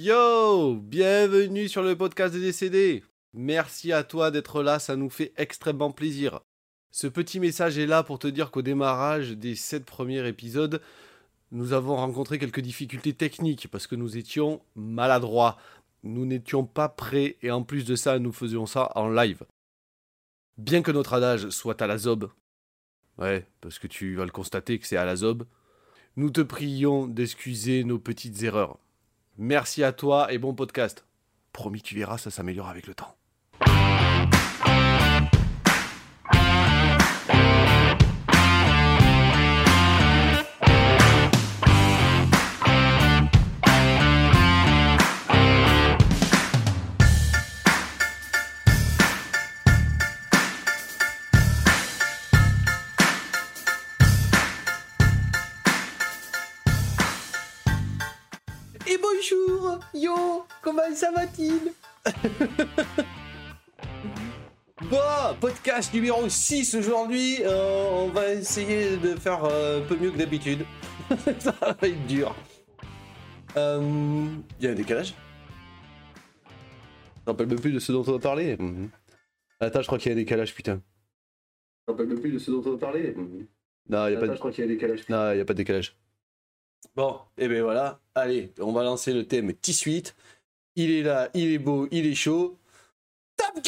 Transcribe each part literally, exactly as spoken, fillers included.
Yo, bienvenue sur le podcast des décédés. Merci à toi d'être là, ça nous fait extrêmement plaisir. Ce petit message est là pour te dire qu'au démarrage des sept premiers épisodes, nous avons rencontré quelques difficultés techniques parce que nous étions maladroits. Nous n'étions pas prêts et en plus de ça, nous faisions ça en live. Bien que notre adage soit à la zob, ouais, parce que tu vas le constater que c'est à la zob, nous te prions d'excuser nos petites erreurs. Merci à toi et bon podcast. Promis, tu verras, ça s'améliore avec le temps. Et bonjour, yo, comment ça va-t-il? Bon, podcast numéro six aujourd'hui, euh, on va essayer de faire euh, un peu mieux que d'habitude. Ça va être dur. Euh, Il y a un décalage? Je me rappelle même plus de ce dont on a parlé. Mm-hmm. Attends, je crois qu'il y a un décalage, putain. Je me rappelle même plus de ce dont on a parlé. Mm-hmm. Non, il n'y a, Attends, pas de... je crois qu'il y a un décalage. Non, il n'y a pas de décalage. Bon, et ben voilà, allez, on va lancer le thème T-Suite. Il est là, il est beau, il est chaud. Top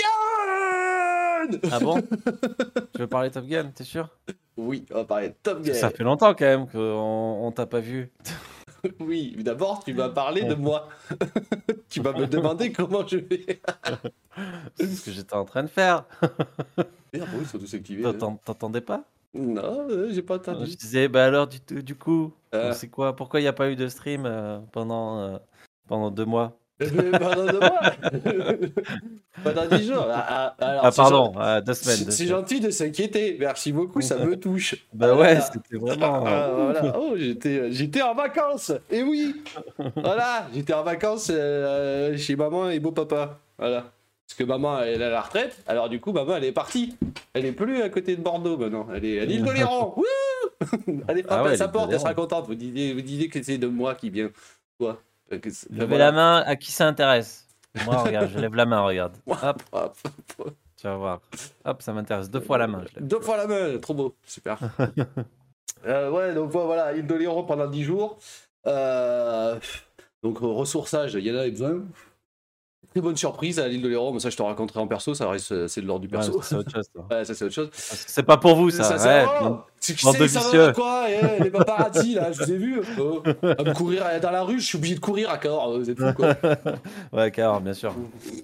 Gun! Ah bon? Tu veux parler Top Gun, t'es sûr? Oui, on va parler Top Gun. Ça fait longtemps quand même qu'on on t'a pas vu. Oui, d'abord tu vas parler de moi. Tu vas me demander comment je vais. C'est ce que j'étais en train de faire. Merde, oui, ils sont tous activés. T'entends- T'entendais pas? Non, euh, j'ai pas Je entendu. disais, bah alors du, du coup, Euh. c'est quoi? Pourquoi il n'y a pas eu de stream euh, pendant, euh, pendant deux mois? Mais pendant deux mois. Pendant dix jours. Ah, ah, alors, Ah c'est pardon, gen- euh, deux semaines. C'est deux c'est semaines. gentil de s'inquiéter. Merci beaucoup, ça me touche. Bah Ah, ouais, là. c'était vraiment... Ah, voilà. Oh, j'étais, j'étais en vacances. Et oui. Voilà, j'étais en vacances euh, chez maman et beau papa. Voilà. Parce que maman, elle est à la retraite. Alors du coup, maman, elle est partie. Elle est plus à côté de Bordeaux maintenant. Elle est à l'île d'Oléron. Wouh. Allez, frappe Ah ouais, à sa l'île porte, elle d'Oléron. sera contente. Vous disiez, vous disiez que c'est de moi qui vient. Quoi. Que c'est- Levez voilà. la main à qui ça intéresse. Moi, regarde, je lève la main, regarde. Hop, Hop. tu vas voir. Hop, ça m'intéresse. Deux fois la main. Je lève. Deux fois la main, trop beau, super. euh, ouais, donc voilà, île d'Oléron pendant dix jours. Euh, donc ressourçage, il y en avait besoin. Très bonne surprise à l'île d'Oléron, mais ça je te raconterai en perso, ça reste, c'est de l'ordre du Ouais, perso. c'est autre chose. ça. Ouais, ça c'est autre chose. C'est pas pour vous, ça. Ça, c'est ouais. oh, c'est que bande de c'est ça vicieux. va quoi, eh, les paparazzi là, je vous ai vu. Oh, à me courir dans la rue, je suis obligé de courir à Cahors, vous êtes fous quoi. Ouais, Cahors, bien sûr.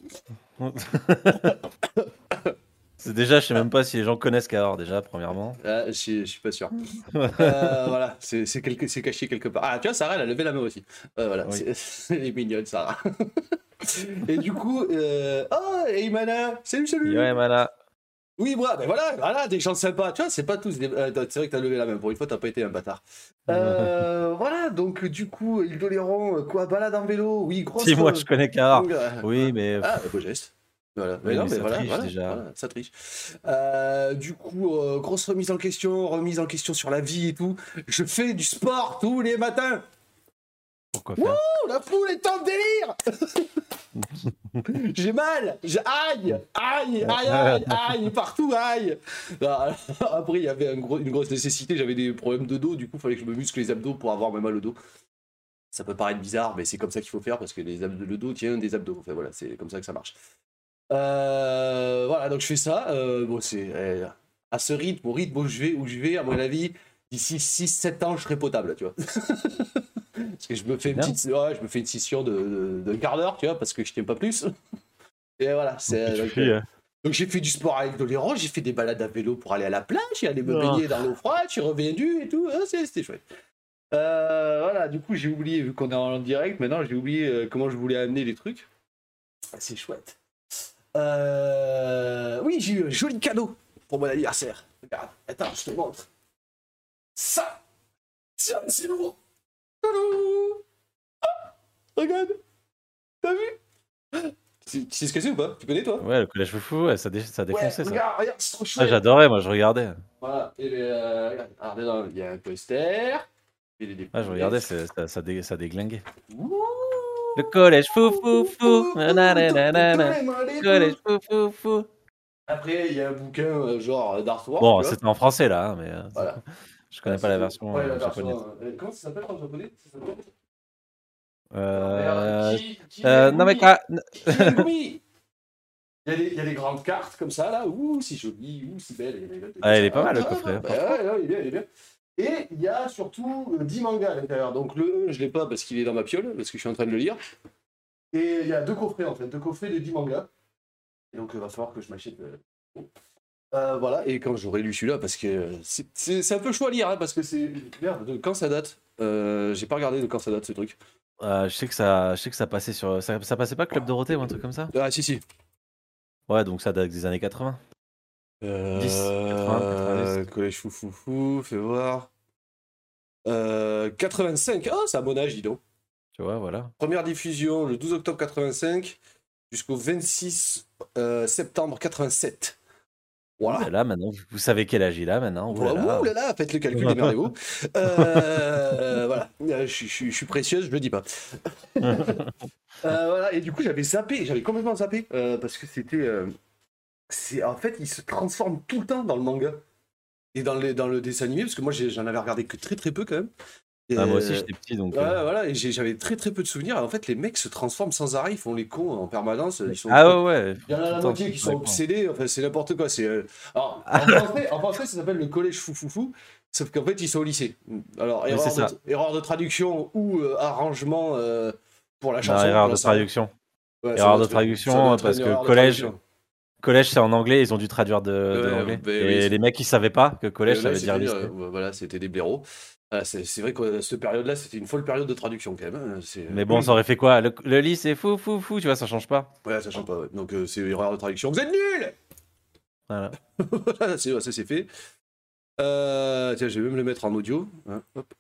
C'est déjà, je sais même pas si les gens connaissent Cahors, déjà, premièrement. Ah, je, suis- je suis pas sûr. Euh, voilà, c'est c'est quelque- c'est caché quelque part. Ah, tu vois, Sarah, elle a levé la main aussi. Euh, voilà, Oui. c'est- elle est mignonne, Sarah. Et du coup, euh... oh, Eymana, salut, salut. Ouais, voilà. Oui, moi, ben voilà, voilà, des gens sympas. Tu vois, c'est pas tous des... euh, c'est vrai que t'as levé la main. Pour une fois, t'as pas été un bâtard. Euh, voilà, donc du coup, île d'Oléron, quoi, balade en vélo, oui, grosse... Si, moi, je connais Cahors. Euh, Oui, mais... Ah, beau geste. Voilà, mais Oui, non, mais mais ça voilà, triche, voilà, déjà. voilà, ça triche. Euh, du coup, euh, grosse remise en question, remise en question sur la vie et tout. Je fais du sport tous les matins. Pourquoi Wouh, faire? la foule est en délire. J'ai mal, j'ai aïe, aïe, aïe, aïe, aïe, partout, aïe. Alors, après, il y avait un gros, une grosse nécessité, j'avais des problèmes de dos, du coup, il fallait que je me muscle les abdos pour avoir même mal au dos. Ça peut paraître bizarre, mais c'est comme ça qu'il faut faire parce que les abdos, le dos tient des abdos. Enfin, voilà, c'est comme ça que ça marche. Euh, voilà, donc je fais ça. Euh, bon, c'est euh, à ce rythme, au rythme où je vais, où je vais, à mon avis, d'ici six sept ans, je serai potable, tu vois. Parce que je me fais une Bien. petite, ouais, je me fais une session de, de, d'un quart d'heure, tu vois, parce que je tiens pas plus. Et voilà, c'est. Tu Donc, fuis, euh, hein. donc j'ai fait du sport avec d'Oléron, j'ai fait des balades à vélo pour aller à la plage, j'ai allé me Oh. baigner dans l'eau froide, j'ai revenu et tout, ah, c'est- c'était chouette. Euh, voilà, du coup j'ai oublié, vu qu'on est en direct, maintenant j'ai oublié euh, comment je voulais amener les trucs. Ah, c'est chouette. Euh... Oui, j'ai eu un joli cadeau pour mon anniversaire. Regarde, attends, je te montre. Ça, tiens, c'est lourd. Tadou. Ah, regarde, t'as vu? Tu tu sais ce que c'est ou pas? Tu connais toi? Ouais, le collège foufou, ouais, ça, dé- ça Ouais, défonçait, ça. regarde, regarde, c'est trop Ah, chouette. j'adorais, moi, je regardais. Voilà, et euh, regarde, alors dedans, il y a un poster. Et des Ah, je regardais, c'est- ça, ça, dé- ça déglinguait. Ouh, Le collège fou fou fou. Fou, Nananana. fou, Collège fou. fou fou fou. Après, il y a un bouquin euh, genre d'artwork, Bon, tu vois. c'était en français là, hein, mais euh, Voilà. je Voilà, connais pas la c'est tout. version Ouais, la euh, japonaise. version. euh, Comment ça s'appelle en japonais? Ça s'appelle Euh, Ki- euh, non mais Kirengumi. quoi? Kirengumi. Il y, a des, il y a des grandes cartes comme ça, là. Ouh, si joli, ouh, si belle. Il y a des trucs Ah, comme il ça. est pas mal le Ah, coffret, bah, franchement. ouais, ouais, il est bien, il est bien. Et il y a surtout euh, dix mangas à l'intérieur. Donc le un, je l'ai pas parce qu'il est dans ma piole, parce que je suis en train de le lire. Et il y a deux coffrets, en fait. Deux coffrets de dix mangas. Et donc il va falloir que je m'achète... Euh... Euh, voilà, et quand j'aurai lu celui-là, parce que euh, c'est- c'est c'est un peu chaud à lire, hein, parce que c'est... Merde, de quand ça date euh, J'ai pas regardé de quand ça date, ce truc. Euh, je sais que ça, je sais que ça passait sur, ça, ça passait pas Club Dorothée ou un truc comme ça? Ah, si, si. Ouais, donc ça date des années quatre-vingts. dix, quatre-vingts, quatre-vingt-dix. Euh... Collège foufoufou, fais voir. Euh, quatre-vingt-cinq, ah, c'est à mon âge, dis donc. Tu vois, voilà. Première diffusion le douze octobre quatre-vingt-cinq jusqu'au vingt-six euh, septembre quatre-vingt-sept. Voilà. Et là, maintenant, vous, vous savez quel âge il a maintenant. Ouh là là. Ouh là là, faites le calcul, démerdez-vous. Euh, voilà, Euh, je, je- je suis précieuse, je le dis pas. Euh, voilà, et du coup, j'avais zappé, j'avais complètement zappé, euh, parce que c'était... euh, c'est, en fait, il se transforme tout le temps dans le manga. Et dans le, dans le dessin animé, parce que moi, j'ai- j'en avais regardé que très très peu quand même. Et, Ah, moi aussi, euh, j'étais petit, donc. ouais, euh, voilà, et j'ai- j'avais très très peu de souvenirs. Et en fait, les mecs se transforment sans arrêt, ils font les cons en permanence. Ils sont, Ah ouais, ouais. il y en a tout la le temps, moitié tout qui le sont temps. obsédés, enfin c'est n'importe quoi. C'est, euh, alors, en français, en français, ça s'appelle le collège foufoufou, sauf qu'en fait, ils sont au lycée. Alors, Oui, erreur, c'est de, ça. erreur de traduction ou euh, arrangement euh, pour la Non, chanson. erreur j'en de sais rien. traduction. Ouais, ça Erreur doit de être- ça doit traduction, être parce une que erreur de collège, traduction. collège c'est en anglais, ils ont dû traduire de, de Ouais, l'anglais. ben Et oui. les mecs, ils savaient pas que Et collège, là, ça veut dire c'était, lycée. euh, voilà, c'était des blaireaux. Ah, c'est c'est vrai que cette période-là, c'était une folle période de traduction quand même. hein. C'est, Mais bon, ça aurait fait quoi? Le, le lit, c'est fou, fou, fou, tu vois, ça change pas. ouais, ça change pas. Ouais. Donc, euh, c'est erreur de traduction. Vous êtes nuls. Voilà. Voilà, c'est- ça c'est fait. Euh, tiens, je vais même le mettre en audio. Hein, hop.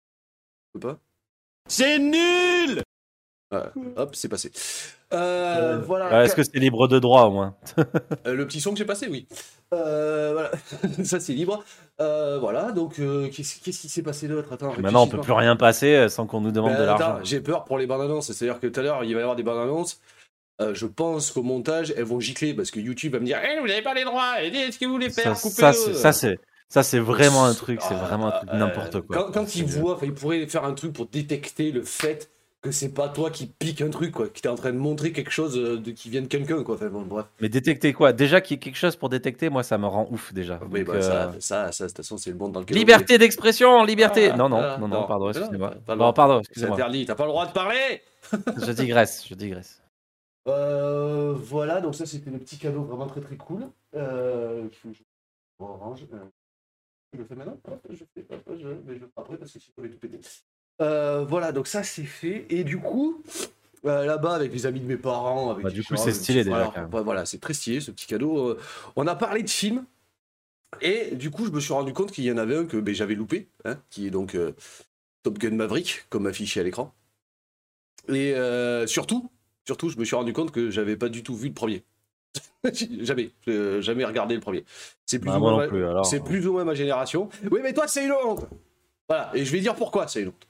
Je peux pas. C'est nul! Voilà, hop, c'est passé. Euh, voilà. Ouais, Est-ce que c'est libre de droit au moins? Euh, le petit son que j'ai passé, oui. Euh, voilà, ça c'est libre. Euh, voilà, donc euh, qu'est-ce qu'est-ce qui s'est passé d'autre? Attends, Maintenant, on peut réfléchis-moi. plus rien passer euh, sans qu'on nous demande Ben, de attends, l'argent. j'ai peur pour les bandes annonces. C'est-à-dire que tout à l'heure, il va y avoir des bandes annonces. Euh, je pense qu'au montage, elles vont gicler parce que YouTube va me dire Eh, vous n'avez pas les droits, et qu'est-ce que vous voulez faire? Ça, Coupez-le. ça, c'est- ça, c'est ça, c'est vraiment un truc, c'est Ah, vraiment un truc euh, n'importe quoi. Quand, quand C'est- ils voient, enfin, ils pourraient faire un truc pour détecter le fait que c'est pas toi qui pique un truc, quoi, qui t'es en train de montrer quelque chose euh, de, qui vient de quelqu'un, quoi. Enfin, bon, bref. Mais détecter quoi? Déjà qu'il y ait quelque chose pour détecter, moi, ça me rend ouf déjà. Oui, Donc, bah, ça, euh, ça, ça, de toute façon, c'est le monde dans lequel on Liberté d'expression, liberté. Ah, non, non, ah, non, non, non, pardon, mais non, excusez-moi. t'as pas le Bon, droit. pardon, est. C'est excusez-moi. interdit, t'as pas le droit de parler. Je digresse, je digresse. Euh, voilà, donc ça, c'était le petit cadeau vraiment très très cool. Euh, je, je- orange. euh, je le fais maintenant. Hop, je fais, hop, je, mais je le ferai après parce que sinon, je vais tout péter. Euh, voilà, donc ça, c'est fait. Et du coup. Euh, là-bas avec les amis de mes parents, avec Bah, des du coup, gens, c'est des petits stylé, déjà, frères. quand même. Ouais, voilà, c'est très stylé ce petit cadeau. Euh, on a parlé de films et du coup je me suis rendu compte qu'il y en avait un que ben, j'avais loupé, hein, qui est donc euh, Top Gun Maverick, comme affiché à l'écran. Et euh, surtout, surtout, je me suis rendu compte que j'avais pas du tout vu le premier. jamais, euh, jamais regardé le premier. C'est plus, Bah, ou moi moins non ma- plus, alors. c'est plus ou moins ma génération. Oui, mais toi c'est une honte. Voilà, et je vais dire pourquoi c'est une honte.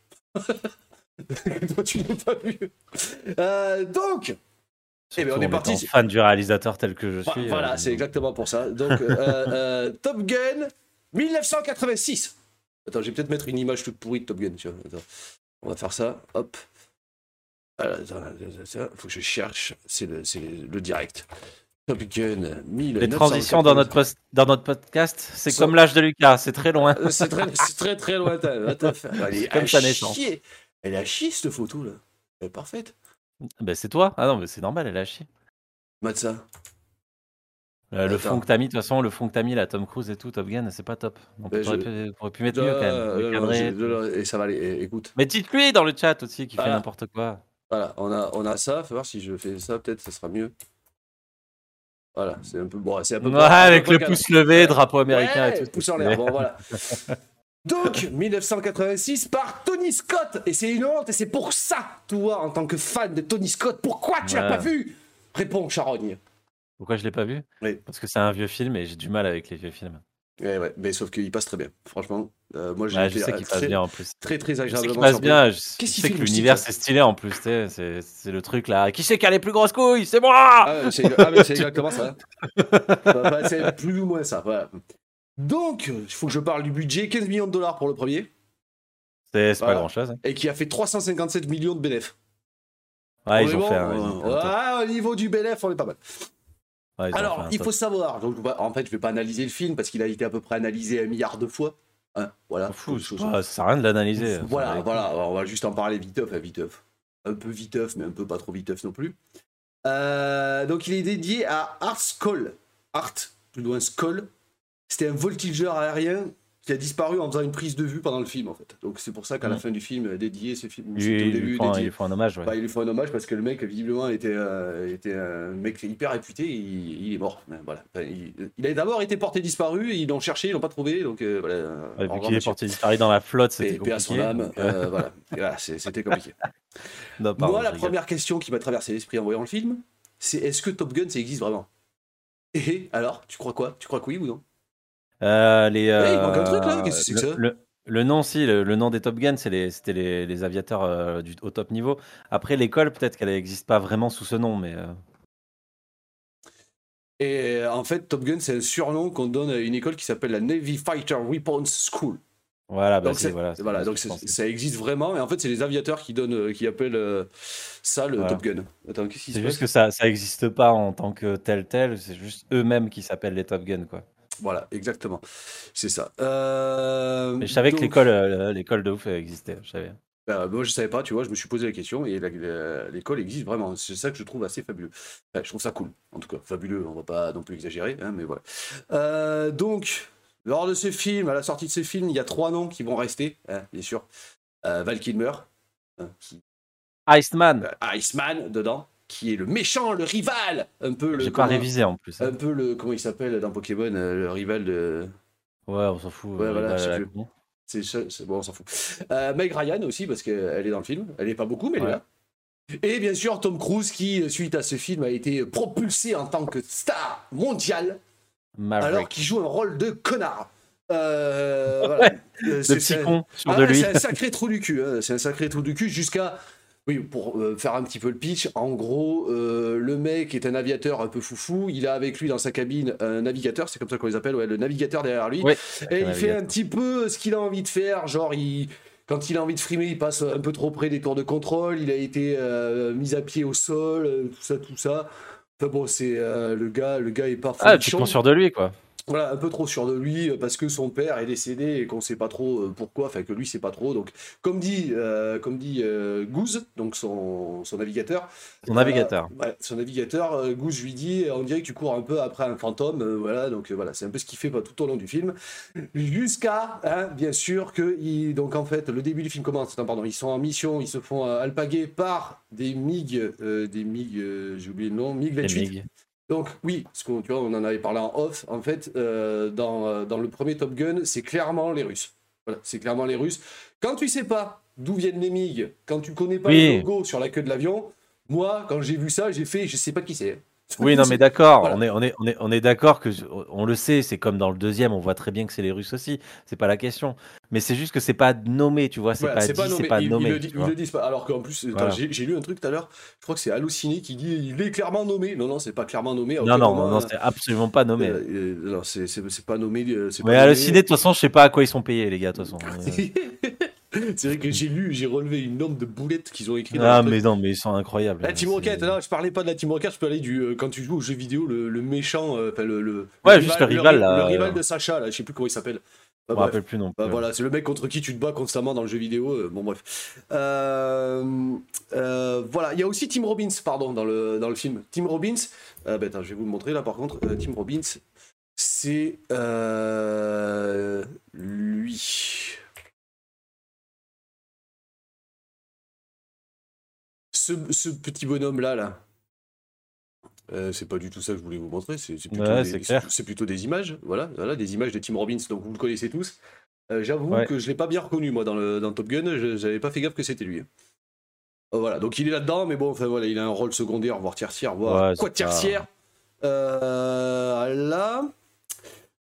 Toi tu l'as pas vu. Euh, donc. Eh ben, on Surtout est en parti. étant fan du réalisateur tel que je Vo- suis. Voilà, euh, c'est exactement pour ça. Donc, euh, euh, Top Gun dix-neuf cent quatre-vingt-six. Attends, je vais peut-être mettre une image toute pourrie de Top Gun. Tu vois. Attends. On va faire ça. Hop. Alors, attends, ça, faut que je cherche. C'est le, c'est le, le direct. Top Gun mille neuf cent quatre-vingt-six. Les transitions dans notre, post- dans notre podcast, c'est Sont- comme l'âge de Lucas, c'est très loin. Euh, C'est très, c'est très, très lointain. Va te faire. Elle est Comme à sa naissance. chier. Elle est à chier, cette photo, là. Elle est parfaite. Ben, c'est toi. Ah non, mais c'est normal, elle a chier. Mate ça. Euh, le Attends. fond que t'as mis, de toute façon, le fond que t'as mis, la Tom Cruise et tout, Top Gun, c'est pas top. Donc, Ben, t'aurais je- pu, t'aurais pu mettre mieux quand même. Euh, Le non, non, cadré, j'ai- tout. non, non, et ça va aller. Eh, Écoute. Mais dites-lui dans le chat aussi qui fait Voilà. n'importe quoi. Voilà, on a, on a ça. Faut voir si je fais ça, peut-être, ça sera mieux. Voilà, c'est un peu. Bon, c'est un peu. Ouais, un peu avec pas le cadre. pouce levé, Ouais. drapeau américain Ouais, et tout. pouce en l'air. Bon, voilà. Donc, dix-neuf cent quatre-vingt-six par Tony Scott. Et c'est une honte, et c'est pour ça, toi, en tant que fan de Tony Scott, pourquoi tu l'as Ouais. pas vu? Réponds, Charogne. Pourquoi je l'ai pas vu? Oui. Parce que c'est un vieux film et j'ai du mal avec les vieux films. Ouais, ouais, mais sauf qu'il passe très bien. Franchement, Euh, moi, j'ai Ouais, été je sais qu'il passe très, bien en plus. très, très Je sais agréablement qu'il passe surpris. bien. Je, Qu'est-ce je qu'il sais fait, que le moustique, l'univers là c'est stylé en plus. tu sais, C'est c'est le truc là. Qui c'est qui a les plus grosses couilles? C'est moi. Ah, ouais, c'est ah, mais c'est exactement ça. Enfin, c'est plus ou moins ça. Voilà. Donc, il faut que je parle du budget. quinze millions de dollars pour le premier. C'est c'est pas Voilà. grand chose. Et qui a fait trois cent cinquante-sept millions de bénéfices. Ouais, On ils est ont bon fait un. ils ont fait un top. Ouais, au niveau du bénéfice, on est pas mal. Ouais, ils ont fait Alors, un il top. faut savoir. Donc, bah, en fait, je vais pas analyser le film parce qu'il a été à peu près analysé un milliard de fois. Hein, voilà. S'en fout, Quelque chose- c'est pas- ça sert à rien de l'analyser. ça Voilà, va voilà. Alors, on va juste en parler viteuf, hein, viteuf. Un peu viteuf, mais un peu pas trop viteuf non plus. Euh, donc, il est dédié à Art Skoll. Art, plus loin Skoll. C'était un voltigeur aérien qui a disparu en faisant une prise de vue pendant le film, en fait. Donc, c'est pour ça qu'à la Mm. fin du film, dédié ce film. Lui, C'était au il lui début faut un- dédié. il lui faut un hommage. Ouais. Bah, il lui faut un hommage parce que le mec, visiblement, était, euh, était un mec hyper réputé. Il, il est mort. Voilà. Enfin, il, il a d'abord été porté disparu. Ils l'ont cherché, ils l'ont pas trouvé. Donc, euh, voilà. Ouais, Au vu revoir, qu'il est monsieur. porté disparu dans la flotte, c'était Et paix à son compliqué. âme. donc, euh, euh, voilà. Voilà, c'est- c'était compliqué. non, pardon, Moi, je la rigole. première question qui m'a traversé l'esprit en voyant le film, c'est est-ce que Top Gun, ça existe vraiment? Et alors, tu crois quoi? Tu crois que oui ou non? Euh, les, Eh, il manque un truc, là. euh, Qu'est-ce que c'est que le, ça? le, le nom, si, le, le nom des Top Gun, c'est les- c'était les, les aviateurs euh, du, au top niveau. Après, l'école, peut-être qu'elle n'existe pas vraiment sous ce nom, mais euh, Et euh, en fait, Top Gun, c'est un surnom qu'on donne à une école qui s'appelle la Navy Fighter Weapons School. voilà, bah, Donc, si, c'est- voilà, c'est voilà, bien ce donc que je c'est- pensais. ça existe vraiment. Et en fait, c'est les aviateurs qui donnent, euh, qui appellent euh, ça le Voilà. Top Gun. Attends, qu'est-ce qui se C'est juste passe? que ça ça existe pas en tant que tel tel, c'est juste eux-mêmes qui s'appellent les Top Gun, quoi. Voilà, exactement. C'est ça. Euh, Mais je savais que donc, l'école euh, l'école de ouf euh, existait, je savais. bah, moi, je savais pas, tu vois, je me suis posé la question et la- la- l'école existe vraiment. C'est ça que je trouve assez fabuleux. Enfin, je trouve ça cool, en tout cas. Fabuleux, on va pas non plus exagérer, hein, mais voilà. Euh, donc, lors de ce film, à la sortie de ce film, il y a trois noms qui vont rester, hein, bien sûr. Euh, Val Kilmer, hein, qui, Iceman, euh, Iceman dedans, qui est le méchant, le rival, un peu le. j'ai pas comment- révisé en plus. hein. Un peu le. Comment il s'appelle dans Pokémon, euh, le rival de. Ouais, on s'en fout. Ouais, euh, voilà, bah, je sais la plus. con. C'est c'est- bon, on s'en fout. Euh, Meg Ryan aussi, parce qu'elle est dans le film. Elle est pas beaucoup, mais elle est Ouais. là. Et bien sûr, Tom Cruise, qui, suite à ce film, a été propulsé en tant que star mondial, Maverick. alors qu'il joue un rôle de connard. Euh, voilà. Euh, Le c'est- petit c'est- con sur Ah de ouais, lui. c'est un sacré trou du cul. hein. C'est un sacré trou du cul jusqu'à. Oui, pour euh, faire un petit peu le pitch, en gros, euh, le mec est un aviateur un peu foufou. Il a avec lui dans sa cabine un navigateur, c'est comme ça qu'on les appelle, ouais, le navigateur derrière lui. Oui, Et il un fait un navigateur. petit peu ce qu'il a envie de faire, genre il, quand il a envie de frimer, il passe un peu trop près des tours de contrôle, il a été euh, mis à pied au sol, euh, tout ça, tout ça. Enfin bon, c'est euh, le gars, le gars est pas Ah, tu folichon. prends sur de lui, quoi. Voilà, un peu trop sûr de lui euh, parce que son père est décédé et qu'on sait pas trop euh, pourquoi, enfin que lui sait pas trop. Donc, comme dit, euh, comme dit euh, Goose, donc son, son navigateur. Son euh, navigateur. ouais, son navigateur, euh, Goose lui dit, on dirait que tu cours un peu après un fantôme. euh, voilà, donc euh, voilà, c'est un peu ce qu'il fait bah, tout au long du film, jusqu'à, hein, bien sûr que, il, donc en fait, le début du film commence. Non, pardon, ils sont en mission, ils se font euh, alpaguer par des MiG, euh, des MiG, euh, j'ai oublié le nom, MiG Les vingt-huit. MiG. Donc oui, parce qu'on tu vois, on en avait parlé en off. En fait, euh, dans, euh, dans le premier Top Gun, c'est clairement les Russes. Voilà, c'est clairement les Russes. Quand tu sais pas d'où viennent les MiG, quand tu connais pas Oui. le logo sur la queue de l'avion, moi, quand j'ai vu ça, j'ai fait, je sais pas qui c'est. Oui, non, mais d'accord, Voilà. on est, on est, on est, on est d'accord que on le sait, c'est comme dans le deuxième, on voit très bien que c'est les Russes aussi, c'est pas la question. Mais c'est juste que c'est pas nommé, tu vois, c'est Voilà, pas c'est dit, pas nommé. c'est pas Ils, ils nommé. le, di- tu ils vois. le disent pas. Alors qu'en plus, attends, Voilà. j'ai j'ai lu un truc tout à l'heure. Je crois que c'est Allociné qui dit il est clairement nommé. Non, non, c'est pas clairement nommé. à Non, aucun non, moment, non, euh, c'est absolument pas nommé. euh, euh, non, c'est c'est- c'est pas nommé. euh, c'est Mais pas à le nommé. ciné, de toute façon, je sais pas à quoi ils sont payés, les gars, de toute façon. Euh, C'est vrai que j'ai lu, j'ai relevé une nombre de boulettes qu'ils ont écrit dans Ah, le truc. mais non, mais ils sont incroyables. La Team C'est- Rocket, là, je parlais pas de la Team Rocket, je peux aller du. euh, quand tu joues aux jeux vidéo, le, le méchant, euh, enfin le, le. Ouais, le juste le rival, ri- là, Le euh. rival de Sacha, là, je sais plus comment il s'appelle. Je Bah, me bref. rappelle plus non plus. Bah, voilà, c'est le mec contre qui tu te bats constamment dans le jeu vidéo. euh, bon, bref. Euh, euh, voilà, il y a aussi Tim Robbins, pardon, dans le, dans le film. Tim Robbins, euh, bah, attends, je vais vous le montrer là par contre. Euh, Tim Robbins, c'est. euh, lui. Ce, ce petit bonhomme-là, là. Euh, c'est pas du tout ça que je voulais vous montrer, c'est c'est plutôt, Ouais, des- c'est clair. c'est plutôt des images, voilà, voilà, des images de Tim Robbins, donc vous le connaissez tous. Euh, J'avoue Ouais. que je l'ai pas bien reconnu, moi, dans, le, dans Top Gun, je j'avais pas fait gaffe que c'était lui. Euh, voilà, donc il est là-dedans, mais bon, enfin voilà, il a un rôle secondaire, voire tertiaire, voire Ouais, quoi c'est pas- tertiaire. Euh, là.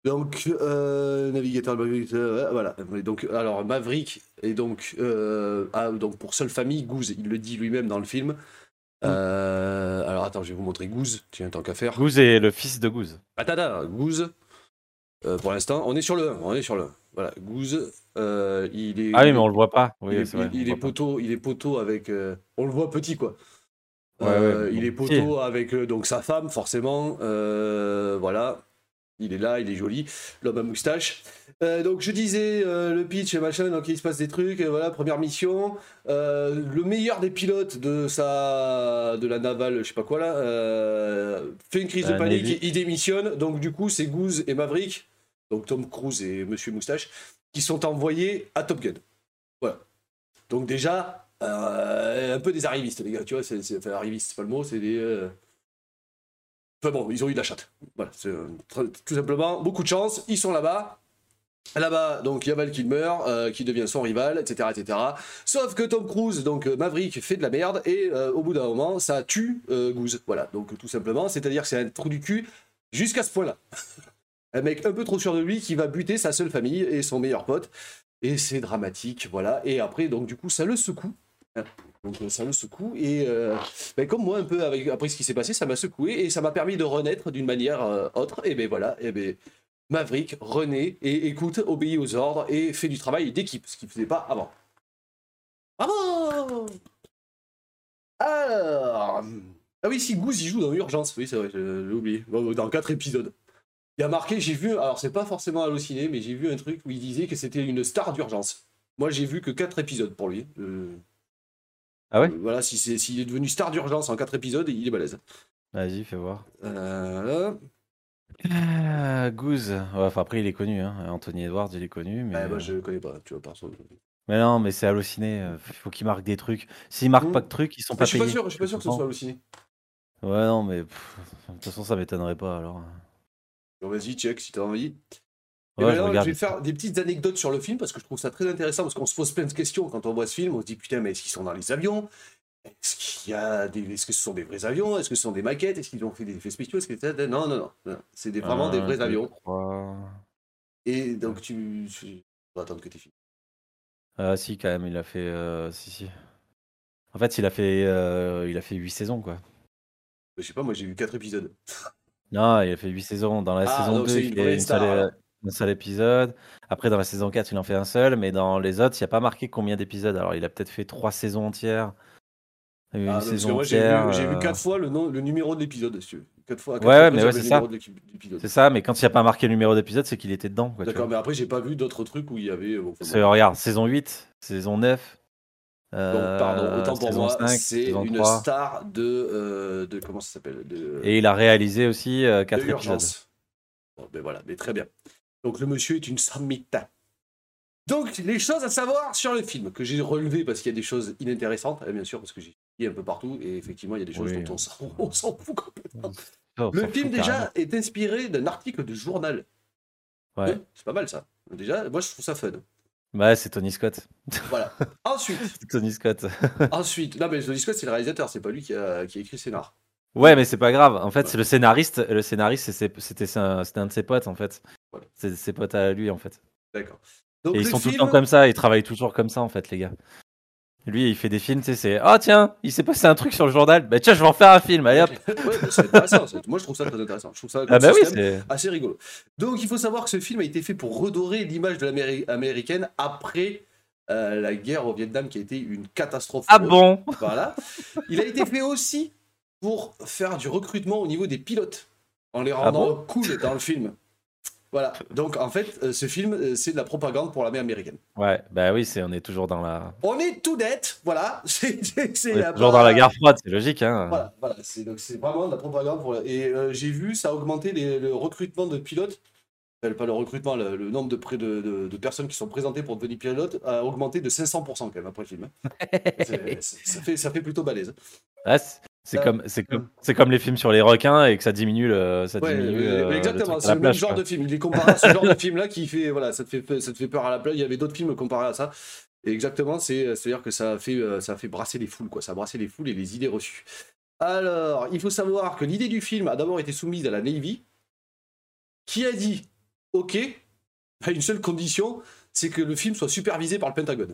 Donc, euh, navigateur, navigateur, voilà. Donc, alors, Maverick, et donc, euh, ah, donc pour seule famille, Goose, il le dit lui-même dans le film. Euh, alors, attends, je vais vous montrer Goose, tiens, tant qu'à faire. Goose est le fils de Goose. Attends, attends, Goose, euh, pour l'instant, on est sur le un, on est sur le un. Voilà, Goose, euh, il est... Ah oui, il mais est, on le voit pas. Oui, il est, c'est vrai. il, il est poteau, il est poteau avec... euh, on le voit petit, quoi. Ouais, Euh, ouais, il bon. est poteau avec euh, donc sa femme, forcément. Euh, voilà. Il est là, il est joli, l'homme à moustache. Euh, donc je disais euh, le pitch et machin, donc il se passe des trucs, et voilà, première mission. Euh, le meilleur des pilotes de sa de la navale, je sais pas quoi là, euh, fait une crise de La panique, Navy. il, il démissionne. Donc du coup c'est Goose et Maverick, donc Tom Cruise et Monsieur Moustache, qui sont envoyés à Top Gun. Voilà. Donc déjà euh, un peu des arrivistes les gars, tu vois, c'est, c'est enfin, arrivistes, c'est pas le mot, c'est des euh, Enfin bon, ils ont eu de la chatte. Voilà, c'est euh, tout simplement beaucoup de chance. Ils sont là-bas. Là-bas, donc il y a Val Kilmer euh, qui devient son rival, et cetera, et cetera. Sauf que Tom Cruise, donc euh, Maverick, fait de la merde et euh, au bout d'un moment, ça tue euh, Goose. Voilà, donc tout simplement, c'est-à-dire que c'est un trou du cul jusqu'à ce point-là. Un mec un peu trop sûr de lui qui va buter sa seule famille et son meilleur pote. Et c'est dramatique, voilà. Et après, donc du coup, ça le secoue. Donc ça le secoue et euh, ben, comme moi un peu avec, après ce qui s'est passé, ça m'a secoué et ça m'a permis de renaître d'une manière euh, autre. Et ben voilà, et ben Maverick renaît et écoute, obéit aux ordres et fait du travail d'équipe, ce qu'il faisait pas avant. Bravo. Alors, ah oui, si Goose il joue dans Urgence, oui c'est vrai, j'ai oublié, dans quatre épisodes. Il y a marqué, j'ai vu, alors c'est pas forcément Allociné, mais j'ai vu un truc où il disait que c'était une star d'Urgence. Moi j'ai vu que quatre épisodes pour lui. Euh... Ah ouais Euh, voilà, si c'est, s'il est devenu star d'urgence en quatre épisodes, il est balèze. Vas-y, fais voir. Euh... Ah, Goose. Ouais, enfin, après, il est connu. Hein. Anthony Edwards, il est connu. Mais, Ah, bah, euh, je connais pas, tu vois, personne. mais non, mais c'est halluciné. Il faut qu'il marque des trucs. S'il marque Mmh. pas de trucs, ils sont Mais pas je suis pas payés. sûr, je suis pas sûr que ce soit halluciné. Ouais, non, mais pff, de toute façon, ça m'étonnerait pas alors. Bon, vas-y, check si t'as envie. Ouais, Et je maintenant, je regarde. vais faire des petites anecdotes sur le film parce que je trouve ça très intéressant parce qu'on se pose plein de questions quand on voit ce film. On se dit putain, mais est-ce qu'ils sont dans les avions? Est-ce qu'il y a des... Est-ce que ce sont des vrais avions? Est-ce que ce sont des maquettes? Est-ce qu'ils ont fait des effets spéciaux? Est-ce que... Non, non, non, non. C'est des... vraiment des Un, vrais deux, avions. trois. Et donc tu. tu- On va attendre que t'aies fini. Ah, si, quand même, il a fait. euh, Si, si. En fait, il a fait, euh, il a fait huit saisons, quoi. Je sais pas, moi j'ai vu quatre épisodes. Non, il a fait huit saisons. Dans la Ah, saison donc deux, c'est il une fait vraie une star, seule, alors. un seul épisode. Après, dans la saison quatre, il en fait un seul. Mais dans les autres, il n'y a pas marqué combien d'épisodes. Alors, il a peut-être fait trois saisons entières. Une Ah, non, parce que saison moi j'ai entière. vu, j'ai vu euh, quatre fois le, nom, le numéro de l'épisode, si tu veux. Quatre fois, à Ouais, quatre ouais, reprises, mais ouais, j'avais c'est le ça. numéro de l'équi- de l'épisode. C'est ça, mais quand il n'y a pas marqué le numéro d'épisode, c'est qu'il était dedans, quoi, tu D'accord, vois. mais après j'ai pas vu d'autres trucs où il y avait. Bon, enfin, Parce bon. que, regarde, saison huit, saison neuf, Donc, pardon, euh, autant pour saison moi, cinq, c'est saison une trois. star de, euh, de. Comment ça s'appelle? De, Et il a réalisé aussi euh, de quatre épisodes. Urgence. Bon, ben voilà, mais très bien. Donc le monsieur est une samita. Donc, les choses à savoir sur le film, que j'ai relevé parce qu'il y a des choses inintéressantes, hein, bien sûr, parce que j'ai fouillé un peu partout, et effectivement, il y a des choses Oui. dont on s'en, on s'en fout complètement. Oh, on Le s'en film, fout déjà, carrément. est inspiré d'un article de journal. Ouais. Ouais, c'est pas mal, ça. Déjà, moi, je trouve ça fun. Ouais, c'est Tony Scott. Voilà. Ensuite, C'est Tony Scott. ensuite, non, mais Tony Scott, c'est le réalisateur, c'est pas lui qui a, qui a écrit le scénar. Ouais, mais c'est pas grave. En fait, Ouais. c'est le scénariste. Le scénariste, c'est ses- c'était sa- c'était un de ses potes, en fait. Voilà. C'est ses potes à lui, en fait. D'accord. Donc, Et ils le sont tout le film... temps comme ça. Ils travaillent toujours comme ça, en fait, les gars. Lui, il fait des films, tu sais, c'est oh tiens, il s'est passé un truc sur le journal. Bah tiens, je vais en faire un film. Allez hop. Ouais, bah, c'est intéressant. c'est- Moi, je trouve ça très intéressant. Je trouve ça, comme Ah bah oui, système, c'est. assez rigolo. Donc, il faut savoir que ce film a été fait pour redorer l'image de l'Amérique américaine après euh, la guerre au Vietnam, qui a été une catastrophe. Ah bon. Voilà. Il a été fait aussi pour faire du recrutement au niveau des pilotes, en les Ah rendant bon cool dans le film. Voilà. Donc, en fait, euh, ce film, euh, c'est de la propagande pour l'armée américaine. Ouais, bah oui, c'est on est toujours dans la. On est tout net, voilà. C'est, c'est, c'est- On y est a toujours pas- dans la guerre froide, c'est logique, hein. Voilà, voilà. C'est, donc, c'est vraiment de la propagande. Pour la- Et euh, j'ai vu, ça a augmenté les- le recrutement de pilotes. Enfin, pas le recrutement, le, le nombre de, près de, de, de personnes qui sont présentées pour devenir pilote a augmenté de cinq cents pour cent quand même après le film. hein. C'est- c'est- ça, fait, ça fait plutôt balèze. Ouais, c'est c'est Euh, comme c'est comme c'est comme les films sur les requins et que ça diminue le ça Ouais, diminue euh, euh, le exactement, truc à c'est la le même plage, genre quoi. de film. Il est comparé à ce genre de film-là qui fait, voilà, ça te fait, ça te fait peur à la plage. Il y avait d'autres films comparés à ça. Et exactement, c'est, c'est-à-dire que ça a fait, euh, ça a fait brasser les foules, quoi. Ça a brassé les foules et les idées reçues. Alors, il faut savoir que l'idée du film a d'abord été soumise à la Navy, qui a dit ok, à une seule condition, c'est que le film soit supervisé par le Pentagone.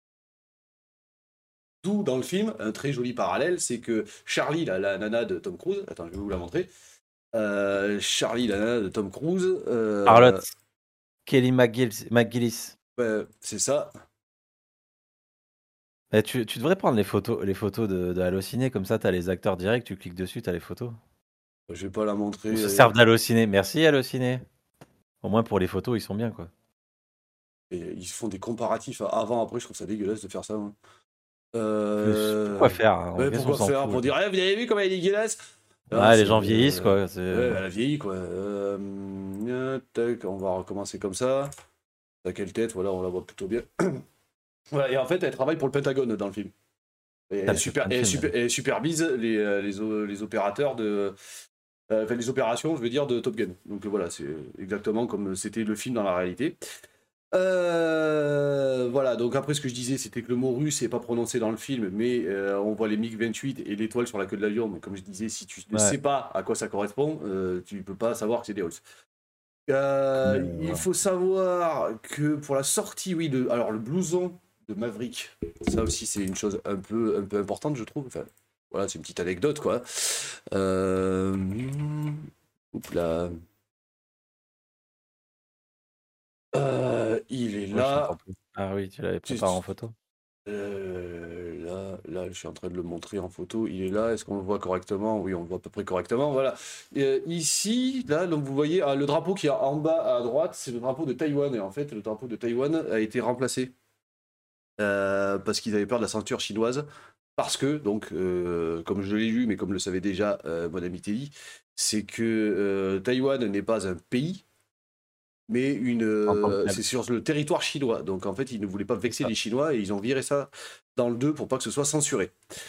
D'où, dans le film, un très joli parallèle, c'est que Charlie, la, la nana de Tom Cruise, attends, je vais vous la montrer, euh, Charlie, la nana de Tom Cruise... Euh, Charlotte, Kelly McGillis, McGillis. Ouais, c'est ça. Eh, tu, tu devrais prendre les photos, les photos de, de Allociné, comme ça, tu as les acteurs directs, tu cliques dessus, tu as les photos. Je vais pas la montrer. On se euh, serve d'Allociné. Merci Allociné. Au moins pour les photos, ils sont bien, quoi. et ils font des comparatifs à avant, après, je trouve ça dégueulasse de faire ça. Hein. Mais Euh... Pourquoi faire hein, ouais, qu'est-ce qu'on pourquoi s'en faire fout, Pour dire, eh, vous avez vu comment elle est dégueulasse Ouais, Non, les c'est, gens vieillissent, euh, quoi. c'est- Ouais, elle a vieilli, quoi. Euh... euh, tac, on va recommencer comme ça. T'as quelle tête Voilà, on la voit plutôt bien. Voilà, et en fait, elle travaille pour le Pentagone dans le film. Et elle, Putain, super, c'est plein de elle, films, super, elle supervise les, euh, les, o- les opérateurs de. euh, Enfin, les opérations, je veux dire, de Top Gun. Donc euh, voilà, c'est exactement comme c'était le film dans la réalité. Euh, voilà, donc après ce que je disais, c'était que le mot russe n'est pas prononcé dans le film, mais euh, on voit les MiG vingt-huit et l'étoile sur la queue de l'avion. Mais comme je disais, si tu ne Ouais. sais pas à quoi ça correspond, euh, tu ne peux pas savoir que c'est des Russes. Euh, Mais, il voilà. faut savoir que pour la sortie, oui, le, alors le blouson de Maverick, ça aussi c'est une chose un peu, un peu importante, je trouve. Enfin, voilà, c'est une petite anecdote, quoi. Euh... Oups là. Euh, il est Ouais, je là. t'entends plus. Ah oui, tu l'avais Tu- préparé en photo. Euh, là, là, je suis en train de le montrer en photo. Il est là. Est-ce qu'on le voit correctement? Oui, on le voit à peu près correctement. Voilà. Euh, ici, là, donc vous voyez ah, le drapeau qui est en bas à droite, c'est le drapeau de Taïwan. Et en fait, le drapeau de Taïwan a été remplacé euh, parce qu'ils avaient peur de la ceinture chinoise. Parce que, donc, euh, comme je l'ai lu, mais comme le savait déjà euh, mon ami Teddy, c'est que euh, Taïwan n'est pas un pays, mais une, En tant que euh, tel. c'est sur le territoire chinois. Donc en fait, ils ne voulaient pas vexer ça. les Chinois et ils ont viré ça dans le deux pour pas que ce soit censuré.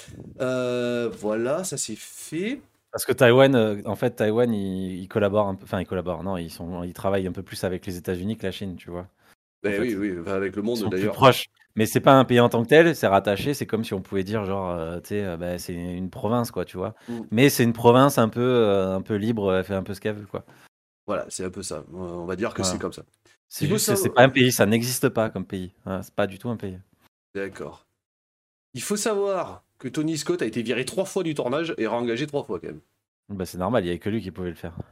Euh, voilà, ça c'est fait. Parce que Taïwan, euh, en fait, Taïwan, ils, ils collaborent un peu. Enfin, ils collaborent. Non, ils sont, ils travaillent un peu plus avec les États-Unis que la Chine, tu vois. En Ben fait, oui, oui, enfin, avec le ils monde sont plus d'ailleurs. proches. Mais c'est pas un pays en tant que tel, c'est rattaché. C'est comme si on pouvait dire, genre, euh, tu sais, euh, bah, c'est une province, quoi, tu vois. Mm. Mais c'est une province un peu, euh, un peu libre, elle fait un peu ce qu'elle veut, quoi. Voilà, c'est un peu ça. Euh, On va dire que Voilà. c'est comme ça. C'est Il faut juste que c'est savoir- pas un pays, ça n'existe pas comme pays. Voilà, c'est pas du tout un pays. D'accord. Il faut savoir que Tony Scott a été viré trois fois du tournage et réengagé trois fois quand même. Bah, c'est normal, il y avait que lui qui pouvait le faire.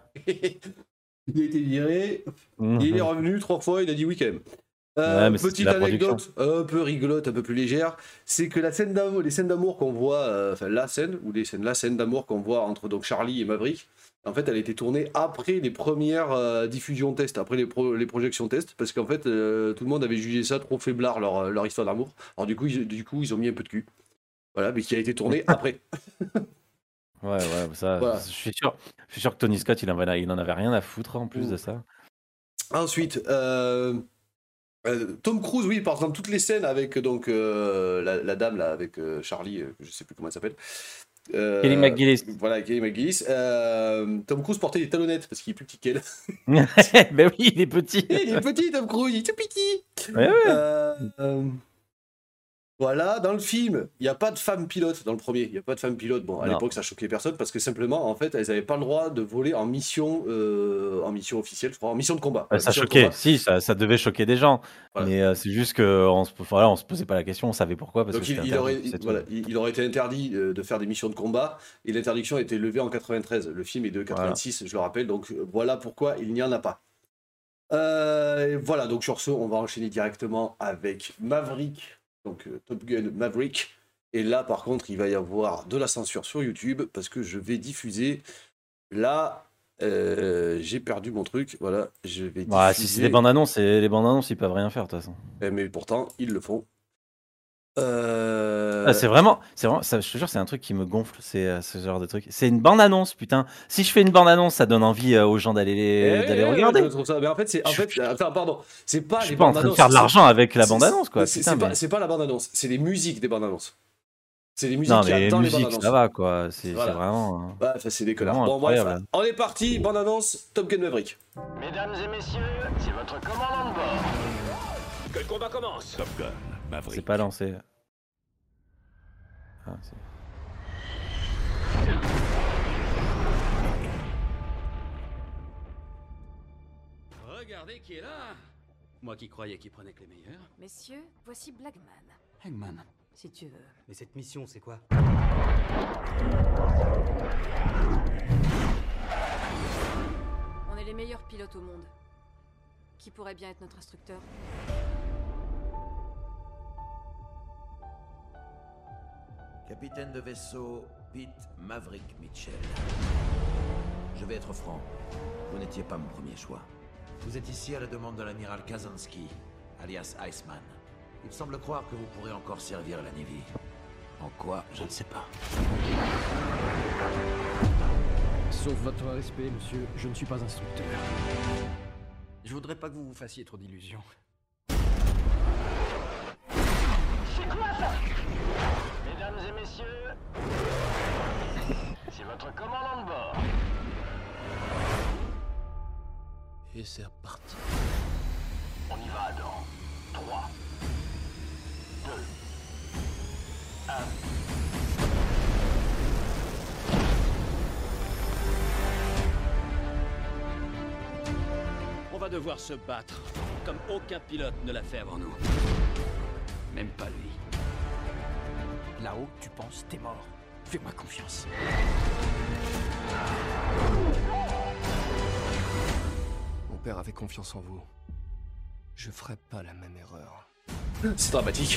Il a été viré, et il est revenu trois fois, il a dit oui quand même. Euh, Ouais, mais c'est petite la production. anecdote un peu rigolote, un peu plus légère, c'est que la scène d'amour, les scènes d'amour qu'on voit, euh, enfin la scène, ou les scènes, la scène d'amour qu'on voit entre donc Charlie et Maverick, en fait elle a été tournée après les premières euh, diffusions test, après les, pro- les projections test, parce qu'en fait euh, tout le monde avait jugé ça trop faiblard leur, leur histoire d'amour. Alors du coup, ils, du coup ils ont mis un peu de cul. Voilà, mais qui a été tourné après. Ouais, ouais, ça, Voilà. je suis sûr. Je suis sûr que Tony Scott, il en avait, il en avait rien à foutre en plus Mm. de ça. Ensuite, euh, euh, Tom Cruise, oui, par exemple, toutes les scènes avec donc euh, la, la dame là, avec euh, Charlie, euh, je sais plus comment elle s'appelle. Euh, Kelly McGillis. Voilà, Kelly McGillis. Euh, Tom Cruise portait des talonnettes parce qu'il est plus petit qu'elle. Ben oui, il est petit. Il est petit, Tom Cruise, il est tout petit. Ouais, ouais. Euh, euh, voilà, dans le film, il n'y a pas de femme pilote dans le premier. Il n'y a pas de femme pilote. Bon, à Non. l'époque, ça choquait personne parce que simplement, en fait, elles n'avaient pas le droit de voler en mission, euh, en mission officielle, je crois, en mission de combat. Ouais, Voilà, ça mission de choquait. combat. Si, ça, ça devait choquer des gens. Voilà. Mais euh, c'est juste qu'on se, voilà, on se posait pas la question, on savait pourquoi. Parce Donc que il, c'était il interdit, aurait, c'est tout. voilà, il, il aurait été interdit euh, de faire des missions de combat et l'interdiction a été levée en quatre-vingt-treize. Le film est de quatre-vingt-six, je le rappelle, donc euh, voilà pourquoi il n'y en a pas. Euh, voilà, donc sur ce, on va enchaîner directement avec Maverick, donc euh, Top Gun Maverick. Et là, par contre, il va y avoir de la censure sur YouTube parce que je vais diffuser. Là, euh, j'ai perdu mon truc. Voilà, je vais diffuser. Ouais, si c'est des bandes annonces, les bandes annonces, ils peuvent rien faire de toute façon. Eh, mais pourtant, ils le font. Euh... Ah, c'est vraiment, c'est vraiment, ça, je te jure, c'est un truc qui me gonfle, c'est euh, ce genre de truc. C'est une bande annonce, putain. Si je fais une bande annonce, ça donne envie euh, aux gens d'aller les, Eh, d'aller eh, regarder. Je trouve ça. Mais en fait, c'est en Je- fait, attends, pardon, c'est pas Je les suis pas en bandes train de annonces. faire de c'est- l'argent avec la c'est- bande annonce, quoi. C'est Putain, c'est pas, mais... c'est pas la bande annonce, c'est les musiques des bandes annonces. C'est les musiques Non, qu'il y mais a les dans les bandes musiques, annonces. ça va, quoi. C'est Voilà. c'est vraiment. euh, Ouais, enfin, c'est des connards. Vraiment Bon, bref, incroyable. on est parti, bande annonce, Top Gun Maverick. Mesdames et messieurs, c'est votre commandant de bord. Que le combat commence. Top Gun, Maverick. C'est pas lancé. Ah, c'est- regardez qui est là. Moi qui croyais qu'il prenait que les meilleurs. Messieurs, voici Blackman. Eggman. Si tu veux. Mais cette mission, c'est quoi? On est les meilleurs pilotes au monde. Qui pourrait bien être notre instructeur? Capitaine de vaisseau, Pete Maverick Mitchell. Je vais être franc, vous n'étiez pas mon premier choix. Vous êtes ici à la demande de l'amiral Kazansky, alias Iceman. Il semble croire que vous pourrez encore servir la Navy. En quoi, je ne sais pas. Sauf votre respect, monsieur, je ne suis pas instructeur. Je voudrais pas que vous vous fassiez trop d'illusions. C'est quoi ça? Mesdames et messieurs, c'est votre commandant de bord. Et c'est reparti. On y va dans trois, deux, un. On va devoir se battre, comme aucun pilote ne l'a fait avant nous. Même pas lui. Là-haut, tu penses, t'es mort. Fais-moi confiance. Mon père avait confiance en vous. Je ferai pas la même erreur. C'est dramatique.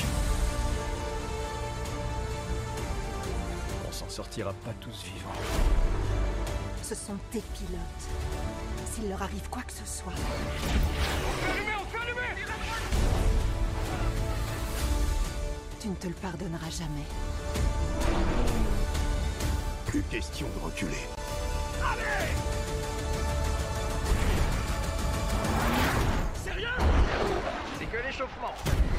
On s'en sortira pas tous vivants. Ce sont tes pilotes. S'il leur arrive quoi que ce soit... Tu ne te le pardonneras jamais. Plus question de reculer. C'est que l'échauffement.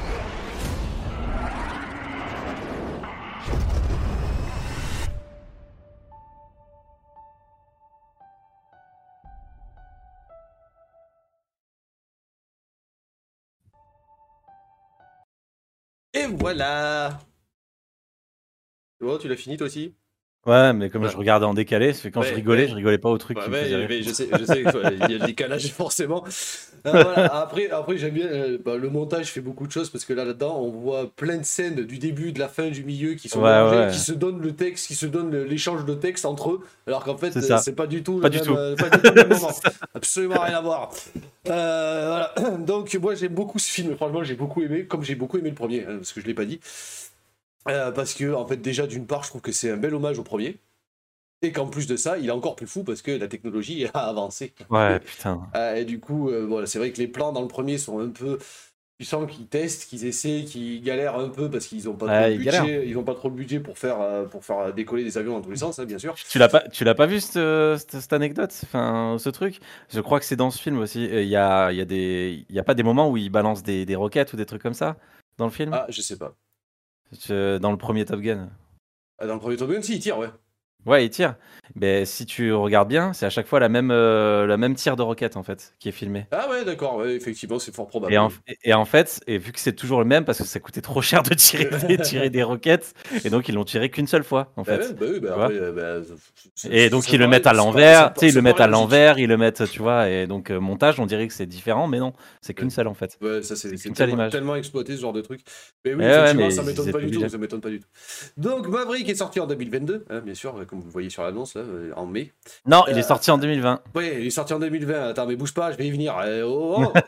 Et voilà. Bon, tu l'as fini toi aussi? Ouais, mais comme Ouais. je regardais en décalé, c'est quand Ouais, je rigolais, ouais. je rigolais pas au truc Ouais, qui me ouais, faisait rire. mais je sais, je sais que, ouais, il y a le décalage forcément. Euh, voilà. Après, après j'aime bien euh, bah, le montage fait beaucoup de choses parce que là là-dedans on voit plein de scènes du début, de la fin, du milieu qui sont Ouais, mélangées, ouais. qui se donnent le texte, qui se donnent le- l'échange de texte entre eux, alors qu'en fait C'est euh, ça. c'est pas du tout Pas le du même, tout. euh, pas du tout le même moment. Absolument rien à voir. Euh, voilà. Donc moi j'aime beaucoup ce film. Franchement j'ai beaucoup aimé, comme j'ai beaucoup aimé le premier, hein, parce que je l'ai pas dit. Euh, parce que en fait déjà d'une part je trouve que c'est un bel hommage au premier. Et qu'en plus de ça, il est encore plus fou parce que la technologie a avancé. Ouais, putain. Euh, et du coup, euh, voilà, c'est vrai que les plans dans le premier sont un peu. Tu sens qu'ils testent, qu'ils essaient, qu'ils galèrent un peu parce qu'ils n'ont pas, Ouais, trop de ils budget, galèrent. ils ont pas trop de budget pour faire, euh, pour faire décoller des avions dans tous les sens, hein, bien sûr. Tu l'as pas, tu l'as pas vu cette, cette, cette anecdote, enfin ce truc. Je crois que c'est dans ce film aussi. Il y a, il y a des, il y a pas des moments où ils balancent des, des roquettes ou des trucs comme ça dans le film. Ah, je sais pas. Je- Dans le premier Top Gun. Ah, dans le premier Top Gun, si, il tire, ouais. Ouais, il tire. Mais si tu regardes bien, c'est à chaque fois la même, euh, la même tir de roquette en fait qui est filmé. Ah, ouais, d'accord, ouais, effectivement, c'est fort probable. Et en, et- et en fait, et vu que c'est toujours le même, parce que ça coûtait trop cher de tirer, des, tirer des roquettes, et donc ils l'ont tiré qu'une seule fois en Bah fait. ouais, bah oui, bah Tu vois. après, euh, bah, c'est- Et c'est- donc c'est ils le pareil, mettent à c'est pareil, l'envers, c'est tu sais, ils c'est le mettent à pareil, la musique. l'envers, ils le mettent, tu vois, et donc euh, montage, on dirait que c'est différent, mais non, c'est qu'une Ouais. seule en fait. Ouais, ça c'est C'est c'est qu'une seule tellement, image. tellement exploité ce genre de truc. Mais oui, Ouais, ouais, effectivement, mais ça ils m'étonne étaient pas du tout, obligés. ça m'étonne pas du tout. Donc Maverick est sorti en deux mille vingt-deux, hein, bien sûr, comme vous le voyez sur l'annonce, là, euh, en mai. Non, il Euh, est sorti en deux mille vingt. Oui, il est sorti en deux mille vingt. Attends, mais bouge pas, je vais y venir. Euh, oh, oh.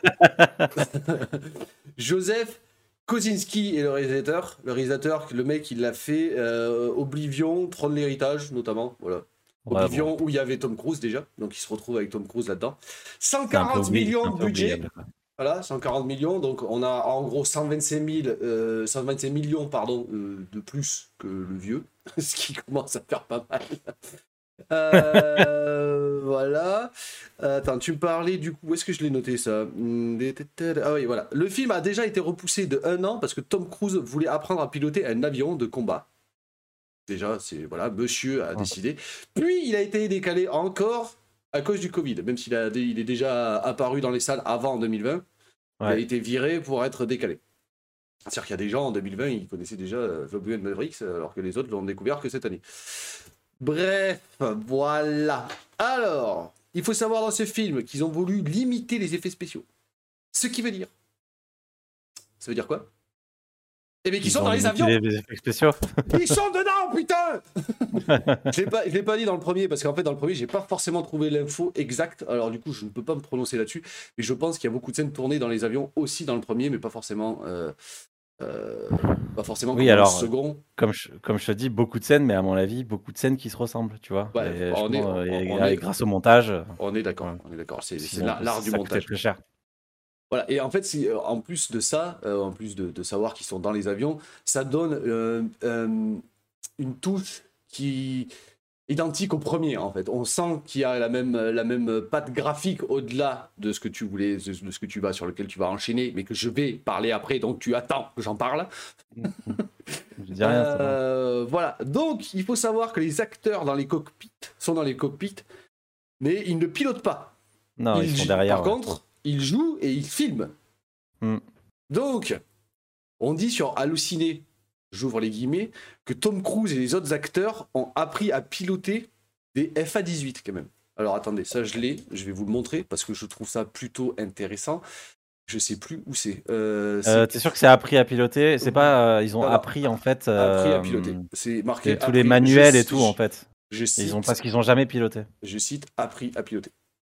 Joseph Kosinski est le réalisateur. Le réalisateur, le mec, il l'a fait euh, Oblivion, Trône de l'héritage, notamment. Voilà. Ouais, Oblivion, où il y avait Tom Cruise déjà. Donc il se retrouve avec Tom Cruise là-dedans. C'est un peu cent quarante oubli- millions c'est un de peu budget. oubliable, quoi. Voilà, cent quarante millions. Donc on a en gros cent vingt-cinq mille, euh, cent vingt-cinq millions pardon, euh, de plus que le vieux. Ce qui commence à faire pas mal. Euh, voilà. Attends, tu me parlais du coup. Où est-ce que je l'ai noté ça? Ah oui, voilà. Le film a déjà été repoussé de un an parce que Tom Cruise voulait apprendre à piloter un avion de combat. Déjà, c'est voilà, monsieur a décidé. Puis il a été décalé encore à cause du Covid, même s'il a, il est déjà apparu dans les salles avant en deux mille vingt. Il a Ouais. été viré pour être décalé. C'est-à-dire qu'il y a des gens en deux mille vingt, ils connaissaient déjà euh, Top Gun Mavericks, alors que les autres l'ont découvert que cette année. Bref, voilà. Alors, il faut savoir dans ce film qu'ils ont voulu limiter les effets spéciaux. Ce qui veut dire... Ça veut dire quoi? Eh bien, qu'ils sont ont dans les limité avions. les effets spéciaux. Ils sont dedans, putain. Je l'ai pas, je l'ai pas dit dans le premier, parce qu'en fait, dans le premier, j'ai pas forcément trouvé l'info exacte. Alors, du coup, je ne peux pas me prononcer là-dessus. Mais je pense qu'il y a beaucoup de scènes tournées dans les avions aussi dans le premier, mais pas forcément... Euh, euh, pas forcément Oui, comme dans alors, le second. Comme je, comme je te dis, beaucoup de scènes, mais à mon avis, beaucoup de scènes qui se ressemblent, tu vois. Ouais, Et on je est- pense, on- euh, et- on et est- grâce au montage, On est d'accord, Ouais. on est d'accord. C'est, c'est sinon, l'art, l'art du ça coûtait montage. plus cher. Voilà, et en fait, c'est, euh, en plus de ça, euh, en plus de, de savoir qu'ils sont dans les avions, ça donne euh, euh, une touche qui identique au premier, en fait. On sent qu'il y a la même, la même patte graphique au-delà de ce que tu voulais, de, de ce que tu vas, sur lequel tu vas enchaîner, mais que je vais parler après, donc tu attends que j'en parle. Je dis rien, c'est bon. Euh, voilà, donc il faut savoir que les acteurs dans les cockpits sont dans les cockpits, mais ils ne pilotent pas. Non, ils, sont derrière. Par ouais. contre, ils jouent et ils filment. Hmm. Donc, on dit sur Halluciné, j'ouvre les guillemets, que Tom Cruise et les autres acteurs ont appris à piloter des F A dix-huit quand même. Alors attendez, ça je l'ai, je vais vous le montrer parce que je trouve ça plutôt intéressant. Je sais plus où c'est. Euh, Euh, c'est T'es sûr que c'est appris à piloter? C'est pas. euh, ils ont Alors, appris en fait. appris à euh, piloter. C'est marqué c'est tous appris- les manuels je- et tout en fait. Je cite, Ils ont parce qu'ils ont jamais piloté. je cite appris à piloter.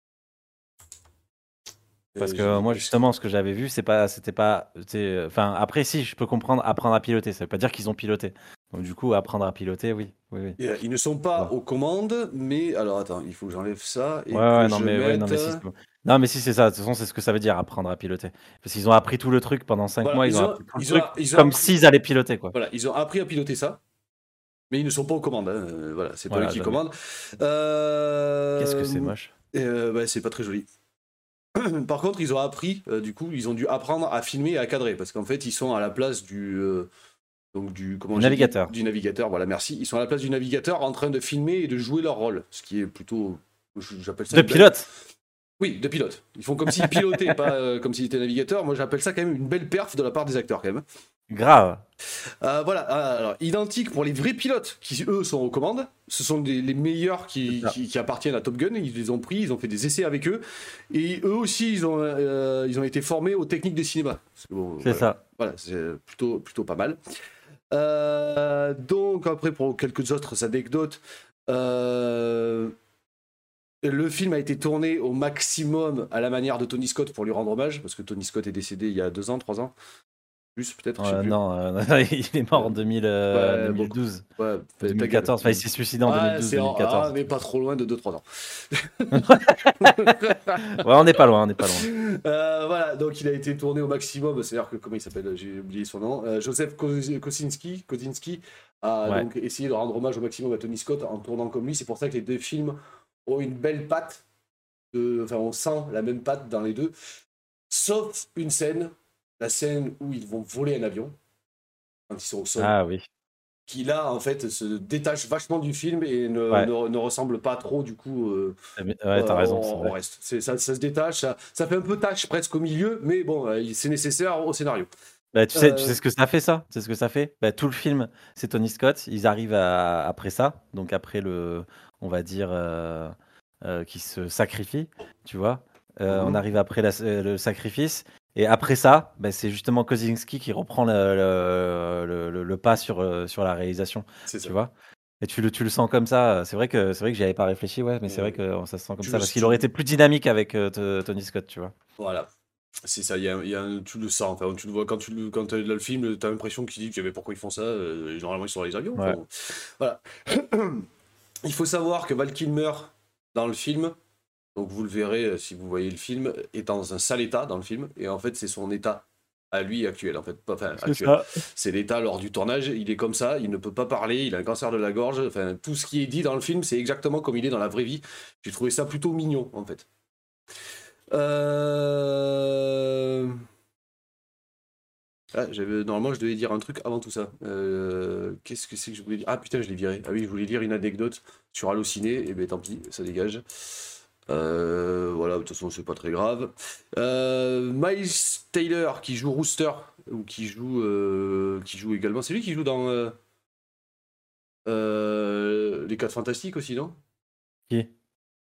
Parce Euh, que je- euh, moi justement, ce que j'avais vu, c'est pas, c'était pas, c'est- enfin après si, je peux comprendre apprendre à piloter. Ça veut pas dire qu'ils ont piloté. Donc du coup, apprendre à piloter, oui, oui, oui. Euh, Ils ne sont pas Ouais. aux commandes, mais alors attends, il faut que j'enlève ça et Ouais, que ouais, non je mais, ouais, mette... non mais si, c'est bon. Non mais si c'est ça. De toute façon, c'est ce que ça veut dire apprendre à piloter. Parce qu'ils ont appris tout le truc pendant cinq Voilà, mois. Ils, ils ont ont- appris tout le ils ont- truc ils ont comme appris- s'ils allaient piloter quoi. Voilà, ils ont appris à piloter ça, mais ils ne sont pas aux commandes. hein. Euh, Voilà, c'est pas Voilà, eux qui jamais. commandent. Euh, Qu'est-ce que c'est moche. euh, bah, c'est pas très joli. Par contre, ils ont appris, euh, du coup, ils ont dû apprendre à filmer et à cadrer, parce qu'en fait, ils sont à la place du... euh, donc du, comment Du j'ai dit navigateur. Du navigateur, voilà, merci. Ils sont à la place du navigateur en train de filmer et de jouer leur rôle, ce qui est plutôt... J'appelle ça De une belle- pilote. Oui, de pilote. Ils font comme s'ils pilotaient, pas euh, comme s'ils étaient navigateurs. Moi, j'appelle ça quand même une belle perf de la part des acteurs, quand même. Grave. Euh, voilà, alors, identique pour les vrais pilotes qui, eux, sont aux commandes. Ce sont des- les meilleurs qui, C'est ça. qui, qui appartiennent à Top Gun. Ils les ont pris, ils ont fait des essais avec eux. Et eux aussi, ils ont, euh, ils ont été formés aux techniques de cinéma. Parce que bon, C'est voilà, ça. Voilà, c'est plutôt, plutôt pas mal. Euh, donc, après, pour quelques autres anecdotes, euh, le film a été tourné au maximum à la manière de Tony Scott pour lui rendre hommage, parce que Tony Scott est décédé il y a deux ans, trois ans. Plus, peut-être, je sais Euh, plus. non, euh, il est mort en deux mille, euh, Ouais, deux mille douze. Ouais, deux mille quatorze. Enfin, il s'est suicidé en Ouais, deux mille douze c'est en- deux mille quatorze. ah, on n'est pas trop loin de deux trois ans. Ouais, on n'est pas loin, on n'est pas loin. Euh, voilà, donc il a été tourné au maximum, c'est-à-dire que, comment il s'appelle, j'ai oublié son nom, euh, Joseph Koz- Kosinski, Kosinski a Ouais. donc essayé de rendre hommage au maximum à Tony Scott en tournant comme lui. C'est pour ça que les deux films ont une belle patte, de... enfin on sent la même patte dans les deux, sauf une scène, la scène où ils vont voler un avion, quand ils sont au sol. Ah oui. Qui là en fait se détache vachement du film et ne, Ouais. ne, ne ressemble pas trop du coup euh, Ouais, t'as euh, raison. au- c'est au vrai. reste. C'est- Ça, ça se détache, ça, ça fait un peu tâche presque au milieu, mais bon, euh, c'est nécessaire au scénario. Bah, tu, sais, Euh, tu sais ce que ça fait, ça? Tu sais ce que ça fait? Bah, tout le film, c'est Tony Scott. Ils arrivent à- après ça, donc après le, on va dire, euh, euh, qui se sacrifie, tu vois. Euh, Mhm. On arrive après la- euh, le sacrifice. Et après ça, bah, c'est justement Kosinski qui reprend le, le, le- le- le pas sur, euh, sur la réalisation, C'est tu ça. vois. Et tu le, tu le sens comme ça. C'est vrai que c'est vrai que j'y avais pas réfléchi, ouais, mais c'est Ouais. vrai que ça se sent comme Tu ça le- parce qu'il tu- aurait été plus dynamique avec euh, t- Tony Scott, tu vois. Voilà. C'est ça, il y a, il y a un- tu le sens, enfin, tu le vois quand tu le, quand t'as le film, t'as l'impression qu'il dit que mais pourquoi ils font ça, euh, généralement ils sont dans les avions. Ouais. enfin, voilà. Il faut savoir que Val Kilmer, dans le film, donc vous le verrez euh, si vous voyez le film, est dans un sale état dans le film, et en fait c'est son état à lui actuel, en fait. Pas- Enfin, actuel. C'est l'état lors du tournage, il est comme ça, il ne peut pas parler, il a un cancer de la gorge, enfin tout ce qui est dit dans le film, c'est exactement comme il est dans la vraie vie. J'ai trouvé ça plutôt mignon, en fait. Euh... Ah, j'avais... Normalement, je devais dire un truc avant tout ça. Euh, Qu'est-ce que c'est que je voulais dire? Ah putain, je l'ai viré. Ah oui, je voulais dire une anecdote sur Allociné, et ben tant pis, ça dégage. Euh, voilà, de toute façon, c'est pas très grave. Euh, Miles Taylor, qui joue Rooster, ou qui joue, euh, qui joue également. C'est lui qui joue dans euh, euh, Les quatre Fantastiques aussi, non? Qui?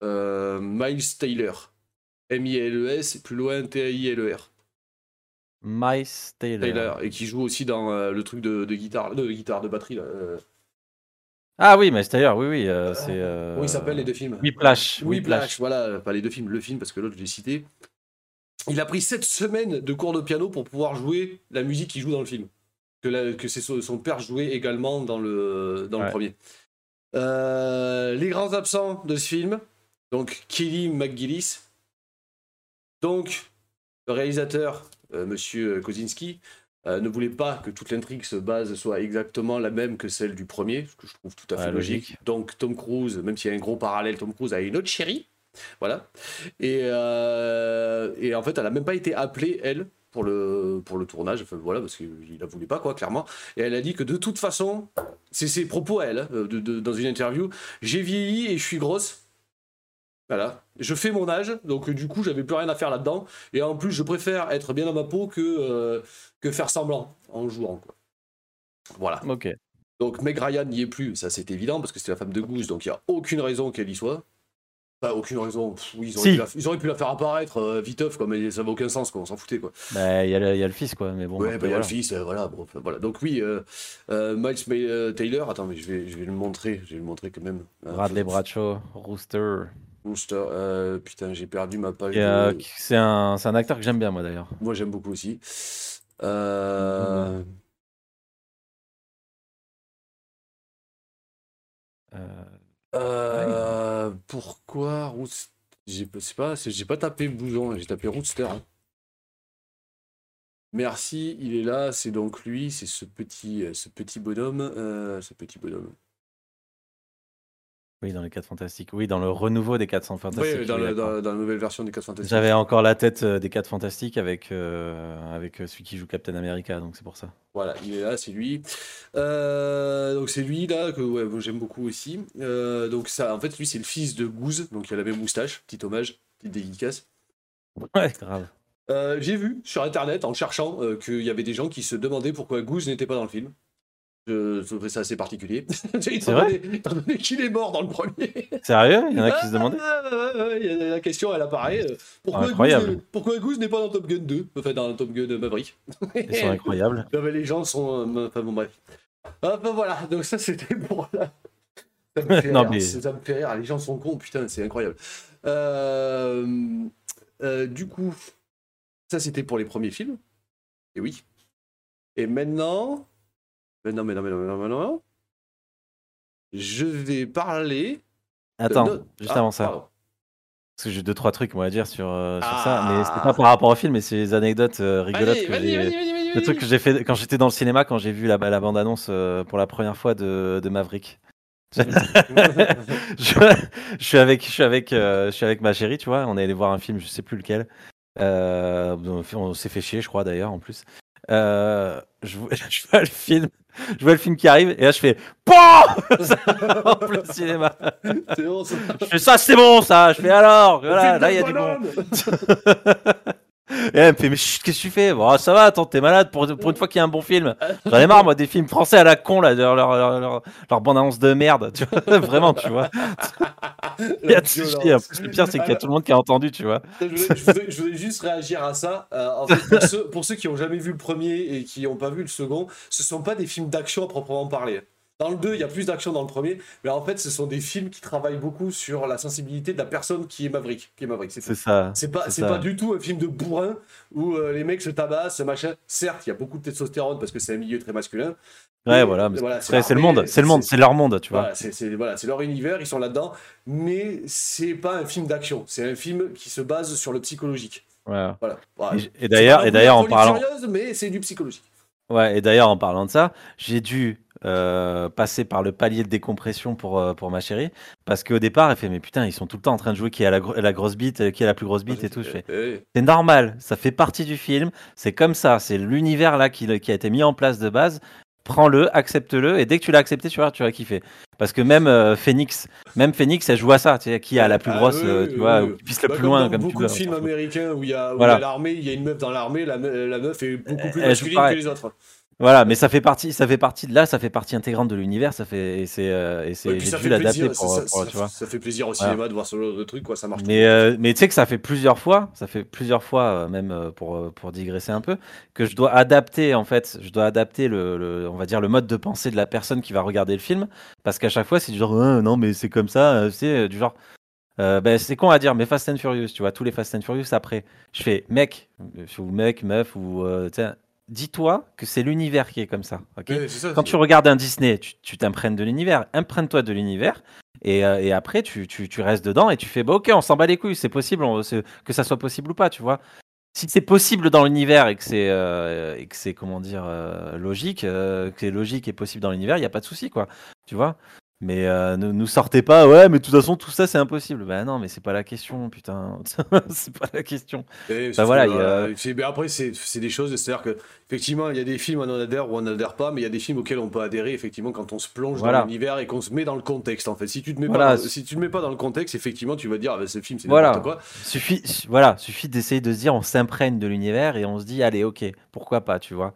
euh, Miles Taylor. M I L E S, plus loin T I L E R. Miles Taylor. Taylor. Et qui joue aussi dans euh, le truc de, de guitare, de guitare, de batterie. Là. Euh, Ah oui, Miles Taylor, oui, oui. euh, c'est, euh, Comment il s'appelle les deux films Whiplash. Whiplash, voilà, pas les deux films, le film, parce que l'autre, je l'ai cité. Il a pris sept semaines de cours de piano pour pouvoir jouer la musique qu'il joue dans le film. Que, la, que c'est son, son père jouait également dans le, dans Ouais. le premier. Euh, les grands absents de ce film, donc Kelly McGillis, donc le réalisateur, euh, Monsieur Kosinski, euh, ne voulait pas que toute l'intrigue se base soit exactement la même que celle du premier, ce que je trouve tout à fait Ouais, logique. logique. Donc Tom Cruise, même s'il y a un gros parallèle, Tom Cruise a une autre chérie, voilà. Et, euh, et en fait, elle a même pas été appelée, elle, pour le, pour le tournage, enfin, voilà, parce qu'il la voulait pas, quoi, clairement. Et elle a dit que de toute façon, c'est ses propos à elle, hein, de, de, dans une interview, j'ai vieilli et je suis grosse. Voilà, je fais mon âge, donc du coup j'avais plus rien à faire là-dedans, et en plus je préfère être bien dans ma peau que, euh, que faire semblant en jouant, quoi. Voilà. Ok. Donc Meg Ryan n'y est plus, ça c'est évident, parce que c'était la femme de Goose, donc il n'y a aucune raison qu'elle y soit. Enfin, aucune raison, pff, oui, ils auraient, Si. pu la, ils auraient pu la faire apparaître euh, viteuf, quoi, mais ça n'avait aucun sens, quoi, on s'en foutait, quoi. Bah, il y, a le- il y a le fils, quoi. Mais bon. Ouais, après, bah, il y a voilà. le fils, euh, voilà, bon, enfin, voilà. Donc oui, euh, euh, Miles May- euh, Taylor, attends, mais je vais, je vais le montrer, je vais le montrer quand même. Euh, Bradley Bradshaw, Rooster. Rooster, euh, putain, j'ai perdu ma page. Et, euh, de- qui- c'est un, c'est un acteur que j'aime bien, moi, d'ailleurs. Moi, j'aime beaucoup aussi. Euh... Euh, Euh... Pourquoi Rooster J'ai c'est pas, c'est- j'ai pas tapé bouson, j'ai tapé Rooster. Hein. Merci, il est là, c'est donc lui, c'est ce petit, euh, ce petit bonhomme, euh, ce petit bonhomme. Oui, dans les quatre Fantastiques. Oui, dans le renouveau des quatre Fantastiques. Oui, dans, oui, le- d'accord. dans, dans la nouvelle version des quatre Fantastiques. J'avais encore la tête euh, des quatre Fantastiques avec, euh, avec euh, celui qui joue Captain America, donc c'est pour ça. Voilà, il est là, c'est lui. Euh, donc c'est lui là que ouais, moi, j'aime beaucoup aussi. Euh, donc ça, en fait, lui c'est le fils de Goose, donc il a la même moustache, petit hommage, petite dédicace. Ouais, grave. Euh, j'ai vu sur internet en cherchant euh, qu'il y avait des gens qui se demandaient pourquoi Goose n'était pas dans le film. Je trouvais ça assez particulier. C'est vrai Étant donné qu'il est mort dans le premier. Sérieux? Il y en a qui se demandaient? Ah, ouais, ouais, il y a la question, elle apparaît. euh, Pourquoi, Incroyable. Goose, n'est- pourquoi Goose n'est pas dans Top Gun deux? Enfin, dans Top Gun Maverick. Ils sont incroyables. Non, mais les gens sont. euh, Enfin bon, bref. Enfin voilà, donc ça c'était pour la. Ça me fait Non, rire, mais- ça me fait rire, les gens sont cons, putain, c'est incroyable. Euh, euh, du coup, ça c'était pour les premiers films. Et oui. Et maintenant. Mais non, mais non, mais non, mais non, mais non. Je vais parler. de Attends, notre- juste Ah, avant ça. pardon. Parce que j'ai deux, trois trucs, on va dire, sur, euh, sur Ah. ça. Mais c'est pas par rapport au film, mais c'est les anecdotes euh, rigolotes Vas-y, que vas-y, j'ai. vas-y, vas-y, vas-y, Le truc que j'ai fait quand j'étais dans le cinéma, quand j'ai vu la, la bande-annonce euh, pour la première fois de, de Maverick. je, je suis avec, je suis avec, euh, je suis avec ma chérie, tu vois. On est allé voir un film, je sais plus lequel. Euh, on on s'est fait chier, je crois d'ailleurs, en plus. Euh, je, vois- je vois le film, je vois le film qui arrive et là je fais POUM en plein cinéma. C'est bon, ça. Je fais ça, c'est bon, ça. Je fais alors, voilà, Film là il y a de du bon. bonhomme. Et elle me fait, mais chut, qu'est-ce que tu fais? Bon, ça va, attends, t'es malade pour, pour une fois qu'il y a un bon film. J'en ai marre, moi, des films français à la con, là, leur, leur, leur, leur, leur bande-annonce de merde, tu vois, vraiment, tu vois. Il y a La tout ce violence. qui est- en plus, le pire, c'est qu'il y a tout le monde qui a entendu, tu vois. Je voulais, je voulais- je voulais juste réagir à ça. Euh, en fait, pour, ceux, pour ceux qui n'ont jamais vu le premier et qui n'ont pas vu le second, ce ne sont pas des films d'action à proprement parler. Dans le deux, il y a plus d'action dans le premier, mais en fait, ce sont des films qui travaillent beaucoup sur la sensibilité de la personne qui est Maverick. Qui est Maverick, c'est tout. C'est ça. C'est pas, c'est ça. pas du tout un film de bourrin où euh, les mecs se tabassent, machin. Certes, il y a beaucoup de testostérone parce que c'est un milieu très masculin. Ouais, Et, voilà, mais voilà, c'est c'est le l'armée, monde, c'est le monde, c'est leur monde, tu vois. Voilà, c'est c'est- voilà, c'est leur univers, ils sont là-dedans. Mais c'est pas un film d'action, c'est un film qui se base sur le psychologique. Voilà. Voilà. Voilà. Et, et d'ailleurs, C'est et pas d'ailleurs, en Folie parlant. Furieuse, mais c'est du psychologique. Ouais, et d'ailleurs, en parlant de ça, j'ai dû euh, passer par le palier de décompression pour, euh, pour ma chérie. Parce qu'au départ, elle fait, mais putain, ils sont tout le temps en train de jouer qui a la, gro- la grosse bite, euh, qui a la plus grosse bite et tout. Je fais, Eh, c'est normal, ça fait partie du film, c'est comme ça, c'est l'univers là qui, qui a été mis en place de base. Prends-le, accepte-le, et dès que tu l'as accepté, tu vas, tu vas kiffer. Parce que même euh, Phoenix, même Phoenix, elle joue à ça, tu sais, qui a la plus Ah, grosse, oui, euh, oui, tu oui, vois, oui. ou qui pisse le Bah, plus comme loin, dans comme tu beaucoup veux. de films on s'en fout. américains où il y a, où il y Voilà. a l'armée, il y a une meuf dans l'armée, la, me- la meuf est beaucoup plus Elle joue masculine pareil. que les autres. Voilà, mais ça fait partie, ça fait partie de là, ça fait partie intégrante de l'univers, ça fait et c'est euh, et Ouais, c'est puis j'ai ça dû fait l'adapter plaisir, ça, pour, ça- pour ça- tu vois. ça fait plaisir au Voilà. cinéma de voir ce genre de truc, quoi, ça marche très Mais bien. euh, mais tu sais que ça fait plusieurs fois, ça fait plusieurs fois euh, même euh, pour euh, pour digresser un peu que je dois adapter en fait, je dois adapter le, le- on va dire le mode de pensée de la personne qui va regarder le film parce qu'à chaque fois c'est du genre euh, non mais c'est comme ça, euh, c'est euh, du genre euh, ben, c'est con à dire, mais Fast and Furious, tu vois, tous les Fast and Furious après, je fais mec, euh, ou mec, meuf, ou euh, tu sais, dis-toi que c'est l'univers qui est comme ça, ok? Ouais, c'est ça. Quand c'est- tu regardes un Disney, tu tu t'imprègnes de l'univers, imprègne-toi de l'univers, et, euh, et après tu, tu, tu restes dedans et tu fais, bah ok, on s'en bat les couilles, c'est possible, on- c'est- que ça soit possible ou pas, tu vois. Si c'est possible dans l'univers et que c'est, euh, et que c'est comment dire, euh, logique, euh, que c'est logique et possible dans l'univers, il n'y a pas de souci, quoi, tu vois. Mais euh, ne nous sortez pas, ouais, mais de toute façon, tout ça, c'est impossible. Ben non, mais c'est pas la question, putain. C'est pas la question. Et Bah sauf que, voilà, il y voilà, a... c'est- mais après, c'est c'est des choses, c'est-à-dire que effectivement, il y a des films, on en adhère ou on n'adhère pas, mais il y a des films auxquels on peut adhérer, effectivement, quand on se plonge dans Voilà. l'univers et qu'on se met dans le contexte, en fait. Si tu te mets, Voilà. pas, dans- si tu te mets pas dans le contexte, effectivement, tu vas dire, ah, ben, ce film, c'est Voilà. n'importe quoi. Suffit, su- voilà, suffit d'essayer de se dire, on s'imprègne de l'univers et on se dit, allez, ok, pourquoi pas, tu vois.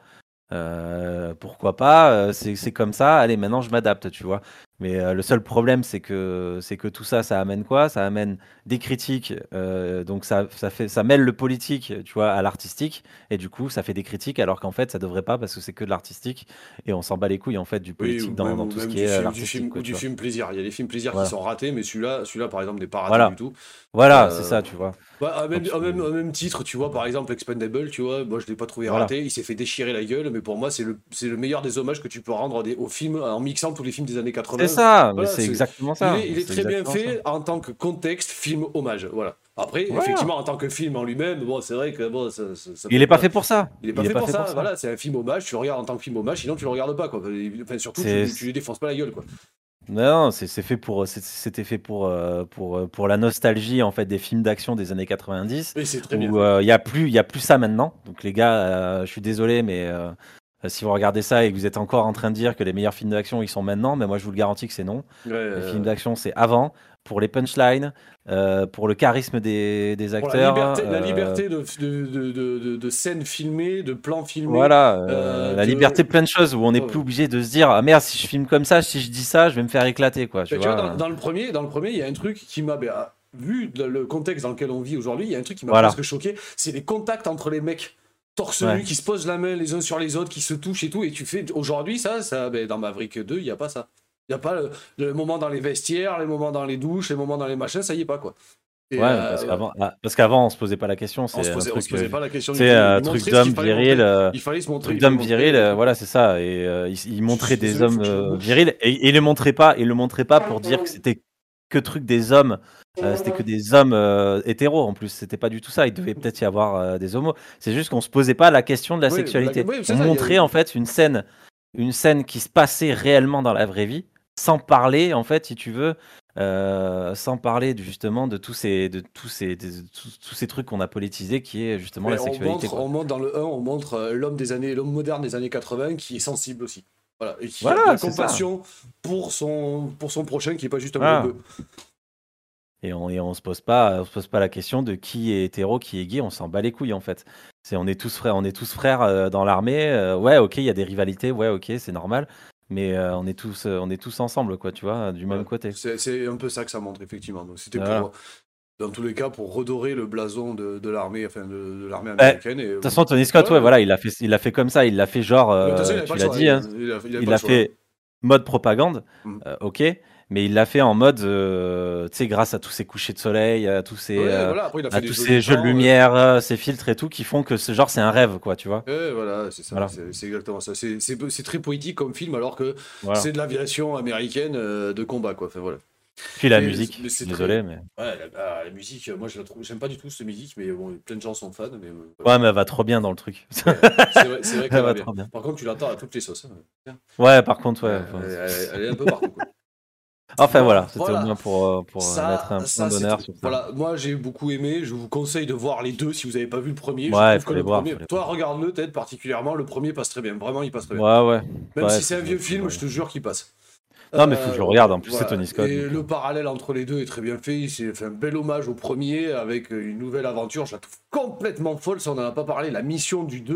Euh, pourquoi pas, euh, c'est c'est comme ça, allez, maintenant je m'adapte, tu vois. Mais euh, le seul problème, c'est que, c'est que tout ça, ça amène quoi? Ça amène des critiques, euh, donc ça, ça, fait, ça mêle le politique, tu vois, à l'artistique, et du coup, ça fait des critiques, alors qu'en fait, ça devrait pas, parce que c'est que de l'artistique, et on s'en bat les couilles, en fait, du Oui, politique ou dans, même, dans ou tout ce même qui du est euh, film, du l'artistique, film, quoi, ou du tu vois. film plaisir. Il y a des films plaisir Voilà. qui sont ratés, mais celui-là, celui-là par exemple, n'est pas raté Voilà. du tout. Voilà, Euh, c'est ça, tu vois. Bah, au, même, Donc, au, même, c'est- au même titre, tu vois, par exemple, Expendable, tu vois, moi je l'ai pas trouvé Voilà. raté, il s'est fait déchirer la gueule, mais pour moi, c'est le, c'est le meilleur des hommages que tu peux rendre des- au film en mixant tous les films des années quatre-vingts. C'est ça, mais Voilà, c'est c'est- exactement Il ça. est, il est c'est très bien exactement fait en tant que contexte, film, hommage. Voilà. Après, Voilà. effectivement, en tant que film en lui-même, bon, c'est vrai que bon, ça, ça- ça Il peut est pas pas- fait pour ça. Il est pas fait, pas pour, fait ça. pour ça. Voilà, c'est un film hommage, tu le regardes en tant que film hommage, sinon tu le regardes pas, quoi. Enfin, surtout, tu, C'est- tu lui défonces pas la gueule, quoi. Non, c'est c'est fait pour, c'est- c'était fait pour, euh, pour, euh, pour la nostalgie en fait des films d'action des années quatre-vingt-dix, Mais c'est très bien. où fait. euh, il y a plus, il y a plus ça maintenant. Donc les gars, euh, je suis désolé, mais euh, si vous regardez ça et que vous êtes encore en train de dire que les meilleurs films d'action ils sont maintenant, mais moi je vous le garantis que c'est non. Ouais, Les euh, films d'action c'est avant, pour les punchlines, euh, pour le charisme des, des pour acteurs. la liberté, la euh, liberté de, de, de, de, de- de scènes filmées, de plans filmés. Voilà, euh, euh, la de- liberté de plein de choses où on n'est Ouais, plus ouais. obligé de se dire ah merde si je filme comme ça, si je dis ça, je vais me faire éclater quoi. Tu Mais tu vois. vois, dans, dans le premier, dans le premier, il y a un truc qui m'a, ben, ah, vu le le contexte dans lequel on vit aujourd'hui, il y a un truc qui m'a Voilà. presque choqué, c'est les contacts entre les mecs torse Ouais. nu qui se posent la main les uns sur les autres, qui se touchent et tout, et tu fais aujourd'hui ça, ça, ben, dans Maverick deux, il y a pas ça. Il y a pas le, le moment dans les vestiaires, les moments dans les douches, les moments dans les machins, ça y est pas quoi. Et, Ouais, euh, parce qu'avant, ah, parce qu'avant on se posait pas la question. on C'est se un posait, on truc, se posait euh, pas la question. tu du sais, tout. un Il truc montrait ce d'homme qu'il fallait viril. montrer. euh, Il fallait se montrer. truc il fallait d'homme montrer. viril, euh, voilà, c'est ça. Et euh, il, il montrait suis des désolé, faut hommes que je euh, bouge. virils et, et il le montrait pas. Il le montrait pas pour dire que c'était que truc des hommes. euh, c'était que des hommes euh, hétéros en plus. C'était pas du tout ça. Il devait peut-être y avoir euh, des homos. C'est juste qu'on se posait pas la question de la Oui, sexualité. la- oui, c'est On ça, il y a- montrait en fait une scène, une scène qui se passait réellement dans la vraie vie, sans parler en fait, si tu veux. euh, sans parler de- justement de tous ces, de tous ces, de tous, tous ces trucs qu'on a politisés, qui est justement Mais la on sexualité. montre, quoi. on montre dans le un, on montre euh, l'homme des années, l'homme moderne des années quatre-vingts qui est sensible aussi. Voilà, et qui Voilà, a de la c'est ça. compassion pour son, pour son prochain qui est pas juste un Voilà. gros bœuf. Et on, et on se pose pas, on se pose pas la question de qui est hétéro, qui est gay. On s'en bat les couilles en fait. C'est, on est tous frères, on est tous frères euh, dans l'armée. euh, ouais, ok, il y a des rivalités. Ouais, ok, c'est normal. Mais euh, on est tous, euh, on est tous ensemble, quoi. Tu vois, du même Ouais. côté. C'est, c'est un peu ça que ça montre effectivement. Donc c'était Voilà. pour, dans tous les cas, pour redorer le blason de, de l'armée, enfin de, de l'armée Bah, américaine. Et, De toute façon, Tony Scott, Ouais, ouais, ouais. voilà, il a fait, il a fait comme ça. Il l'a fait genre, Mais de toute façon, il euh, avait pas tu le l'as choix, dit, hein, il, il a- il avait il pas a le choix. fait mode propagande, Mm. euh, ok. Mais il l'a fait en mode, euh, tu sais, grâce à tous ces couchers de soleil, à tous ces, Ouais, euh, voilà, après, il a fait à des tous jolis ces jeux de plans, euh, lumière, euh, ces filtres et tout, qui font que ce genre, c'est un rêve, quoi, tu vois. Ouais, voilà, c'est ça, Voilà. c'est, c'est exactement ça. C'est, c'est, c'est très poétique comme film, alors que Voilà. c'est de l'aviation américaine euh, de combat, quoi. Enfin, voilà. Puis la Mais- musique, mais c'est désolé, très- mais. Ouais, la, la- la musique, euh, moi je la trouve, j'aime pas du tout cette musique, mais bon, plein de gens sont fans. Mais, euh, voilà. Ouais, mais elle va trop bien dans le truc. Ouais, c'est vrai, c'est vrai qu'elle Elle va va bien. trop bien. Par contre, tu l'entends à toutes les sauces. hein. Ouais, par contre, ouais. Euh, enfin, elle, elle- elle est un peu partout. Quoi. Enfin Bon, voilà, c'était voilà. au moins pour, euh, pour euh, Ça, mettre un ça, point c'est d'honneur tout. sur ça. Voilà, moi j'ai beaucoup aimé. Je vous conseille de voir les deux si vous n'avez pas vu le premier. Ouais, je faut trouve que les le voir, premier. faut les Toi, regarde-le, Ted, particulièrement. Le premier passe très bien. Vraiment, il passe très bien. Ouais, ouais. Même Ouais, si c'est un faut- vieux faut- film, ouais. je te jure qu'il passe. Non, mais faut que je le regarde, en plus, c'est voilà. Tony Scott, Et donc, le euh. parallèle entre les deux est très bien fait. C'est fait un bel hommage au premier avec une nouvelle aventure. Je la trouve complètement folle. Ça, on n'en a pas parlé. La mission du deux.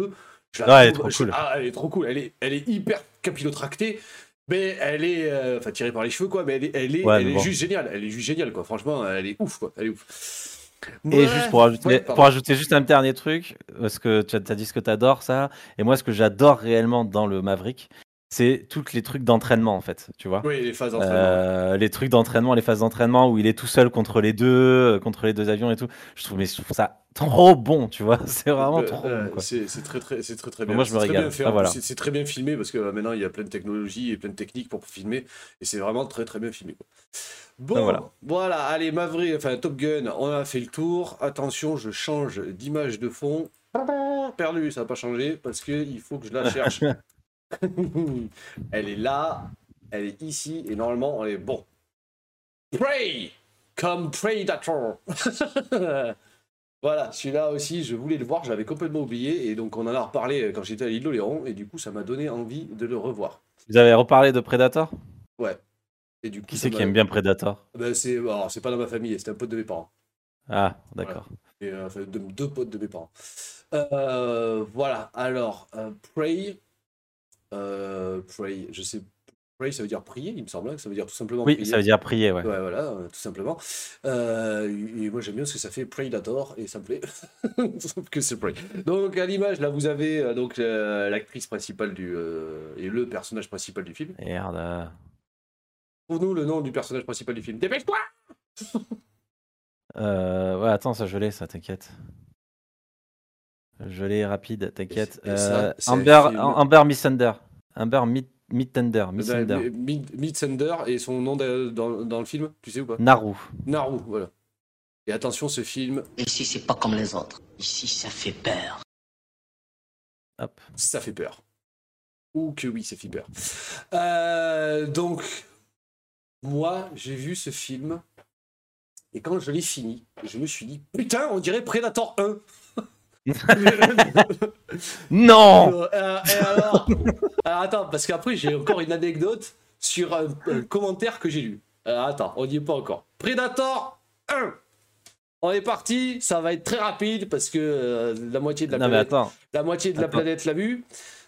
Je Ouais, elle est trouve- trop je- cool. Ah, elle est trop cool. Elle est, elle est hyper capillotractée, mais elle est, euh, enfin tirée par les cheveux quoi. Mais elle est, elle est, Ouais, elle mais est bon. juste géniale. Elle est juste géniale quoi. Franchement, elle est ouf quoi. Elle est ouf. Et Ouais, juste pour ajouter, ouais, pour pardon. ajouter juste un dernier truc, parce que tu as, t'as dit ce que tu adores, ça, et moi, ce que j'adore réellement dans le Maverick, c'est tous les trucs d'entraînement, en fait, tu vois. Oui, les phases d'entraînement. Euh, les trucs d'entraînement, les phases d'entraînement où il est tout seul contre les deux, euh, contre les deux avions et tout. Je trouve, mais je trouve ça trop bon, tu vois. C'est vraiment Euh, trop euh, bon, quoi. c'est c'est très très c'est très très Donc bien. moi, je me C'est très régale. bien fait. Ah, en plus. voilà. C'est c'est très bien filmé parce que euh, maintenant il y a plein de technologies et plein de techniques pour filmer et c'est vraiment très très bien filmé. Quoi. Bon, Ah, voilà. voilà. Allez, Maverick, enfin Top Gun, on a fait le tour. Attention, je change d'image de fond. Perdu, ça n'a pas changé parce que il faut que je la cherche. Elle est là, elle est ici et normalement elle est bon. Prey comme Predator. Voilà, celui-là aussi, je voulais le voir, j'avais complètement oublié, et donc on en a reparlé quand j'étais à l'île d'Oléron, et du coup ça m'a donné envie de le revoir. Vous avez reparlé de Predator? Ouais. Et du coup, Qui ça c'est qui m'a- aime bien Predator? Ben, c'est alors, c'est pas dans ma famille, c'était un pote de mes parents. Ah, d'accord. Et, euh, enfin, de- deux potes de mes parents. Euh, voilà, alors, euh, Pray, euh, Pray, je sais, Pray ça veut dire prier, il me semble, hein, que ça veut dire tout simplement Oui, prier. ça veut dire prier, ouais. Ouais, voilà, euh, tout simplement. Euh, et moi, j'aime bien ce que ça fait Predator, et ça me plaît. Sauf que c'est Prey. Donc, à l'image, là, vous avez euh, donc euh, l'actrice principale du euh, et le personnage principal du film. Merde. euh. Trouve-nous le nom du personnage principal du film. Dépêche-toi! Euh, ouais, attends, ça je l'ai, ça, t'inquiète. Je l'ai rapide, t'inquiète. Et ça, Euh, c'est un Amber, film- Amber Missender. Amber Mid- Midtender. Ben, Missender. Mid- Midsunder et son nom de- dans, dans le film, tu sais ou pas? Naru. Naru, voilà. Et attention, ce film, Ici, c'est pas comme les autres. Ici, ça fait peur. Hop. ça fait peur. Ou que oui, ça fait peur. Euh, donc, moi, j'ai vu ce film, et quand je l'ai fini, je me suis dit, putain, on dirait Predator un. Non! Euh, euh, et alors, alors, attends, parce qu'après, j'ai encore une anecdote sur un, un commentaire que j'ai lu. Alors, attends, on n'y est pas encore. Predator un. On est parti, ça va être très rapide parce que euh, la moitié de la Non, mais planète, attends. la moitié de la Attends. planète l'a vu.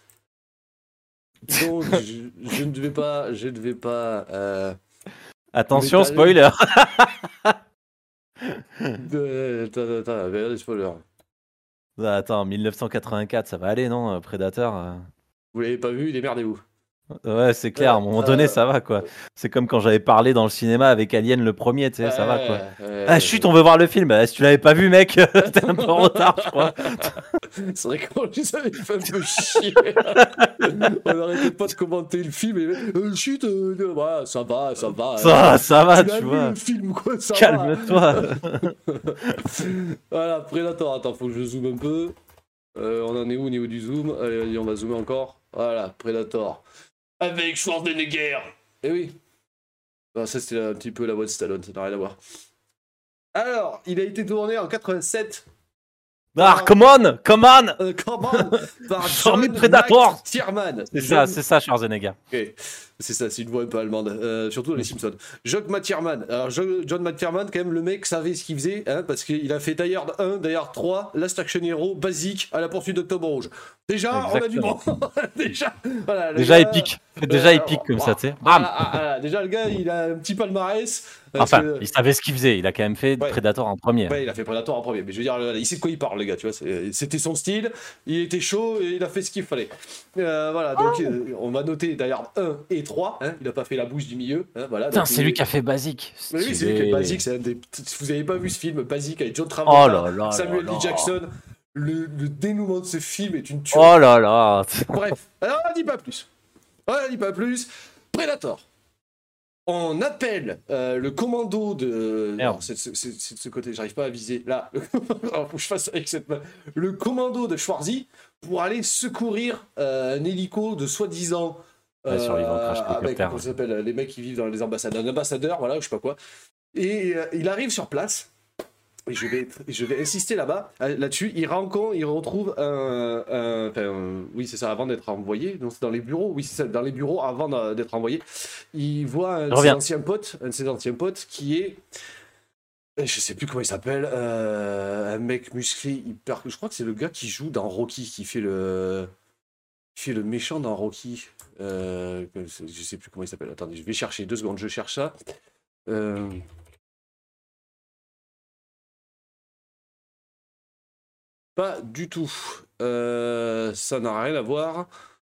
Donc, je, je ne vais pas, je ne vais pas. Euh, Attention, Mais t'as- spoiler! de, attends, attends, regarde les spoilers. Ah, attends, mille neuf cent quatre-vingt-quatre, ça va aller, non? Predator. euh. Vous l'avez pas vu, démerdez-vous. Ouais, c'est clair, à un moment donné, Euh, ça va, quoi. C'est comme quand j'avais parlé dans le cinéma avec Alien le premier, tu sais, ça va, quoi. Euh, Ah, chut, on veut voir le film. Bah, si tu l'avais pas vu, mec, t'es un peu en retard, je crois. C'est vrai qu'on les avait fait un peu chier. On arrêtait pas de commenter le film et euh, chut, euh, euh, voilà, ça va, ça va. Ça, ça va, tu l'as tu vu, vois. le film, quoi, ça Calme-toi. va. Voilà, Predator, attends, faut que je zoome un peu. Euh, on en est où au niveau du zoom? Allez, vas-y, on va zoomer encore. Voilà, Predator. Avec Schwarzenegger. Eh oui. Ah, ça, c'était un petit peu la voix de Stallone, ça n'a rien à voir. Alors, il a été tourné en quatre-vingt-sept. Ah, come on, come on. Euh, comment Par Formule John Predator. McTiernan. C'est ça, c'est ça, Schwarzenegger. Ok, c'est ça, c'est une voix un peu allemande, euh, surtout dans les Simpsons. John McTiernan. Alors, Jo- John McTiernan, quand même, le mec savait ce qu'il faisait, hein, parce qu'il a fait Die Hard un, Die Hard trois, Last Action Hero, Basique, À la poursuite d'Octobre Rouge. Déjà, on a du bon. déjà, voilà, le Déjà gars- épique. Déjà Euh, épique comme oh, ça, tu sais. ah, Bam. ah, ah, déjà, le gars, il a un petit palmarès. parce Enfin, que- il savait ce qu'il faisait. Il a quand même fait Ouais. Predator en premier. Ouais, il a fait Predator en premier, mais je veux dire, là, il sait de quoi il parle, le gars, tu vois. c'est- C'était son style, il était chaud et il a fait ce qu'il fallait. Euh, voilà, donc euh, on va noter d'ailleurs un et trois, hein, il a pas fait la bouche du milieu. Hein, voilà, Putain, donc, c'est il- lui qui a fait Basique. Mais oui, c'est lui qui a fait Basique, c'est un des. Si vous avez pas vu ce film, Basique avec John Oh Travolta, là là Samuel là L. là. Jackson, le, le dénouement de ce film est une tuerie. Oh là là. Bref, alors on dit pas plus. On dit pas plus. Predator. On appelle euh, le commando de. Merde. Non, c'est c'est- c'est- c'est de ce côté, j'arrive pas à viser. Là, alors, faut que je fasse avec cette main. Le commando de Schwarzy pour aller secourir euh, un hélico de soi-disant. Ouais, survivant crash avec, hélicoptère. comment ça s'appelle, les mecs qui vivent dans les ambassades. Un ambassadeur, voilà, je sais pas quoi. Et euh, il arrive sur place. Et je vais, je vais insister là-bas, euh, là-dessus. Il rencontre, il retrouve un, un- enfin, un- oui, c'est ça, avant d'être envoyé. Donc c'est dans les bureaux, oui, c'est ça, dans les bureaux avant de- d'être envoyé. Il voit un Je de ses reviens. anciens potes, un de ses anciens potes, qui est Je sais plus comment il s'appelle. euh, un mec musclé, hyper. Je crois que c'est le gars qui joue dans Rocky, qui fait le. Qui fait le méchant dans Rocky. Euh, je sais plus comment il s'appelle. Attendez, je vais chercher deux secondes, je cherche ça. Euh... Pas du tout. Euh, ça n'a rien à voir.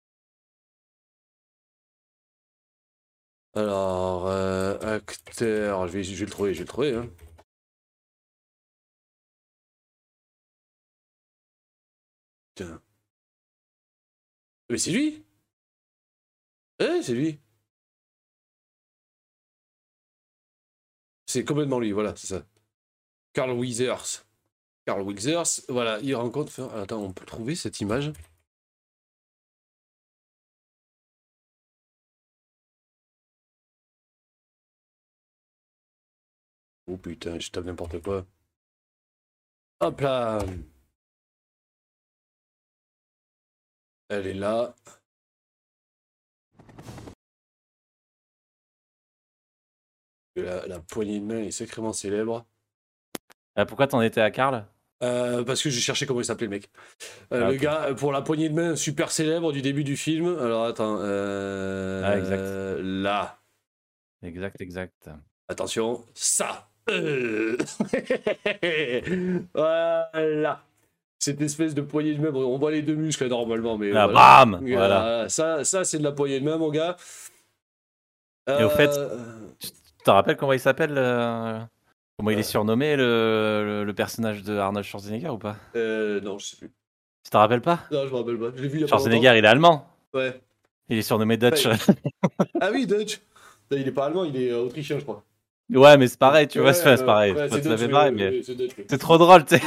Alors, euh, acteur, je vais, je vais le trouver, je vais le trouver. Hein. Putain. Mais c'est lui! Eh, c'est lui! C'est complètement lui, voilà, c'est ça. Carl Weathers. Carl Weathers, voilà, il rencontre... Attends, on peut trouver cette image? Oh putain, je tape n'importe quoi. Hop là! Elle est là. La, la poignée de main est sacrément célèbre. Euh, pourquoi t'en étais à Karl? Euh, parce que je cherchais comment il s'appelait le mec. Euh, Ah, le ok. gars, pour la poignée de main super célèbre du début du film. Alors attends. Euh, Ah, exact. Là. Exact, exact. Attention, ça. Euh. Voilà. Cette espèce de poignée de main. On voit les deux muscles normalement, mais. Ah, voilà. bam Voilà. Ça, ça c'est de la poignée de main, mon gars. Et au fait, Euh, tu te rappelles comment il s'appelle euh, Comment il est Euh. surnommé, le, le, le personnage de Arnold Schwarzenegger ou pas? euh, non, je sais plus. Tu te rappelles pas? Non, je me rappelle pas. Je l'ai vu il y a pas longtemps. Schwarzenegger, il est allemand. Ouais. Il est surnommé Dutch. Ouais. Ah oui, Dutch. Non, il est pas allemand, il est euh, autrichien, je crois. Ouais, mais c'est pareil, tu vois, Ouais, c'est c'est ouais, pareil. ouais, C'est pas c'est tout à Dutch, fait mais pareil, ouais, mais ouais, c'est Dutch, ouais. c'est trop drôle, tu sais.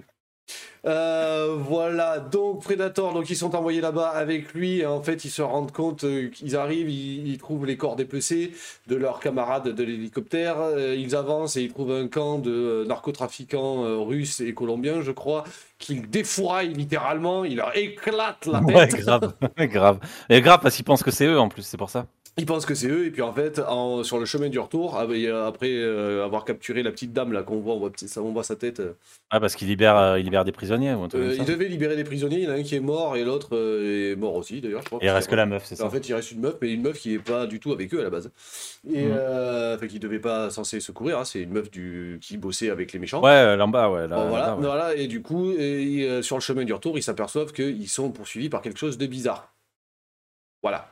Euh, voilà, donc Predator, donc ils sont envoyés là-bas avec lui, et en fait ils se rendent compte euh, qu'ils arrivent, ils, ils trouvent les corps dépecés de leurs camarades de l'hélicoptère, euh, ils avancent et ils trouvent un camp de euh, narcotrafiquants euh, russes et colombiens, je crois, qu'ils défouraillent littéralement, ils leur éclatent la tête. Ouais, grave, grave. Et grave parce qu'ils pensent que c'est eux en plus, c'est pour ça. Ils pensent que c'est eux, et puis en fait, en- sur le chemin du retour, ah, bah, il y a- après euh, avoir capturé la petite dame là qu'on voit, on voit, ça, on voit sa tête. euh, Ah, parce qu'ils libèrent, euh, ils libèrent des prisonniers ou un truc euh, comme ils ça. devaient libérer des prisonniers, il y en a un qui est mort et l'autre euh, est mort aussi d'ailleurs, je crois. Et il reste que la meuf, c'est En ça. fait, il reste une meuf, mais une meuf qui est pas du tout avec eux à la base. Et Mhm. euh, enfin, qui devait pas censé secourir, hein, c'est une meuf du... qui bossait avec les méchants. Ouais, euh, là en bas, ouais. Là, Bon, voilà, là, ouais. voilà, et du coup, et, et, euh, sur le chemin du retour, ils s'aperçoivent qu'ils sont poursuivis par quelque chose de bizarre. Voilà.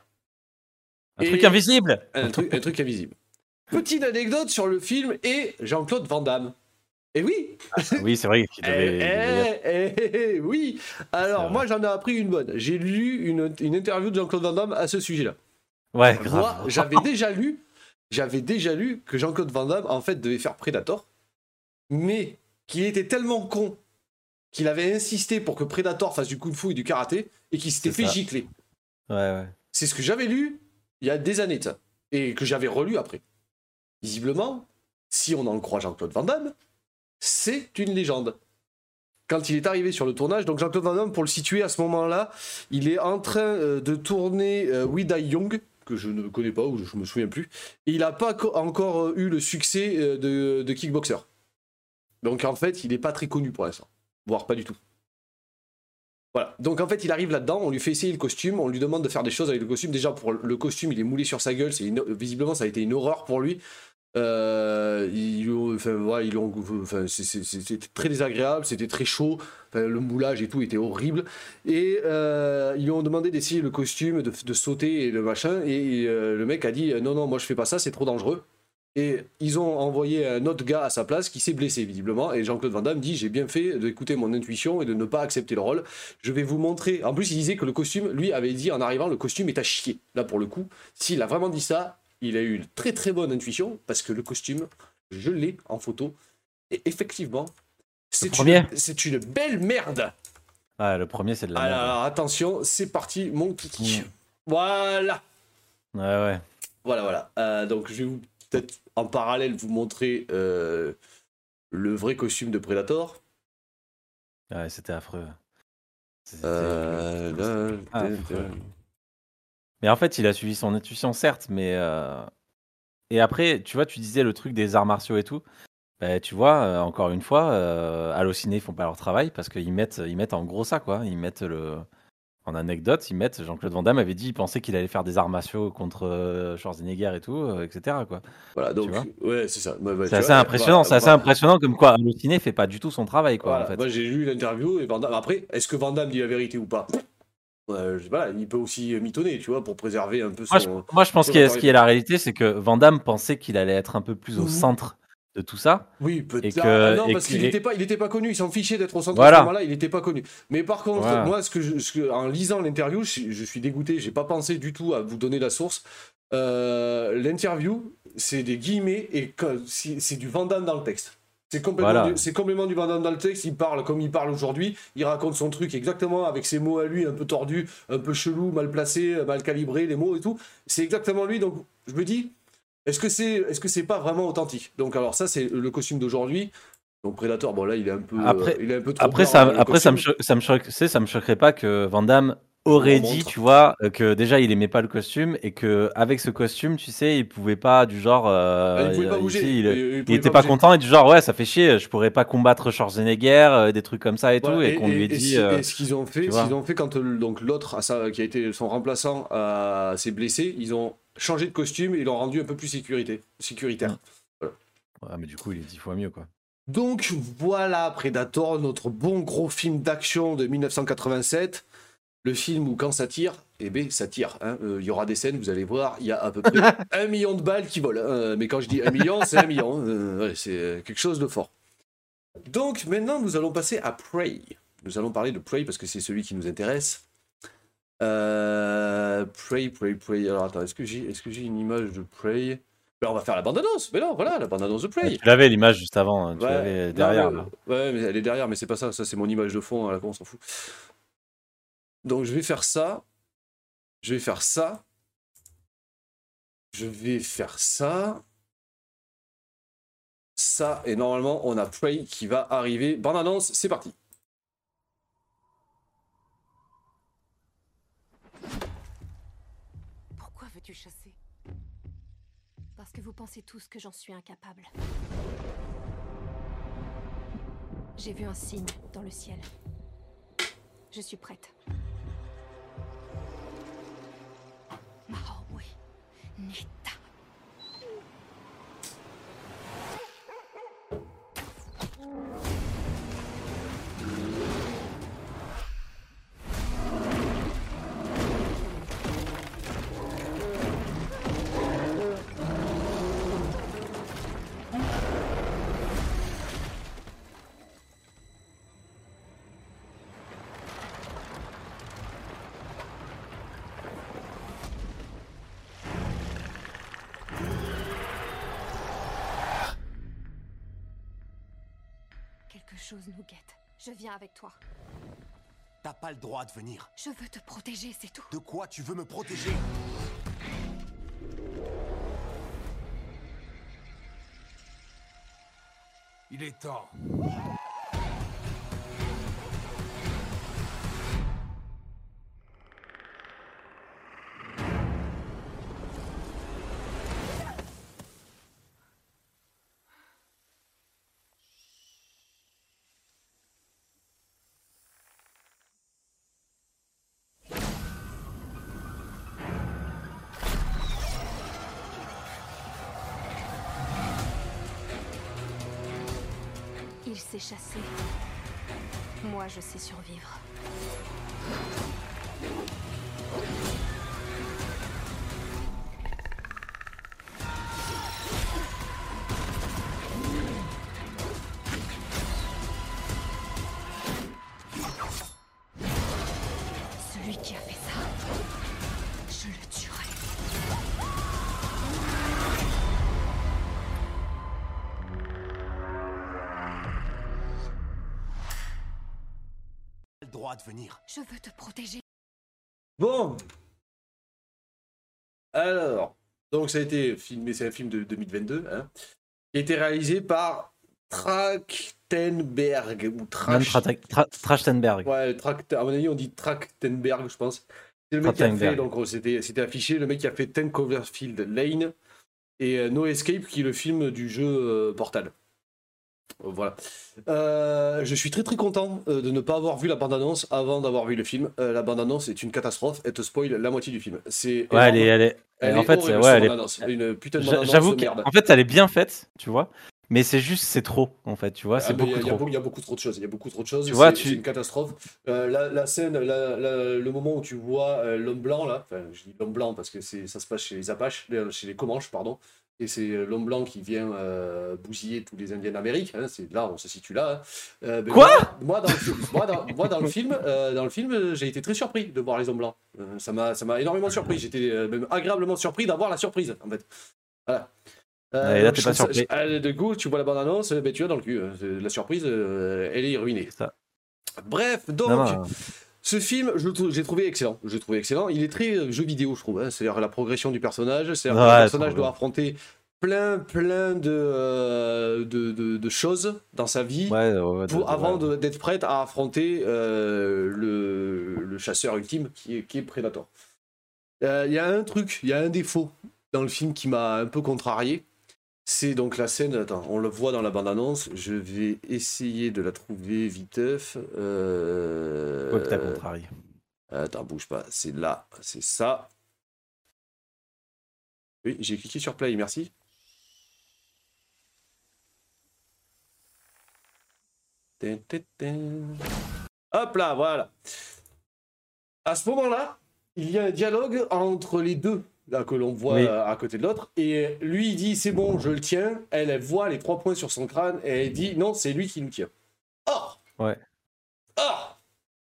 Un Et- truc invisible. Un truc, un truc invisible. Petite anecdote sur le film et Jean-Claude Van Damme. Et oui, Oui, c'est vrai qu'il eh, devait. il devait- eh, eh, eh, oui. Alors C'est moi j'en ai appris une bonne. J'ai lu une, une interview de Jean-Claude Van Damme à ce sujet-là. Ouais, Moi, grave. j'avais déjà lu, j'avais déjà lu que Jean-Claude Van Damme en fait devait faire Predator, mais qu'il était tellement con qu'il avait insisté pour que Predator fasse du kung-fu et du karaté et qu'il s'était C'est fait ça. gicler. Ouais, ouais. C'est ce que j'avais lu il y a des années de ça et que j'avais relu après. Visiblement, si on en croit Jean-Claude Van Damme, c'est une légende. Quand il est arrivé sur le tournage, donc Jean-Claude Van Damme, pour le situer à ce moment-là, il est en train euh, de tourner euh, We Die Young, que je ne connais pas ou je me souviens plus, et il n'a pas co- encore euh, eu le succès euh, de, de Kickboxer. Donc en fait, il n'est pas très connu pour l'instant, voire pas du tout. Voilà. Donc en fait, il arrive là-dedans, on lui fait essayer le costume, on lui demande de faire des choses avec le costume. Déjà, pour le costume, il est moulé sur sa gueule, c'est une- visiblement, ça a été une horreur pour lui. Euh, ils, lui ont- enfin, voilà, ils lui ont- enfin, c'est- c'est- c'était très désagréable, c'était très chaud, enfin, le moulage et tout était horrible. Et euh, ils lui ont demandé d'essayer le costume, de, de sauter et le machin. Et euh, le mec a dit non, non, moi je fais pas ça, c'est trop dangereux. Et ils ont envoyé un autre gars à sa place qui s'est blessé visiblement. Et Jean-Claude Van Damme dit j'ai bien fait d'écouter mon intuition et de ne pas accepter le rôle. Je vais vous montrer. En plus, il disait que le costume, lui avait dit en arrivant, le costume est à chier. Là pour le coup, s'il a vraiment dit ça, il a eu une très très bonne intuition parce que le costume, je l'ai en photo. Et effectivement, c'est premier une, c'est une belle merde. Ah, le premier, c'est de la merde. Alors attention, c'est parti, mon kiki. Mm. Voilà. Ouais, ouais. Voilà, voilà. Euh, donc je vais vous peut-être en parallèle vous montrer euh, le vrai costume de Predator. Ouais, c'était affreux. C'était Euh, là, affreux. Mais en fait, il a suivi son intuition, certes, mais. euh, Et après, tu vois, tu disais le truc des arts martiaux et tout. Bah, tu vois, euh, encore une fois, euh, Allociné, ils font pas leur travail parce qu'ils mettent, ils mettent en gros ça, quoi. Ils mettent le. En anecdote, ils mettent Jean-Claude Van Damme avait dit il pensait qu'il allait faire des arts martiaux contre euh, Schwarzenegger et tout, euh, et cetera. Quoi. Voilà, Tu donc, vois ouais, c'est ça. Ouais, ouais, C'est tu assez vois, impressionnant, voilà, c'est assez voilà. impressionnant comme quoi Allociné fait pas du tout son travail, quoi, Voilà, en fait. moi j'ai lu l'interview et Van Damme. Après, est-ce que Van Damme dit la vérité ou pas? Euh, je sais pas, il peut aussi mitonner, tu vois, pour préserver un peu son. Moi, je, moi, je pense son que ce qui est notoriété. la réalité, c'est que Van Damme pensait qu'il allait être un peu plus au Mhm. centre de tout ça. Oui, Et peut-être. que, Ah, non, et parce que- qu'il et- n'était pas, il était pas connu. Il s'en fichait d'être au centre Voilà. à ce moment-là. Il n'était pas connu. Mais par contre, Voilà. moi, ce que je, ce que- en lisant l'interview, je, je suis dégoûté. J'ai pas pensé du tout à vous donner la source. Euh, L'interview, c'est des guillemets et que- c'est c'est du Van Damme dans le texte. C'est complètement, Voilà. du, c'est complètement du Van Damme dans le texte. Il parle comme il parle aujourd'hui. Il raconte son truc exactement avec ses mots à lui, un peu tordus, un peu chelou, mal placés, mal calibrés, les mots et tout. C'est exactement lui. Donc, je me dis, est-ce que c'est, est-ce que c'est pas vraiment authentique? Donc, alors ça, c'est le costume d'aujourd'hui. Donc, Predator, bon là, il est un peu, Après, euh, il est un peu trop après, peur, ça, le après ça, me costume. cho- ça me choque, c'est, ça me choquerait pas que Van Damme aurait On dit, montre. tu vois, euh, que déjà il aimait pas le costume et que avec ce costume, tu sais, il pouvait pas du genre, euh, Ah, il pouvait pas il- bouger. tu sais, il, Il- il il pouvait était pas pas bouger. content et du genre ouais, ça fait chier, je pourrais pas combattre Schwarzenegger, euh, des trucs comme ça et Voilà, tout, et, et, qu'on lui ait et- et dit. si- euh, et ce qu'ils ont fait, tu ce vois. qu'ils ont fait quand euh, donc l'autre, à ça, qui a été son remplaçant, euh, s'est blessé, ils ont changé de costume et ils l'ont rendu un peu plus sécurité, sécuritaire. Voilà. Ouais, mais du coup, il est dix fois mieux, quoi. Donc voilà Predator, notre bon gros film d'action de mille neuf cent quatre-vingt-sept. Le film où quand ça tire, eh ben ça tire. hein. Euh, Il y aura des scènes, vous allez voir, il y a à peu près un million de balles qui volent. hein. Mais quand je dis un million, c'est un million. hein. Euh, ouais, c'est quelque chose de fort. Donc maintenant, nous allons passer à Prey. Nous allons parler de Prey parce que c'est celui qui nous intéresse. Euh, Prey, Prey, Prey. Alors attends, est-ce que j'ai, est-ce que j'ai une image de Prey? Ben, on va faire la bande-annonce. Mais non, voilà, la bande-annonce de Prey. Tu l'avais l'image juste avant, hein, tu Ouais, l'avais non, derrière. mais- là. ouais, mais elle est derrière, mais c'est pas ça. Ça, c'est mon image de fond. À la con, on s'en fout. Donc, je vais faire ça. Je vais faire ça. Je vais faire ça. Ça. Et normalement, on a Prey qui va arriver. Bande annonce, c'est parti. Pourquoi veux-tu chasser? Parce que vous pensez tous que j'en suis incapable. J'ai vu un signe dans le ciel. Je suis prête. Mahoui Nita. Quelque chose nous guette. Je viens avec toi. T'as pas le droit de venir. Je veux te protéger, c'est tout. De quoi tu veux me protéger? Il est temps. Il s'est chassé. Moi, je sais survivre. Celui qui a fait ça, je le tuerai. T'as le droit de venir. Je veux te protéger. Bon. Alors. Donc, ça a été filmé, c'est un film de deux mille vingt-deux, hein, qui a été réalisé par Trachtenberg. Ou Même Trash. Tra- Tra- Trachtenberg. Ouais, Tracht- à mon avis, on dit Trachtenberg, je pense. C'est le mec qui a fait, Trachtenberg. donc oh, c'était c'était affiché, le mec qui a fait Ten Cloverfield Lane et euh, No Escape, qui est le film du jeu euh, Portal. Voilà. Euh, je suis très très content euh, de ne pas avoir vu la bande-annonce avant d'avoir vu le film. Euh, la bande-annonce est une catastrophe. Elle te spoil la moitié du film. C'est Ouais, elle est, énorme. elle est, Elle en est fait, horrible, ouais, cette elle est. bande-annonce. Une putain de J'a- bande-annonce J'avoue de merde. qu'en fait, elle est bien faite, tu vois. Mais c'est juste, c'est trop, en fait, tu vois. Ah, C'est mais il y, beaucoup a- il y a trop. beau- il y a beaucoup trop de choses. Il y a beaucoup trop de choses. Tu vois, C'est tu- c'est une catastrophe. Euh, la, la scène, la- la- le moment où tu vois euh, l'homme blanc là, enfin, je dis l'homme blanc parce que c'est, ça se passe chez les Apaches, euh, chez les Comanches, pardon. Et c'est euh, l'homme blanc qui vient euh, bousiller tous les Indiens d'Amérique. Hein, c'est là, on se situe là. hein. Euh, ben, Quoi moi, moi, dans le film, moi, dans, moi, dans le film, euh, dans le film, euh, j'ai été très surpris de voir les hommes blancs. Euh, ça m'a, ça m'a énormément surpris. J'étais euh, même agréablement surpris d'avoir la surprise, en fait. Voilà. Euh, Ouais, et là, donc, t'es je pas trouve ça- surpris. euh, de coup, tu vois la bande-annonce, ben, tu as dans le cul. Euh, La surprise, euh, elle est ruinée. Ça. Bref, donc, Non, non. ce film, je le trou- j'ai trouvé excellent. Je l'ai trouvé excellent. Il est très euh, jeu vidéo, je trouve. hein. C'est-à-dire la progression du personnage. C'est-à-dire que Ouais, le personnage trop doit bien. affronter plein, plein de, euh, de, de- de choses dans sa vie Ouais, ouais, ouais, pour, de- de- avant ouais. de- d'être prête à affronter euh, le, le chasseur ultime qui est, qui est Predator. Euh, Il y a un truc, il y a un défaut dans le film qui m'a un peu contrarié. C'est donc la scène, attends, on le voit dans la bande-annonce, je vais essayer de la trouver viteuf. Euh... Quoi que t'as contrarié. Attends, bouge pas, c'est là, c'est ça. Oui, j'ai cliqué sur play, merci. Tin, tin, tin. Hop là, voilà. À ce moment-là, il y a un dialogue entre les deux, là, que l'on voit Oui. euh, à côté de l'autre. Et lui, il dit, c'est bon, je le tiens. Elle, elle voit les trois points sur son crâne et elle dit, non, c'est lui qui nous tient. Or, Ouais. or,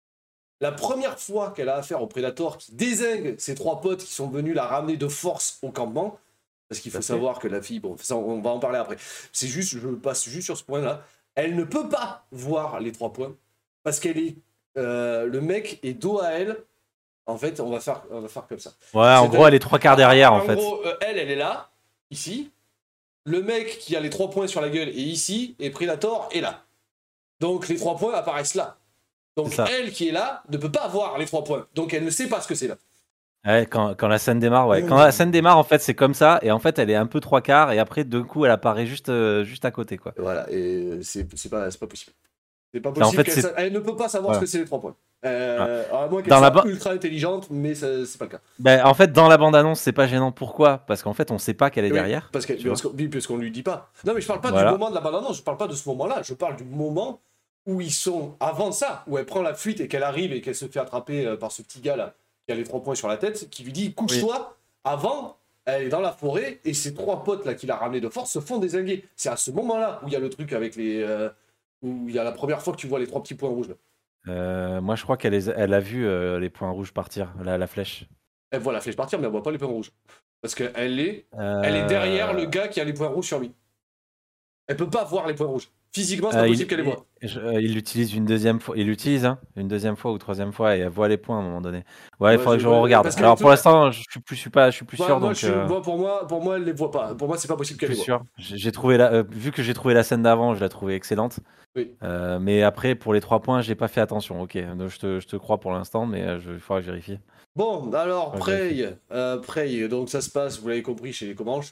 la première fois qu'elle a affaire au Predator qui dézingue ses trois potes qui sont venus la ramener de force au campement, parce qu'il faut Tout à fait. savoir que la fille, bon, ça, on va en parler après. C'est juste, je passe juste sur ce point-là. Elle ne peut pas voir les trois points parce qu'elle est, euh, le mec est dos à elle. En fait, on va faire, on va faire comme ça. Ouais, en C'est gros, un- elle est trois quarts derrière, en en fait. gros, euh, elle, elle est là, ici. Le mec qui a les trois points sur la gueule est ici, et Predator est là. Donc les trois points apparaissent là. Donc C'est ça. elle qui est là ne peut pas voir les trois points. Donc elle ne sait pas ce que c'est là. Ouais, quand, quand la scène démarre, ouais. Quand Mmh. la scène démarre, en fait, c'est comme ça. Et en fait, elle est un peu trois quarts. Et après, d'un coup, elle apparaît juste, euh, juste à côté, quoi. Voilà, et c'est c'est pas, c'est pas possible. C'est pas en possible. fait, qu'elle c'est- sa- elle ne peut pas savoir Ouais. ce que c'est les trois points. Euh, À moins qu'elle Dans soit la ba- ultra intelligente, mais ça- c'est pas le cas. Ben, en fait, dans la bande-annonce, c'est pas gênant. Pourquoi? Parce qu'en fait, on sait pas qu'elle est Oui, derrière. Parce que- tu parce vois. qu'on oui, parce qu'on lui dit pas. Non, mais je parle pas Voilà. du moment de la bande-annonce, je parle pas de ce moment-là, je parle du moment où ils sont avant ça, où elle prend la fuite et qu'elle arrive et qu'elle se fait attraper euh, par ce petit gars là qui a les trois points sur la tête, qui lui dit couche-toi. Avant, elle est dans la forêt et ses trois potes là qui l'a ramené de force se font dézinguer. C'est à ce moment-là où il y a le truc avec les. euh, où il y a la première fois que tu vois les trois petits points rouges là. Euh, moi, je crois qu'elle les- elle a vu euh, les points rouges partir, la, la flèche. Elle voit la flèche partir, mais elle voit pas les points rouges. Parce qu'elle est, Euh, elle est derrière le gars qui a les points rouges sur lui. Elle peut pas voir les points rouges. Physiquement, c'est euh, pas il, possible qu'elle les voit. il- je- euh, il l'utilise une deuxième fois. Il l'utilise hein, une deuxième fois ou troisième fois et elle voit les points à un moment donné. Ouais, il Ouais, faudrait que je- je ouais, regarde. parce que Alors tout- pour l'instant, je suis plus, je suis pas, je suis plus Moi, sûr. moi, donc, je suis- euh, moi, pour moi, pour moi, elle les voit pas. Pour moi, c'est pas possible je qu'elle les suis voit. sûr. J'ai j'ai trouvé la, euh, vu que j'ai trouvé la scène d'avant, je la trouvais excellente. Oui. Euh, mais après, pour les trois points, j'ai pas fait attention. Ok, donc je te, je te crois pour l'instant, mais euh, je- il faudra que je vérifie. Bon, alors, Ouais, Prey, euh, Prey, donc ça se passe, vous l'avez compris, chez les Comanches.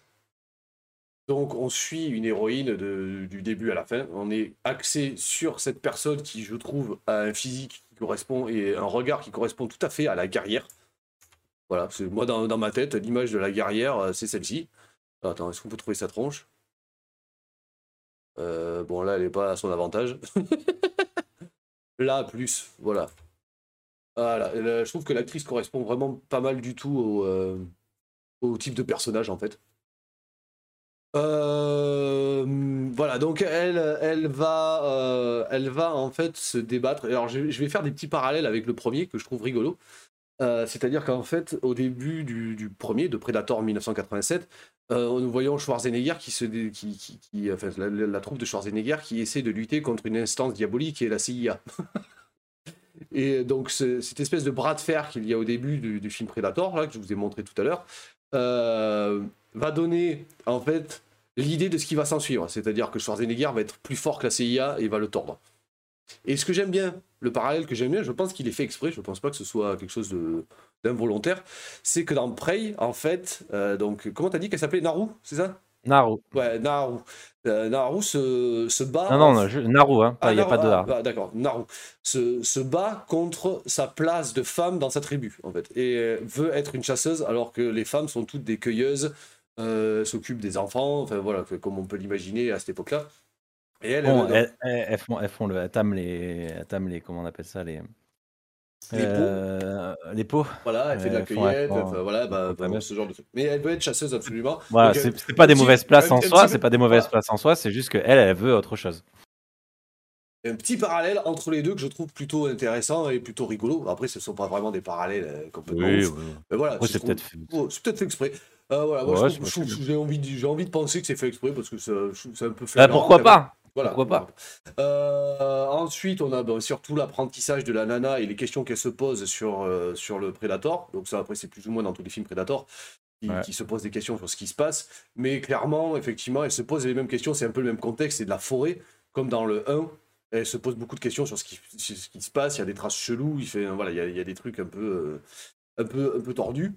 Donc, on suit une héroïne de- du début à la fin. On est axé sur cette personne qui, je trouve, a un physique qui correspond et un regard qui correspond tout à fait à la guerrière. Voilà, c'est moi, dans, dans ma tête, l'image de la guerrière, euh, c'est celle-ci. Attends, est-ce qu'on peut trouver sa tronche? Euh, Bon, là, elle n'est pas à son avantage. Là, plus, voilà. Voilà, euh, je trouve que l'actrice correspond vraiment pas mal du tout au, euh, au type de personnage, en fait. Euh, voilà, donc elle, elle va, euh, elle va en fait se débattre. Alors, je, je vais faire des petits parallèles avec le premier que je trouve rigolo. Euh, c'est-à-dire qu'en fait, au début du, du premier, de Predator mille neuf cent quatre-vingt-sept, euh, nous voyons Schwarzenegger qui se, dé- qui, qui, qui- enfin, la, la- la troupe de Schwarzenegger qui essaie de lutter contre une instance diabolique qui est la C I A. Et donc, ce- cette espèce de bras de fer qu'il y a au début du, du film Predator, là, que je vous ai montré tout à l'heure, euh, va donner en fait l'idée de ce qui va s'en suivre. C'est-à-dire que Schwarzenegger va être plus fort que la C I A et va le tordre. Et ce que j'aime bien, le parallèle que j'aime bien, je pense qu'il est fait exprès, je pense pas que ce soit quelque chose de, d'involontaire, c'est que dans Prey, en fait, euh, donc, comment t'as dit qu'elle s'appelait Naru, c'est ça? Naru. Ouais, Naru. Euh, Naru se, se bat. Non, non, non, je- Naru, hein, Ah, il n'y a Naru, pas de ah, A. bah, d'accord, Naru se, se bat contre sa place de femme dans sa tribu, en fait, et euh, veut être une chasseuse alors que les femmes sont toutes des cueilleuses, euh, s'occupent des enfants, enfin voilà, que- comme on peut l'imaginer à cette époque-là. Et elle, Bon, elle, elles, elles- elles font, elles font le. Elles tament les. Elles tament les. Comment on appelle ça les. Les pots. euh, Les pots. Voilà, elle fait de la Elles font- elles cueillette, font- enfin, voilà, bah, elles font bon, la ce genre de truc. Mais elle veut être chasseuse absolument. Voilà, Donc, c'est euh, c'est pas des un petit- mauvaises places un- en un soi, petit c'est peu- pas des mauvaises voilà. places en soi, c'est juste que elle, elle veut autre chose. Un petit parallèle entre les deux que je trouve plutôt intéressant et plutôt rigolo. Après, ce ne sont pas vraiment des parallèles euh, complètement Oui, ouf. oui. Mais voilà, Après, je c'est trouve- peut-être fait. oh, c'est peut-être fait exprès. Euh, voilà, moi, Ouais, je trouve- c'est je trouve- possible. j'ai envie, de- j'ai envie de penser que c'est fait exprès parce que ça- je- c'est un peu Bah, flagrant. pourquoi quand pas même. Voilà. Pourquoi pas Euh, ensuite, on a ben, surtout l'apprentissage de la nana et les questions qu'elle se pose sur, euh, sur le Predator. Donc ça, après, c'est plus ou moins dans tous les films Predator qui, Ouais. qui se posent des questions sur ce qui se passe. Mais clairement, effectivement, elle se pose les mêmes questions. C'est un peu le même contexte, c'est de la forêt, comme dans le un. Elle se pose beaucoup de questions sur ce qui, sur ce qui se passe. Il y a des traces cheloues. Il, fait, voilà, il, y a, il y a des trucs un peu, euh, un peu, un peu tordus.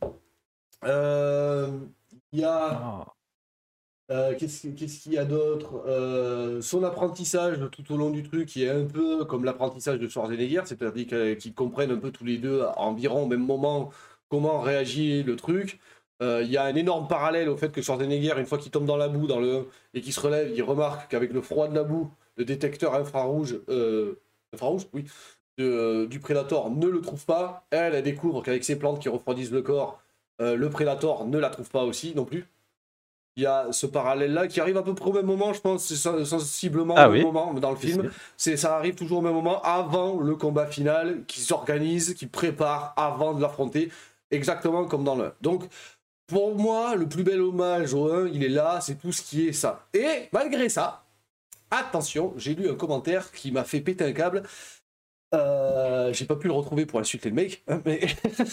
Euh, Il y a... Ah. Euh, qu'est-ce qu'est-ce qu'il y a d'autre Euh, Son apprentissage tout au long du truc qui est un peu comme l'apprentissage de Schwarzenegger, c'est-à-dire que- qu'ils comprennent un peu tous les deux environ au même moment comment réagit le truc. Euh, Il y a un énorme parallèle au fait que Schwarzenegger, une fois qu'il tombe dans la boue dans le un et qu'il se relève, il remarque qu'avec le froid de la boue, le détecteur infrarouge, euh, infrarouge, oui, de- du Predator ne le trouve pas. Elle, elle découvre qu'avec ces plantes qui refroidissent le corps, euh, le Predator ne la trouve pas aussi non plus. Il y a ce parallèle-là qui arrive à peu près au même moment, je pense, c'est sen- sensiblement Ah au même oui. moment dans le Si, film. C'est, ça arrive toujours au même moment, avant le combat final, qui s'organise, qui prépare avant de l'affronter, exactement comme dans le un. Donc, pour moi, le plus bel hommage au un, il est là, c'est tout ce qui est ça. Et malgré ça, attention, j'ai lu un commentaire qui m'a fait péter un câble. Euh, j'ai pas pu le retrouver pour insulter le mec, hein, mais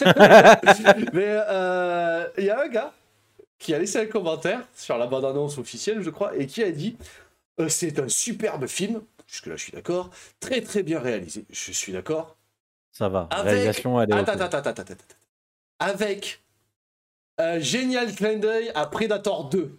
mais euh, il y a un gars qui a laissé un commentaire sur la bande-annonce officielle, je crois, et qui a dit euh, c'est un superbe film. Jusque-là, je suis d'accord. Très, très bien réalisé. Je suis d'accord. Ça va. Avec... Réalisation, elle est Attends, ok. attends, attends, attends, attends, attends. Avec un génial clin d'œil à Predator deux.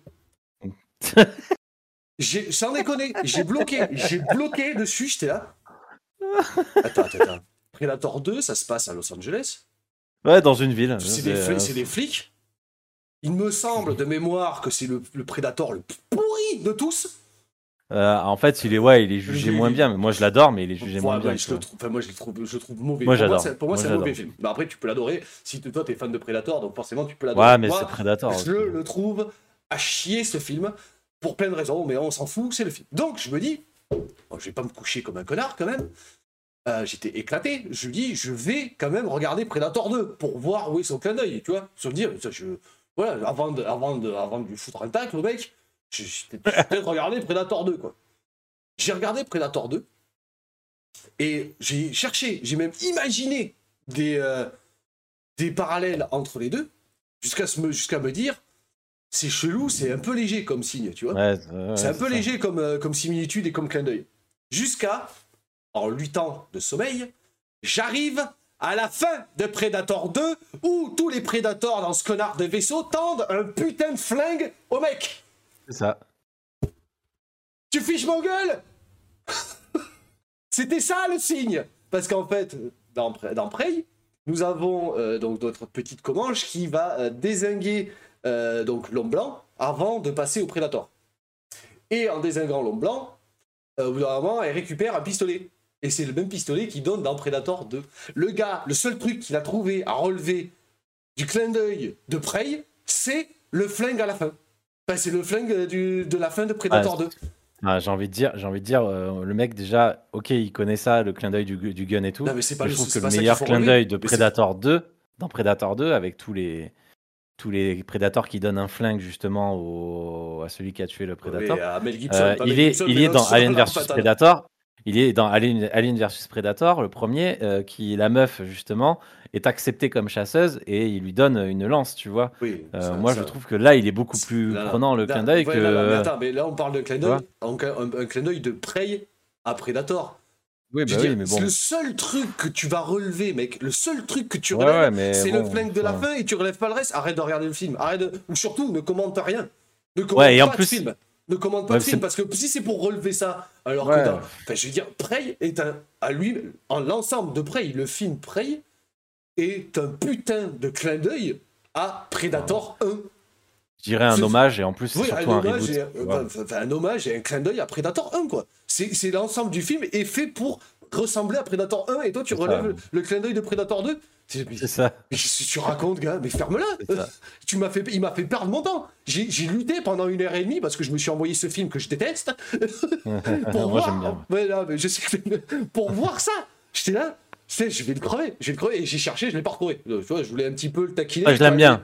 J'ai, sans déconner, j'ai bloqué, j'ai bloqué dessus, j'étais là. Attends, attends, attends. Predator deux, ça se passe à Los Angeles. Ouais, dans une ville. C'est des, fli- c'est des flics. Il me semble de mémoire que c'est le, le Predator le plus pourri de tous. Euh, en fait, il est, ouais, il est jugé Il- moins il- bien, mais moi je l'adore, mais il est jugé Ouais, moins ouais, bien. je tu le vois. trouve, enfin, moi, je le trouve, je le trouve mauvais. Moi, pour moi, j'adore. c'est, pour moi, Moi, c'est un mauvais j'adore. film. Bah, après, tu peux l'adorer. Si toi, t'es fan de Predator, donc forcément, tu peux l'adorer. Ouais, mais Moi, c'est Predator. Je aussi. le trouve à chier, ce film, pour plein de raisons, mais on s'en fout, c'est le film. Donc, je me dis, bon, je vais pas me coucher comme un connard, quand même. Euh, j'étais éclaté. Je me dis, je vais quand même regarder Predator deux pour voir où est son clin d'œil, tu vois. Se dire, ça, je, voilà, avant de, avant de, avant de lui foutre un tacle, le mec, je- j'étais peut-être regarder Predator deux, quoi. J'ai regardé Predator deux et j'ai cherché, j'ai même imaginé des, euh, des parallèles entre les deux jusqu'à me, jusqu'à me dire, c'est chelou, c'est un peu léger comme signe, tu vois. Ouais, ouais, c'est un c'est peu ça. léger comme, euh, comme similitude et comme clin d'œil. Jusqu'à, en huit ans de sommeil, j'arrive à la fin de Predator deux où tous les Predators dans ce connard de vaisseau tendent un putain de flingue au mec. C'est ça. Tu fiches mon gueule. C'était ça le signe. Parce qu'en fait, dans, dans Prey, nous avons euh, donc notre petite Comanche qui va euh, dézinguer euh, donc l'homme blanc avant de passer au Predator. Et en dézinguant l'homme blanc, euh, au bout d'un moment, elle récupère un pistolet. Et c'est le même pistolet qu'il donne dans Predator deux. Le gars, le seul truc qu'il a trouvé à relever du clin d'œil de Prey, c'est le flingue à la fin. Enfin, c'est le flingue du, de la fin de Predator Ouais, deux. Ah, j'ai envie de dire, j'ai envie de dire, euh, le mec déjà, ok, il connaît ça, le clin d'œil du, gu- du gun et tout. Non, mais c'est pas mais le- je trouve c'est que pas le ça qu'il meilleur faut clin relever. d'œil de Mais c'est- Predator deux, dans Predator deux, avec tous les tous les Predators qui donnent un flingue justement au, à celui qui a tué le Predator. Oui, à Mel Gibson, Euh, pas il Mel est, Gibson, il mais est non, dans sur Alien la versus patate. Predator. Il est dans Alien, Alien versus Predator, le premier, euh, qui la meuf justement est acceptée comme chasseuse et il lui donne une lance, tu vois. Oui, Euh, ça- moi, ça- je trouve que là, il est beaucoup plus Là, là. prenant le Là, clin d'œil ouais, que. là, là, mais attends, mais là, on parle de clin Tu d'œil, vois un, un- un clin d'œil de Prey à Predator. Oui, Je bah veux oui, dire, mais c'est bon. le seul truc que tu vas relever, mec. Le seul truc que tu Ouais, relèves, ouais, mais c'est bon, le flingue de la enfin. fin et tu relèves pas le reste. Arrête de regarder le film. Arrête de... Ou surtout, ne commente rien. Ne commande Ouais, et en pas plus- de film. Ne commande pas Ouais, de film, c'est- parce que si c'est pour relever ça, alors Ouais. que dans... Enfin, je veux dire, Prey est un... À lui, en l'ensemble de Prey, le film Prey est un putain de clin d'œil à Predator un. Je dirais un C'est- hommage et en plus c'est Oui, surtout un un, hommage, reboot. et, tu euh, vois. enfin, enfin, un hommage et un clin d'œil à Predator un, quoi. C'est c'est l'ensemble du film est fait pour ressembler à Predator un, et toi tu C'est ça. relèves le, le clin d'œil de Predator deux. C'est mais- C'est ça. mais qu'est-ce que tu racontes, gars? Mais ferme-la! C'est ça. Tu m'as fait, il m'a fait perdre mon temps. J'ai j'ai lutté pendant une heure et demie parce que je me suis envoyé ce film que je déteste. pour Moi voir... j'aime bien. Ouais, là, mais je sais que- pour voir ça, j'étais là. Tu sais, je vais le crever, je vais le crever, et j'ai cherché, je l'ai pas retrouvé. Tu vois, je voulais un petit peu le taquiner. Ouais, je l'aime bien.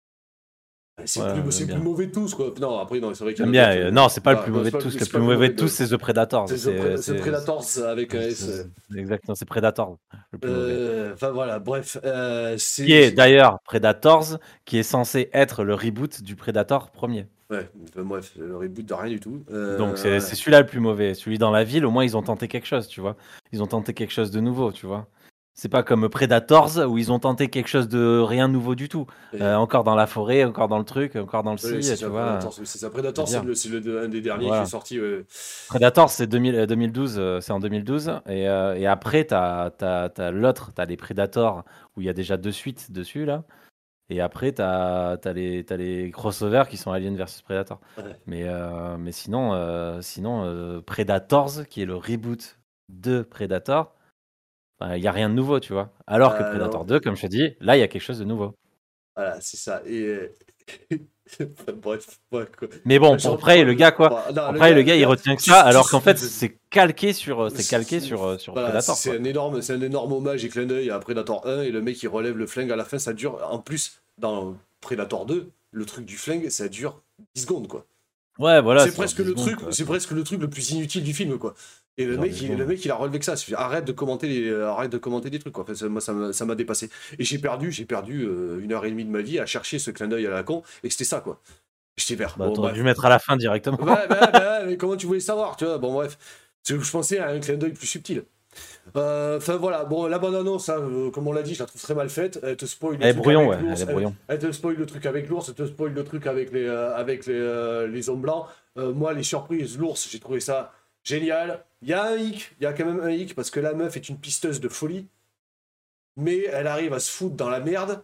C'est Ouais, le plus, j'aime c'est le bien. plus mauvais de tous, quoi. Non, après, non, c'est vrai qu'il y en J'aime a bien. d'autres, euh, Non, c'est pas le bah, plus bah, mauvais c'est de pas- tous. c'est Le pas plus mauvais de de- tous, c'est The Predator. C'est The C'est- Pre- The c'est- Predators avec un S. c'est- Exactement, c'est Predator. Le plus mauvais. Euh, Enfin voilà, bref. Euh, c'est. Qui est d'ailleurs Predators, qui est censé être le reboot du Predator premier. Ouais, enfin, bref, le reboot de rien du tout. Euh, Donc c'est ouais. c'est celui-là le plus mauvais. Celui dans la ville, au moins ils ont tenté quelque chose, tu vois. Ils ont tenté quelque chose de nouveau, tu vois. C'est pas comme Predators où ils ont tenté quelque chose de rien de nouveau du tout. Et- Euh, encore dans la forêt, encore dans le truc, encore dans le Ouais, ci, c'est tu ça, vois. Predator, oui, c'est ça. Predator, c'est c'est bien. le, c'est le de- un des derniers Voilà. qui est sorti. ouais. Predator, c'est deux mille, euh, deux mille douze, euh, c'est en deux mille douze. Et, euh, et après, t'as as, l'autre, t'as les Predators où il y a déjà deux suites dessus, là. Et après, t'as as les, t'as les crossovers qui sont Alien versus Predator. Ouais. Mais, euh, mais sinon, euh, sinon euh, Predators, qui est le reboot de Predator, il n'y a rien de nouveau, tu vois. Alors que Ah, Predator non. deux, comme je te dis, là, il y a quelque chose de nouveau. Voilà, c'est ça. Et. euh, enfin, bref, ouais, quoi. Mais bon, Ouais, je pour Prey, le gars, quoi. Bah, non, Après, le gars, il le retient que tu- ça, tu- alors tu- qu'en fait, tu- c'est calqué sur, c'est calqué sur, euh, sur Voilà, Predator. c'est quoi. un énorme, c'est un énorme hommage et clin d'œil à Predator un, et le mec il relève le flingue à la fin, ça dure. En plus, dans Predator deux, le truc du flingue, ça dure dix secondes, quoi. Ouais, voilà. c'est sur presque dix le secondes, truc, quoi. c'est presque le truc le plus inutile du film, quoi. Et le Genre mec, dix il, secondes. le mec, il a relevé que ça. Il fait, arrête de commenter, les, euh, arrête de commenter des trucs, quoi. Enfin, ça, moi, ça m'a, ça m'a dépassé. Et j'ai perdu, j'ai perdu euh, une heure et demie de ma vie à chercher ce clin d'œil à la con, et c'était ça, quoi. J'étais vert. Bah, Bon, t'aurais bref. dû mettre à la fin directement. Ouais, ouais, ouais, ouais, mais comment tu voulais savoir, tu vois. Bon, bref. C'est que je pensais à un clin d'œil plus subtil. Euh, Enfin voilà, bon, la bande-annonce, hein, euh, comme on l'a dit, je la trouve très mal faite. Elle te spoil le Elle est truc brouillon, avec ouais, l'ours, elle est brouillon. Elle, elle te spoil le truc avec l'ours, elle te spoil le truc avec les, euh, avec les, euh, les hommes blancs. Euh, moi, les surprises, l'ours, j'ai trouvé ça génial. Il y a un hic, il y a quand même un hic, parce que la meuf est une pisteuse de folie, mais elle arrive à se foutre dans la merde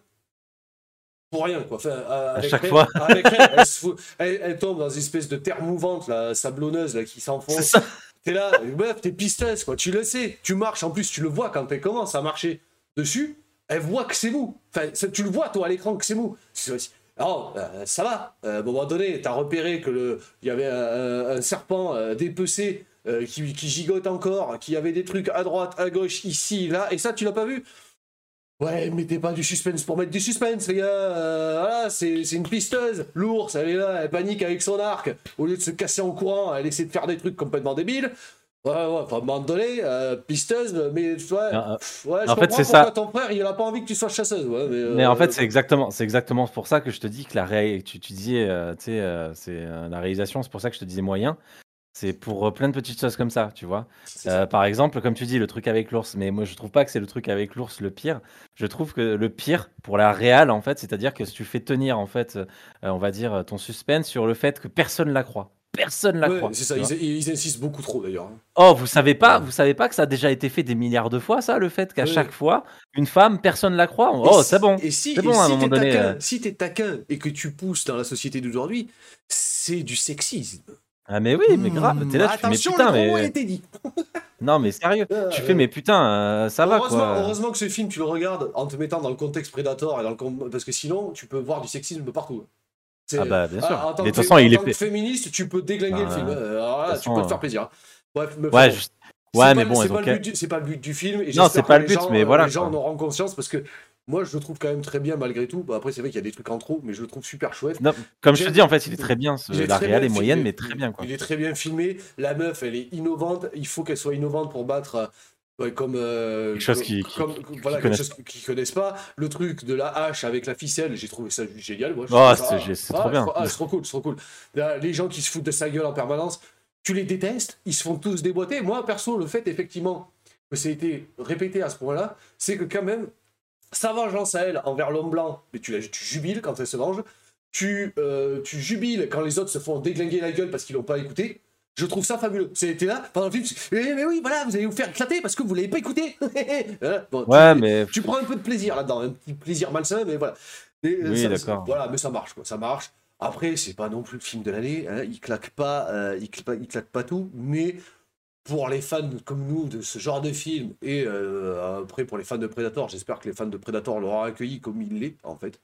pour rien, quoi. Enfin, euh, avec chaque elle- fois. avec elle, elle, se fout- elle- elle tombe dans une espèce de terre mouvante, là, sablonneuse, là, qui s'enfonce. C'est ça. T'es là, meuf, t'es pisteuse, quoi. Tu le sais. Tu marches, en plus, tu le vois quand elle commence à marcher dessus. Elle voit que c'est mou. Enfin, ça, tu le vois, toi, à l'écran, que c'est mou. C'est- Alors, euh, ça va. Euh, à un moment donné, t'as repéré que le, il y avait un, un serpent euh, dépecé euh, qui, qui gigote encore, qui avait des trucs à droite, à gauche, ici, là, et ça, tu l'as pas vu? Ouais, mettez pas du suspense pour mettre du suspense, les gars. Euh, voilà, c'est c'est une pisteuse. L'ours, elle est là, elle panique avec son arc. Au lieu de se casser en courant, elle essaie de faire des trucs complètement débiles. Ouais, ouais, enfin, à un moment donné, euh, pisteuse, mais tu vois, Ah, ah. pff, ouais, je En fait, comprends c'est pourquoi ça. ton frère, il a pas envie que tu sois chasseuse. Ouais, mais, Mais euh, en fait, c'est exactement, c'est exactement pour ça que je te dis que la ré... tu, tu disais, euh, tu sais, euh, c'est euh, la réalisation, c'est pour ça que je te disais moyen. C'est pour euh, plein de petites choses comme ça, tu vois. c'est Euh, ça. par exemple, comme tu dis, le truc avec l'ours. Mais moi, je trouve pas que c'est le truc avec l'ours le pire. Je trouve que le pire pour la réal, en fait, c'est-à-dire que si tu fais tenir, en fait, euh, on va dire, ton suspense sur le fait que personne la croit. Personne la Ouais, croit. c'est ça, tu ils, vois. ils insistent beaucoup trop d'ailleurs. hein. Oh, vous savez pas, Ouais. vous savez pas que ça a déjà été fait des milliards de fois, ça, le fait qu'à Ouais. chaque fois, une femme, personne la croit. Et Oh, si- c'est bon. Et si, C'est et bon, à un si moment t'es donné. taquin, euh. si t'es taquin et que tu pousses dans la société d'aujourd'hui, c'est du sexisme. Ah, mais oui, mais grave. T'es là, tu fais, mais Attention, putain, le gros mot a mais. été dit. Non, mais sérieux. Euh, Tu fais, mais putain, euh, ça va, heureusement, quoi. heureusement que ce film, tu le regardes en te mettant dans le contexte Predator, et dans le com- parce que sinon, tu peux voir du sexisme partout. C'est- Ah bah, bien sûr. En tant Mais que, de toute fé- façon, en il est tant que fait- féministe, tu peux déglinguer Ah, le film. Euh, Alors là, de toute tu peux façon, te faire plaisir. hein. Bref, mais Ouais, bon. juste- C'est ouais, pas mais le- bon, c'est ils ont pas, le qu'à- but du- c'est pas le but du film. Et Non, j'espère c'est pas que le les but, gens, mais euh, voilà, Les gens quoi. en auront conscience parce que moi, je le trouve quand même très bien malgré tout. Bah, après, c'est vrai qu'il y a des trucs en trop, mais je le trouve super chouette. Non, comme je te J'aime- dis, en fait, il est très bien. ce- Il est La très réal bien est moyenne, filmé. mais très bien, quoi. Il est très bien filmé. La meuf, elle est innovante. Il faut qu'elle soit innovante pour battre. euh, ouais, comme euh, Quelque chose comme- qui- qui- comme- qui- voilà, qui quelque connaissent chose qu'ils connaissent pas. Le truc de la hache avec la ficelle, j'ai trouvé ça génial. Moi, je Oh, trouve ça- c'est- ah, c'est ah, trop bien. ah, c'est trop cool, c'est trop cool. Là, les gens qui se foutent de sa gueule en permanence, tu les détestes. Ils se font tous déboîter. Moi, perso, le fait effectivement que ça a été répété à ce point-là, c'est que quand même sa vengeance à elle envers l'homme blanc, mais tu, la- tu jubiles quand elle se venge. tu, euh, tu jubiles quand les autres se font déglinguer la gueule parce qu'ils l'ont pas écouté. Je trouve ça fabuleux. C'était là, pendant le film, mais, mais oui, voilà, vous allez vous faire éclater parce que vous l'avez pas écouté. Bon, ouais, tu, mais... tu prends un peu de plaisir là-dedans, un petit plaisir malsain, mais voilà. Et, oui, ça, d'accord. Voilà, mais ça marche, quoi, ça marche. Après, c'est pas non plus le film de l'année, hein, il claque pas, euh, il, claque pas, il claque pas tout, mais pour les fans comme nous de ce genre de film, et euh, après pour les fans de Predator, j'espère que les fans de Predator l'auront accueilli comme il l'est, en fait.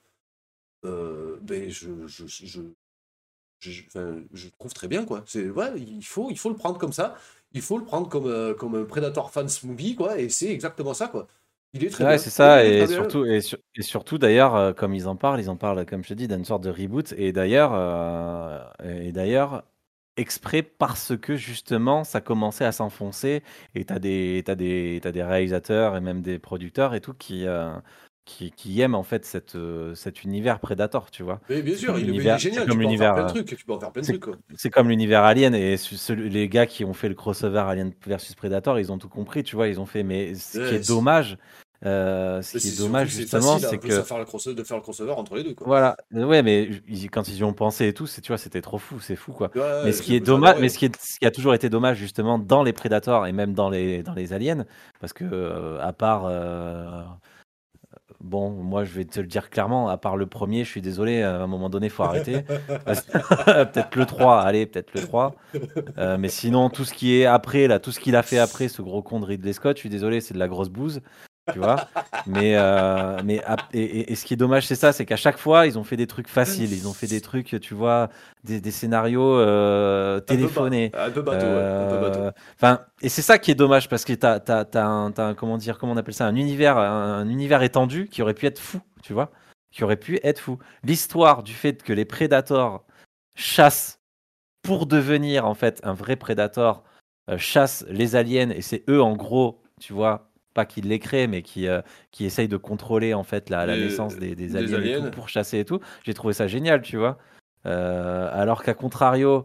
Euh, ben, je, je, je, je, enfin, je trouve très bien, quoi. C'est, ouais, il faut, il faut le prendre comme ça, il faut le prendre comme, euh, comme un Predator fans movie, quoi, et c'est exactement ça, quoi. Il est très ouais, bien. c'est ça, il est et très surtout, et, sur- et surtout d'ailleurs, euh, comme ils en parlent, ils en parlent, comme je te dis, d'une sorte de reboot, et d'ailleurs, euh, et d'ailleurs, exprès parce que justement, ça commençait à s'enfoncer, et t'as des, t'as des, t'as des réalisateurs et même des producteurs et tout qui, euh, qui, qui aiment en fait cette, euh, cet univers Predator, tu vois. Mais bien C'est sûr, comme il, est- il est l'univers, c'est génial, tu comme peux en faire l'univers, plein de euh, trucs, tu peux en faire plein de c'est trucs, quoi. c'est comme l'univers Alien, et ce- ce- les gars qui ont fait le crossover Alien versus Predator, ils ont tout compris, tu vois, ils ont fait. Mais ce qui Ouais, est c'est- dommage, euh, ce mais qui c'est est surtout dommage que c'est justement, facile, hein, en c'est plus, à que faire le crossover, de faire le crossover entre les deux, quoi. voilà, euh, ouais, mais ils- quand ils y ont pensé et tout, c'est, tu vois, c'était trop fou, c'est fou quoi. Ouais, Mais ouais, ce qui j'ai- est dommage, j'adorais. mais ce qui est, ce qui a toujours été dommage justement dans les Predators et même dans les dans les Aliens, parce que euh, à part euh, bon, moi je vais te le dire clairement, à part le premier, je suis désolé, à un moment donné, faut arrêter. Parce- peut-être le trois, allez, peut-être le trois. Euh, mais sinon, tout ce qui est après, là, tout ce qu'il a fait après, ce gros con de Ridley Scott, je suis désolé, c'est de la grosse bouse, tu vois. Mais, euh, mais ap- et, et- et ce qui est dommage, c'est ça, c'est qu'à chaque fois, ils ont fait des trucs faciles, ils ont fait des trucs, tu vois, des, des scénarios euh, Un peu, ba- téléphonés. un peu bateau, ouais, un peu bateau. Euh, Enfin, et c'est ça qui est dommage parce que t'as, t'as, t'as un, t'as un- comment dire, comment on appelle ça, un univers, un, un univers étendu qui aurait pu être fou, tu vois, qui aurait pu être fou. L'histoire du fait que les Predators chassent pour devenir en fait un vrai Predator, euh, chassent les aliens et c'est eux en gros, tu vois, pas qui les créent mais qui, euh, qui essayent de contrôler en fait la, la Les- naissance des, des des aliens, et aliens. tout pour chasser et tout. J'ai trouvé ça génial, tu vois. Euh, alors qu'à contrario,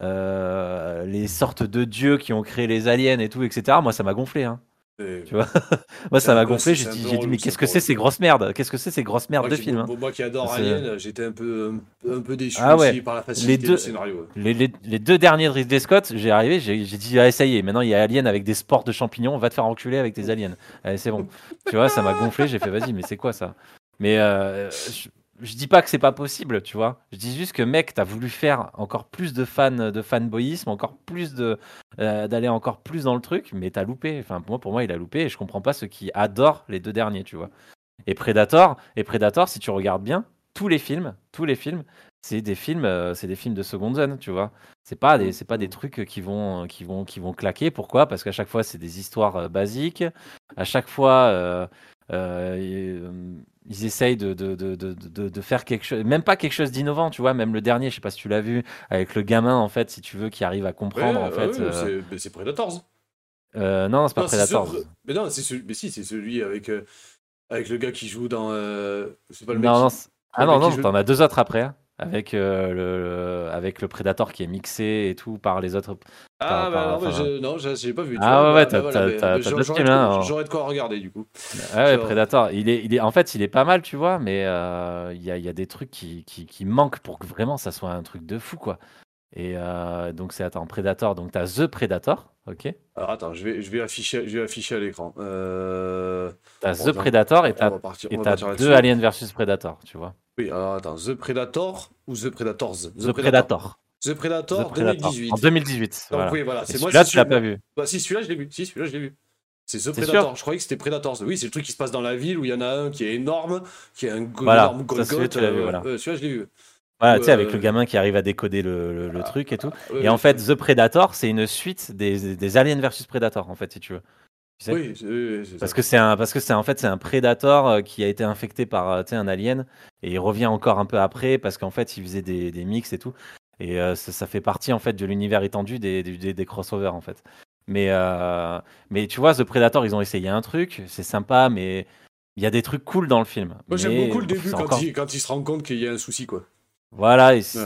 euh, les sortes de dieux qui ont créé les aliens et tout, et cetera. Moi, ça m'a gonflé, hein. Et- Tu vois, moi C'est ça un m'a peu- gonflé. c'est J'ai un dit, peu j'ai dit, relou, mais ça, qu'est-ce que pour c'est le ces coup. grosses merdes? Qu'est-ce que c'est ces grosses merdes Moi de qui, films, hein? moi, moi qui adore C'est- Alien, j'étais un peu, un, un peu déçu Ah ouais. aussi par la Les facilité deux, du scénario. ouais. les, les- les deux derniers de Ridley Scott, j'ai arrivé, j'ai j'ai dit, ah, ça y est, maintenant il y a Alien avec des sports de champignons, va te faire enculer avec tes aliens. Allez, c'est bon. Tu vois, ça m'a gonflé, j'ai fait, vas-y, mais c'est quoi ça? Mais euh, je, je dis pas que c'est pas possible, tu vois. Je dis juste que, mec, t'as voulu faire encore plus de fan, de fanboyisme, encore plus de, euh, d'aller encore plus dans le truc, mais t'as loupé. Enfin, pour moi, pour moi, il a loupé, et je comprends pas ceux qui adorent les deux derniers, tu vois. Et Predator, et Predator, si tu regardes bien, tous les films, tous les films, c'est des films, euh, c'est des films de seconde zone, tu vois. C'est pas des, c'est pas des trucs qui vont, qui vont, qui vont claquer. Pourquoi? Parce qu'à chaque fois, c'est des histoires euh, basiques. À chaque fois, euh, euh, ils, euh, ils essayent de, de, de, de, de, de faire quelque chose, même pas quelque chose d'innovant, tu vois. Même le dernier, je sais pas si tu l'as vu, avec le gamin, en fait, si tu veux, qui arrive à comprendre, Ouais, en ouais, fait. ouais, euh, c'est, mais c'est Predators. euh, non, c'est pas Non, c'est Predators. ce- mais non, c'est celui, mais si, c'est celui avec, euh, avec le gars qui joue dans. euh, c'est pas le mec. Non, qui- non, c'est c'est- pas ah le non, mec qui non, joue- t'en as deux autres après, hein, avec, euh, le, le- avec le Predator qui est mixé et tout par les autres. Ah, par- bah par- non, mais enfin, je, non, j'ai j'ai pas vu. tu Ah vois, ouais, bah, ouais, bah t'as voilà, t'as- mais- t'as- mais t'as j'aurais- d'autres j'aurais films, de quoi- hein. J'aurais de quoi regarder du coup. Ah ouais, Genre- Predator, il est, il est, en fait, il est pas mal, tu vois, mais euh, il y, a, il y a des trucs qui, qui, qui manquent pour que vraiment ça soit un truc de fou, quoi. Et euh, donc, c'est, attends, Predator, donc t'as The Predator, ok? Alors attends, je vais, je vais afficher, je vais afficher à l'écran. Euh... T'as bon, The attends, Predator et on t'as, va partir- on et va t'as partir deux là-dessus. Alien versus Predator, tu vois. Oui, alors attends, The Predator ou The Predators? The Predator. The Predator, The Predator. deux mille dix-huit. En deux mille dix-huit, Donc voilà. oui, voilà, Et c'est moi. celui-là, c'est tu l'as celui- pas vu. Bah si, celui-là je l'ai vu. Si, celui-là je l'ai vu. C'est The C'est Predator. sûr Je croyais que c'était Predators. Oui, c'est le truc qui se passe dans la ville où il y en a un qui est énorme, qui est un go- Voilà, énorme ça, Golgoth. celui-là, tu l'as vu, euh, voilà. euh, celui-là je l'ai vu. Voilà, Ou, tu sais, avec euh, le gamin qui arrive à décoder le, le- le truc et tout. ouais, Et ouais, en fait, c'est- The Predator, c'est une suite des, des Aliens versus Predator, en fait, si tu veux. Tu sais Oui, c'est- oui, c'est Parce ça. que c'est un, parce que c'est en fait c'est un Predator euh, qui a été infecté par euh, tu sais, un alien et il revient encore un peu après parce qu'en fait il faisait des, des mix et tout et euh, ça, ça fait partie en fait de l'univers étendu des, des, des crossovers en fait. Mais euh, mais tu vois, The Predator, ils ont essayé un truc, c'est sympa, mais il y a des trucs cool dans le film. Moi j'aime Mais, beaucoup le pff, début c'est quand, encore- il, quand il se rend compte qu'il y a un souci quoi. Voilà, et c'est- Ouais.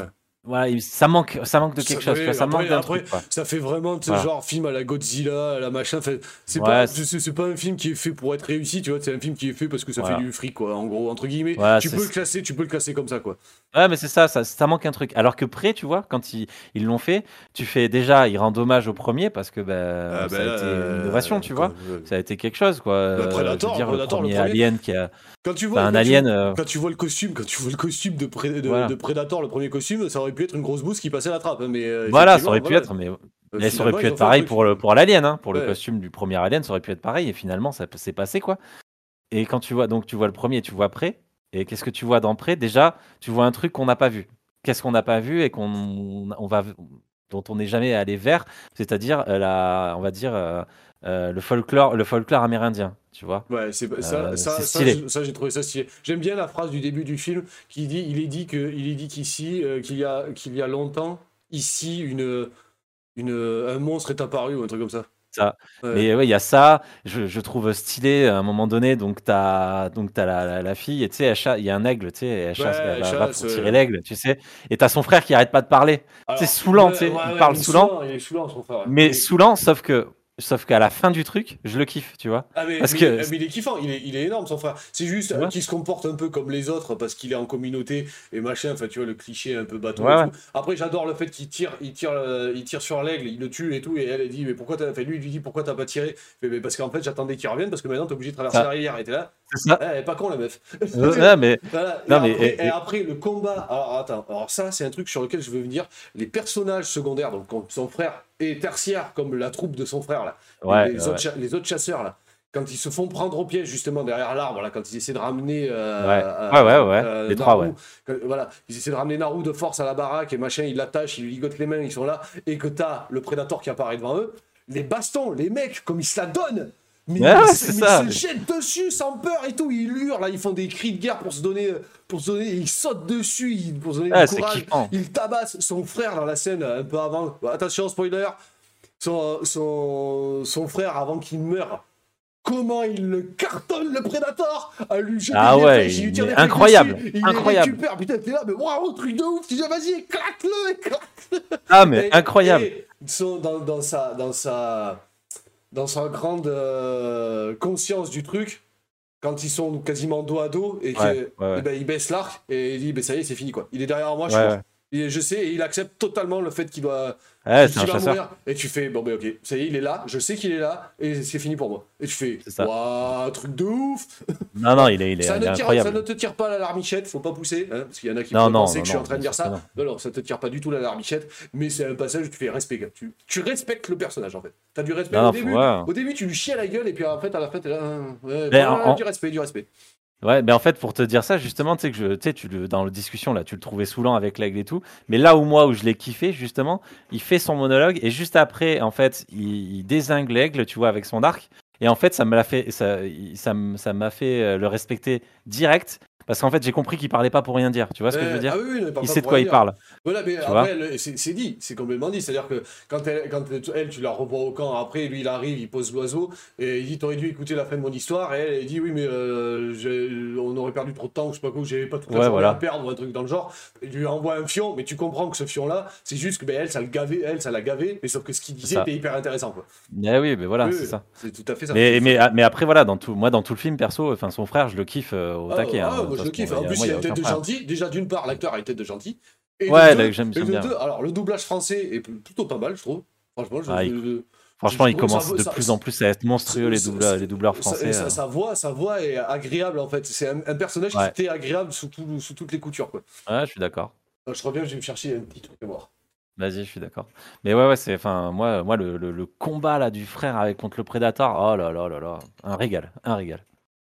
voilà, il- ça manque, ça manque de quelque Ça, chose, tu vois, ouais, ça après, manque d'un après, truc, quoi. ça fait vraiment tu sais, Voilà. genre film à la Godzilla, à la machin. Fait, c'est Ouais, pas, c'est- c'est, c'est pas un film qui est fait pour être réussi, tu vois. C'est un film qui est fait parce que ça Voilà. fait du fric, quoi. En gros, entre guillemets, Voilà, tu c'est- peux le classer, tu peux le classer comme ça, quoi. Ouais, mais c'est ça, ça, ça manque un truc. Alors que Prey, tu vois, quand ils ils l'ont fait, tu fais déjà, ils rendent hommage au premier parce que bah, Ah, ça bah, a là, été euh, une innovation, tu vois. quand- euh, Ça a été quelque chose, quoi. Euh, je veux Predator, dire, le Predator, le premier premier. Alien qui a. Quand tu vois, Enfin, un quand tu- alien. euh, Quand tu vois le costume, quand tu vois le costume de, Pré- de, Voilà. de Predator, le premier costume, ça aurait pu être une grosse bouse qui passait la trappe. hein, Mais euh, Voilà, ça effectivement, aurait pu voilà. être, mais, Euh, mais ça aurait finalement, pu ils être ont fait un pareil truc. pour le pour l'Alien, hein, pour le Ouais. costume du premier Alien, ça aurait pu être pareil, et finalement, ça s'est passé, quoi. Et quand tu vois, donc tu vois le premier, et tu vois Prey, et qu'est-ce que tu vois dans Prey? Déjà, tu vois un truc qu'on n'a pas vu. Qu'est-ce qu'on n'a pas vu et qu'on on va dont on n'est jamais allé vers, c'est-à-dire euh, la, on va dire euh, euh, le folklore, le folklore amérindien, tu vois. Ouais, c'est ça, Euh, ça, c'est ça, stylé. je- ça, j'ai trouvé ça stylé. J'aime bien la phrase du début du film qui dit, il est dit que, il est dit qu'ici, euh, qu'il y a, qu'il y a longtemps, ici, une, une, un monstre est apparu ou un truc comme ça. Ça. Ouais. Mais ouais, il y a ça, je, je trouve stylé à un moment donné. Donc, t'as donc t'as la, la, la fille, et tu sais, elle chasse- il y a un aigle, tu sais, et elle, chasse, Ouais, elle elle va, va chasse, pour euh. tirer l'aigle, tu sais. Et t'as son frère qui arrête pas de parler. Alors, C'est saoulant, ouais, tu sais, ouais, il ouais, parle il est saoulant, Il est saoulant, son frère. mais Mais- saoulant, sauf que, sauf qu'à la fin du truc, je le kiffe, tu vois. Ah mais, Parce mais- que mais il est kiffant, il est, il est énorme son frère. C'est juste Tu euh, vois qu'il se comporte un peu comme les autres parce qu'il est en communauté et machin. Enfin tu vois le cliché un peu bateau. Ouais, et ouais. tout. Après j'adore le fait qu'il tire, il tire, euh, il tire sur l'aigle, il le tue et tout. Et elle, elle dit mais pourquoi t'as fait lui il lui dit pourquoi t'as pas tiré. Il fait, mais parce qu'en fait j'attendais qu'il revienne parce que maintenant t'es obligé de traverser Ça. la rivière. Et t'es là. C'est ça. Eh, elle est pas con la meuf. Euh, ouais, mais Voilà. Et, non, mais après, et- et et- après, le combat. Alors attends, alors ça c'est un truc sur lequel je veux venir. Les personnages secondaires, donc comme son frère et tertiaire comme la troupe de son frère là, Ouais, les, ouais, autres ouais. cha- les autres chasseurs là. Quand ils se font prendre au piège justement derrière l'arbre, là, quand ils essaient de ramener euh, Ouais. euh, Ouais, ouais, ouais. euh, Les trois, Naru, ouais. quand- voilà, ils essaient de ramener Naru de force à la baraque et machin, ils l'attachent, ils lui ligotent les mains, ils sont là, et que t'as le Predator qui apparaît devant eux, les bastons, les mecs, comme ils se la donnent, mais, Ouais, ils, c'est mais ça. ils se jettent dessus sans peur et tout, ils hurlent, là, ils font des cris de guerre pour se donner, pour se donner, ils sautent dessus, ils, pour se donner Ah, du c'est courage, kiffant. ils tabassent son frère dans la scène un peu avant, attention spoiler, son, son, son frère avant qu'il meure. Comment il le cartonne le Predator à lui jeter Ah des ouais, flèches, il lui tire mais des flèches incroyable, dessus, il incroyable. les récupère, putain t'es là, mais waouh, truc de ouf, tu dis vas-y, éclate-le, éclate-le. Ah, mais Et- incroyable. et son- dans, dans sa, dans sa, dans sa grande euh, conscience du truc, quand ils sont quasiment dos à dos et que, Ouais, ouais, ouais. eh ben, il baisse l'arc et il dit, ben, ça y est, c'est fini quoi. Il est derrière moi, je Ouais, suis mort. ouais. Et je sais, et il accepte totalement le fait qu'il doit. Ouais, qu'il c'est un va chasseur. mourir. Et tu fais, bon, ben ok, ça y est, il est là, je sais qu'il est là, et c'est fini pour moi. Et tu fais, C'est ça. waouh, truc de ouf! Non, non, il est, il est, Ça il ne, est tire, incroyable. ça ne te tire pas la larmichette, faut pas pousser, hein, parce qu'il y en a qui Non, pourraient non, penser non, que je suis en non, train de bien dire sûr ça. que Non, non, ça te tire pas du tout la larmichette, mais c'est un passage où tu fais respect, gars. Tu, tu respectes le personnage en fait. T'as du respect Non, au non, début. faut- ouais. Au début, tu lui chies à la gueule, et puis en fait, à la fin, t'es là. hein, ouais, Mais voilà, en- du respect, du respect. Ouais, mais en fait, pour te dire ça, justement, tu sais que je, tu sais, tu le, dans la discussion là, tu le trouvais saoulant avec l'aigle et tout. Mais là où moi, où je l'ai kiffé, justement, il fait son monologue et juste après, en fait, il, il dézingue l'aigle, tu vois, avec son arc. Et en fait, ça me l'a fait, ça, il- ça, m- ça m'a fait euh, le respecter direct parce qu'en fait, j'ai compris qu'il parlait pas pour rien dire. Tu vois ce que je veux Euh, dire? ah oui, oui, il parle Il pas sait de pour quoi rien il dire. parle. Voilà, mais Tu après, le- c'est c'est dit, c'est complètement dit. C'est-à-dire que quand elle, quand elle, tu la revois au camp, après, lui, il arrive, il pose l'oiseau, et il dit, t'aurais dû écouter la fin de mon histoire, et elle, elle dit, oui, mais euh, j'ai- on aurait perdu trop de temps, je sais pas quoi, j'avais pas toute la Ouais, journée voilà. à perdre, ou un truc dans le genre. Il lui envoie un fion, mais tu comprends que ce fion-là, c'est juste que ben, elle, ça le gavait, elle, ça l'a gavé, mais sauf que ce qu'il disait ça. était hyper intéressant, quoi. Mais oui, mais voilà, Oui, c'est oui, ça. C'est tout à fait ça. Mais, mais, mais après, voilà, dans tout, moi, dans tout le film, perso, enfin, son frère, je le kiffe euh, au Ah, taquet. ah, hein, de moi toute je le façon, kiffe. il y En a- plus, moi, il il y a a une tête aucun de problème. gentil. Déjà, d'une part, l'acteur a une tête de gentil. Et Ouais, de là, deux, j'aime- et j'aime de bien. deux, alors le doublage français est plutôt pas mal, je trouve. Franchement, je, Ah, je- il- je- Franchement, je il trouve commence ça- de ça- plus en plus à être monstrueux, les ça- doubleurs, les doubleurs ça- français. ça- euh. sa voix, sa voix est agréable en fait. C'est un, un personnage Ouais. qui était agréable sous, tout- sous toutes les coutures, quoi. Ouais, je suis d'accord. Alors, je reviens, je vais me chercher un petit truc à voir. Vas-y, je suis d'accord. Mais ouais, ouais, c'est, enfin, moi, moi, le, le, le combat là du frère avec contre le Predator, oh là là là là, un régal, un régal.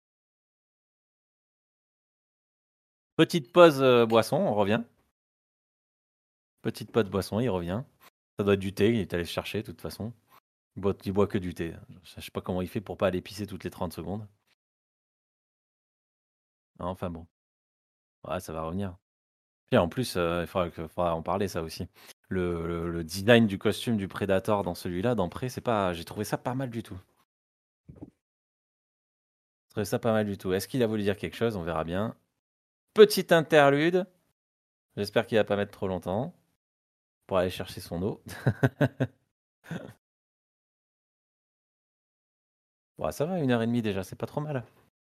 Petite pause euh, boisson, on revient. Petite pause boisson, il revient. Ça doit être du thé, il est allé se chercher de toute façon. Il boit, il boit que du thé. Je sais pas comment il fait pour pas aller pisser toutes les trente secondes. Enfin bon, ouais, ça va revenir. Et en plus, euh, il faudra, que- faudra en parler ça aussi. Le, le- le design du costume du Predator dans celui-là, dans Prey, c'est pas, j'ai trouvé ça pas mal du tout. J'ai trouvé ça pas mal du tout. Est-ce qu'il a voulu dire quelque chose? On verra bien. Petite interlude. J'espère qu'il va pas mettre trop longtemps. pour aller chercher son eau. Bon, ça va, une heure et demie déjà, c'est pas trop mal.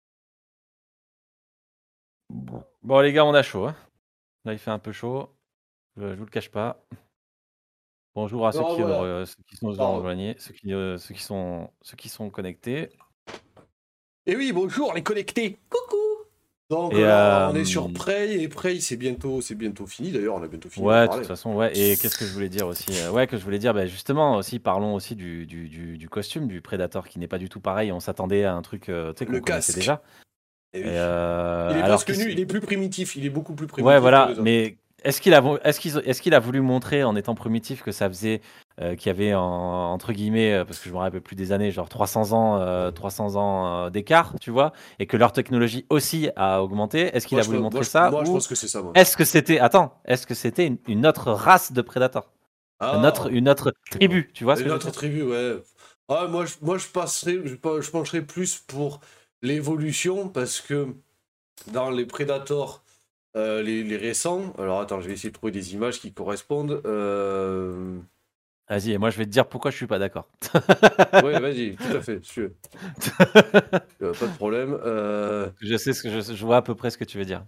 Bon, Bon, les gars, on a chaud. hein. Là, il fait un peu chaud. Je, je vous le cache pas. Bonjour à ceux Alors qui, voilà. euh, ceux qui sont Alors, rejoignés, ceux qui, euh, ceux qui sont, ceux qui sont connectés. et oui, bonjour les connectés. Coucou. Donc Et là, on euh, est sur Prey et Prey, c'est bientôt, c'est bientôt fini. D'ailleurs, on a bientôt fini d'en ouais, de toute parler. façon, ouais. Et qu'est-ce que je voulais dire aussi euh, Ouais, que je voulais dire, bah, justement, aussi, parlons aussi du, du, du, du costume du Predator qui n'est pas du tout pareil. On s'attendait à un truc, euh, tu sais, qu'on Le connaissait casque. déjà. Eh Et oui. euh, Il est alors, presque qu'est-ce- nu, il est plus primitif, il est beaucoup plus primitif Ouais, que voilà. les autres. Mais est-ce qu'il a, vo- est-ce qu'il, est-ce qu'il a voulu montrer en étant primitif que ça faisait, euh, qu'il y avait en- entre guillemets, euh, parce que je me rappelle plus des années, genre trois cents ans, euh, trois cents ans euh, d'écart, tu vois, et que leur technologie aussi a augmenté. Est-ce qu'il Moi, a je, voulu pe- montrer moi, je, ça moi, je ou pense que c'est ça, moi. est-ce que c'était, attends, est-ce que c'était une, une autre race de Predator, une autre, Ah, une autre tribu, tu vois ce que une je veux autre dire tribu, ouais. Ah, moi, je, moi, je passerais, je, pe- je pencherais plus pour l'évolution parce que dans les Predators, euh, les, les récents, alors attends, je vais essayer de trouver des images qui correspondent. Euh... Vas-y, et moi je vais te dire pourquoi je suis pas d'accord. Ouais, vas-y, tout à fait, si tu veux. Euh, pas de problème. Euh, Je sais ce que je, je vois à peu près ce que tu veux dire.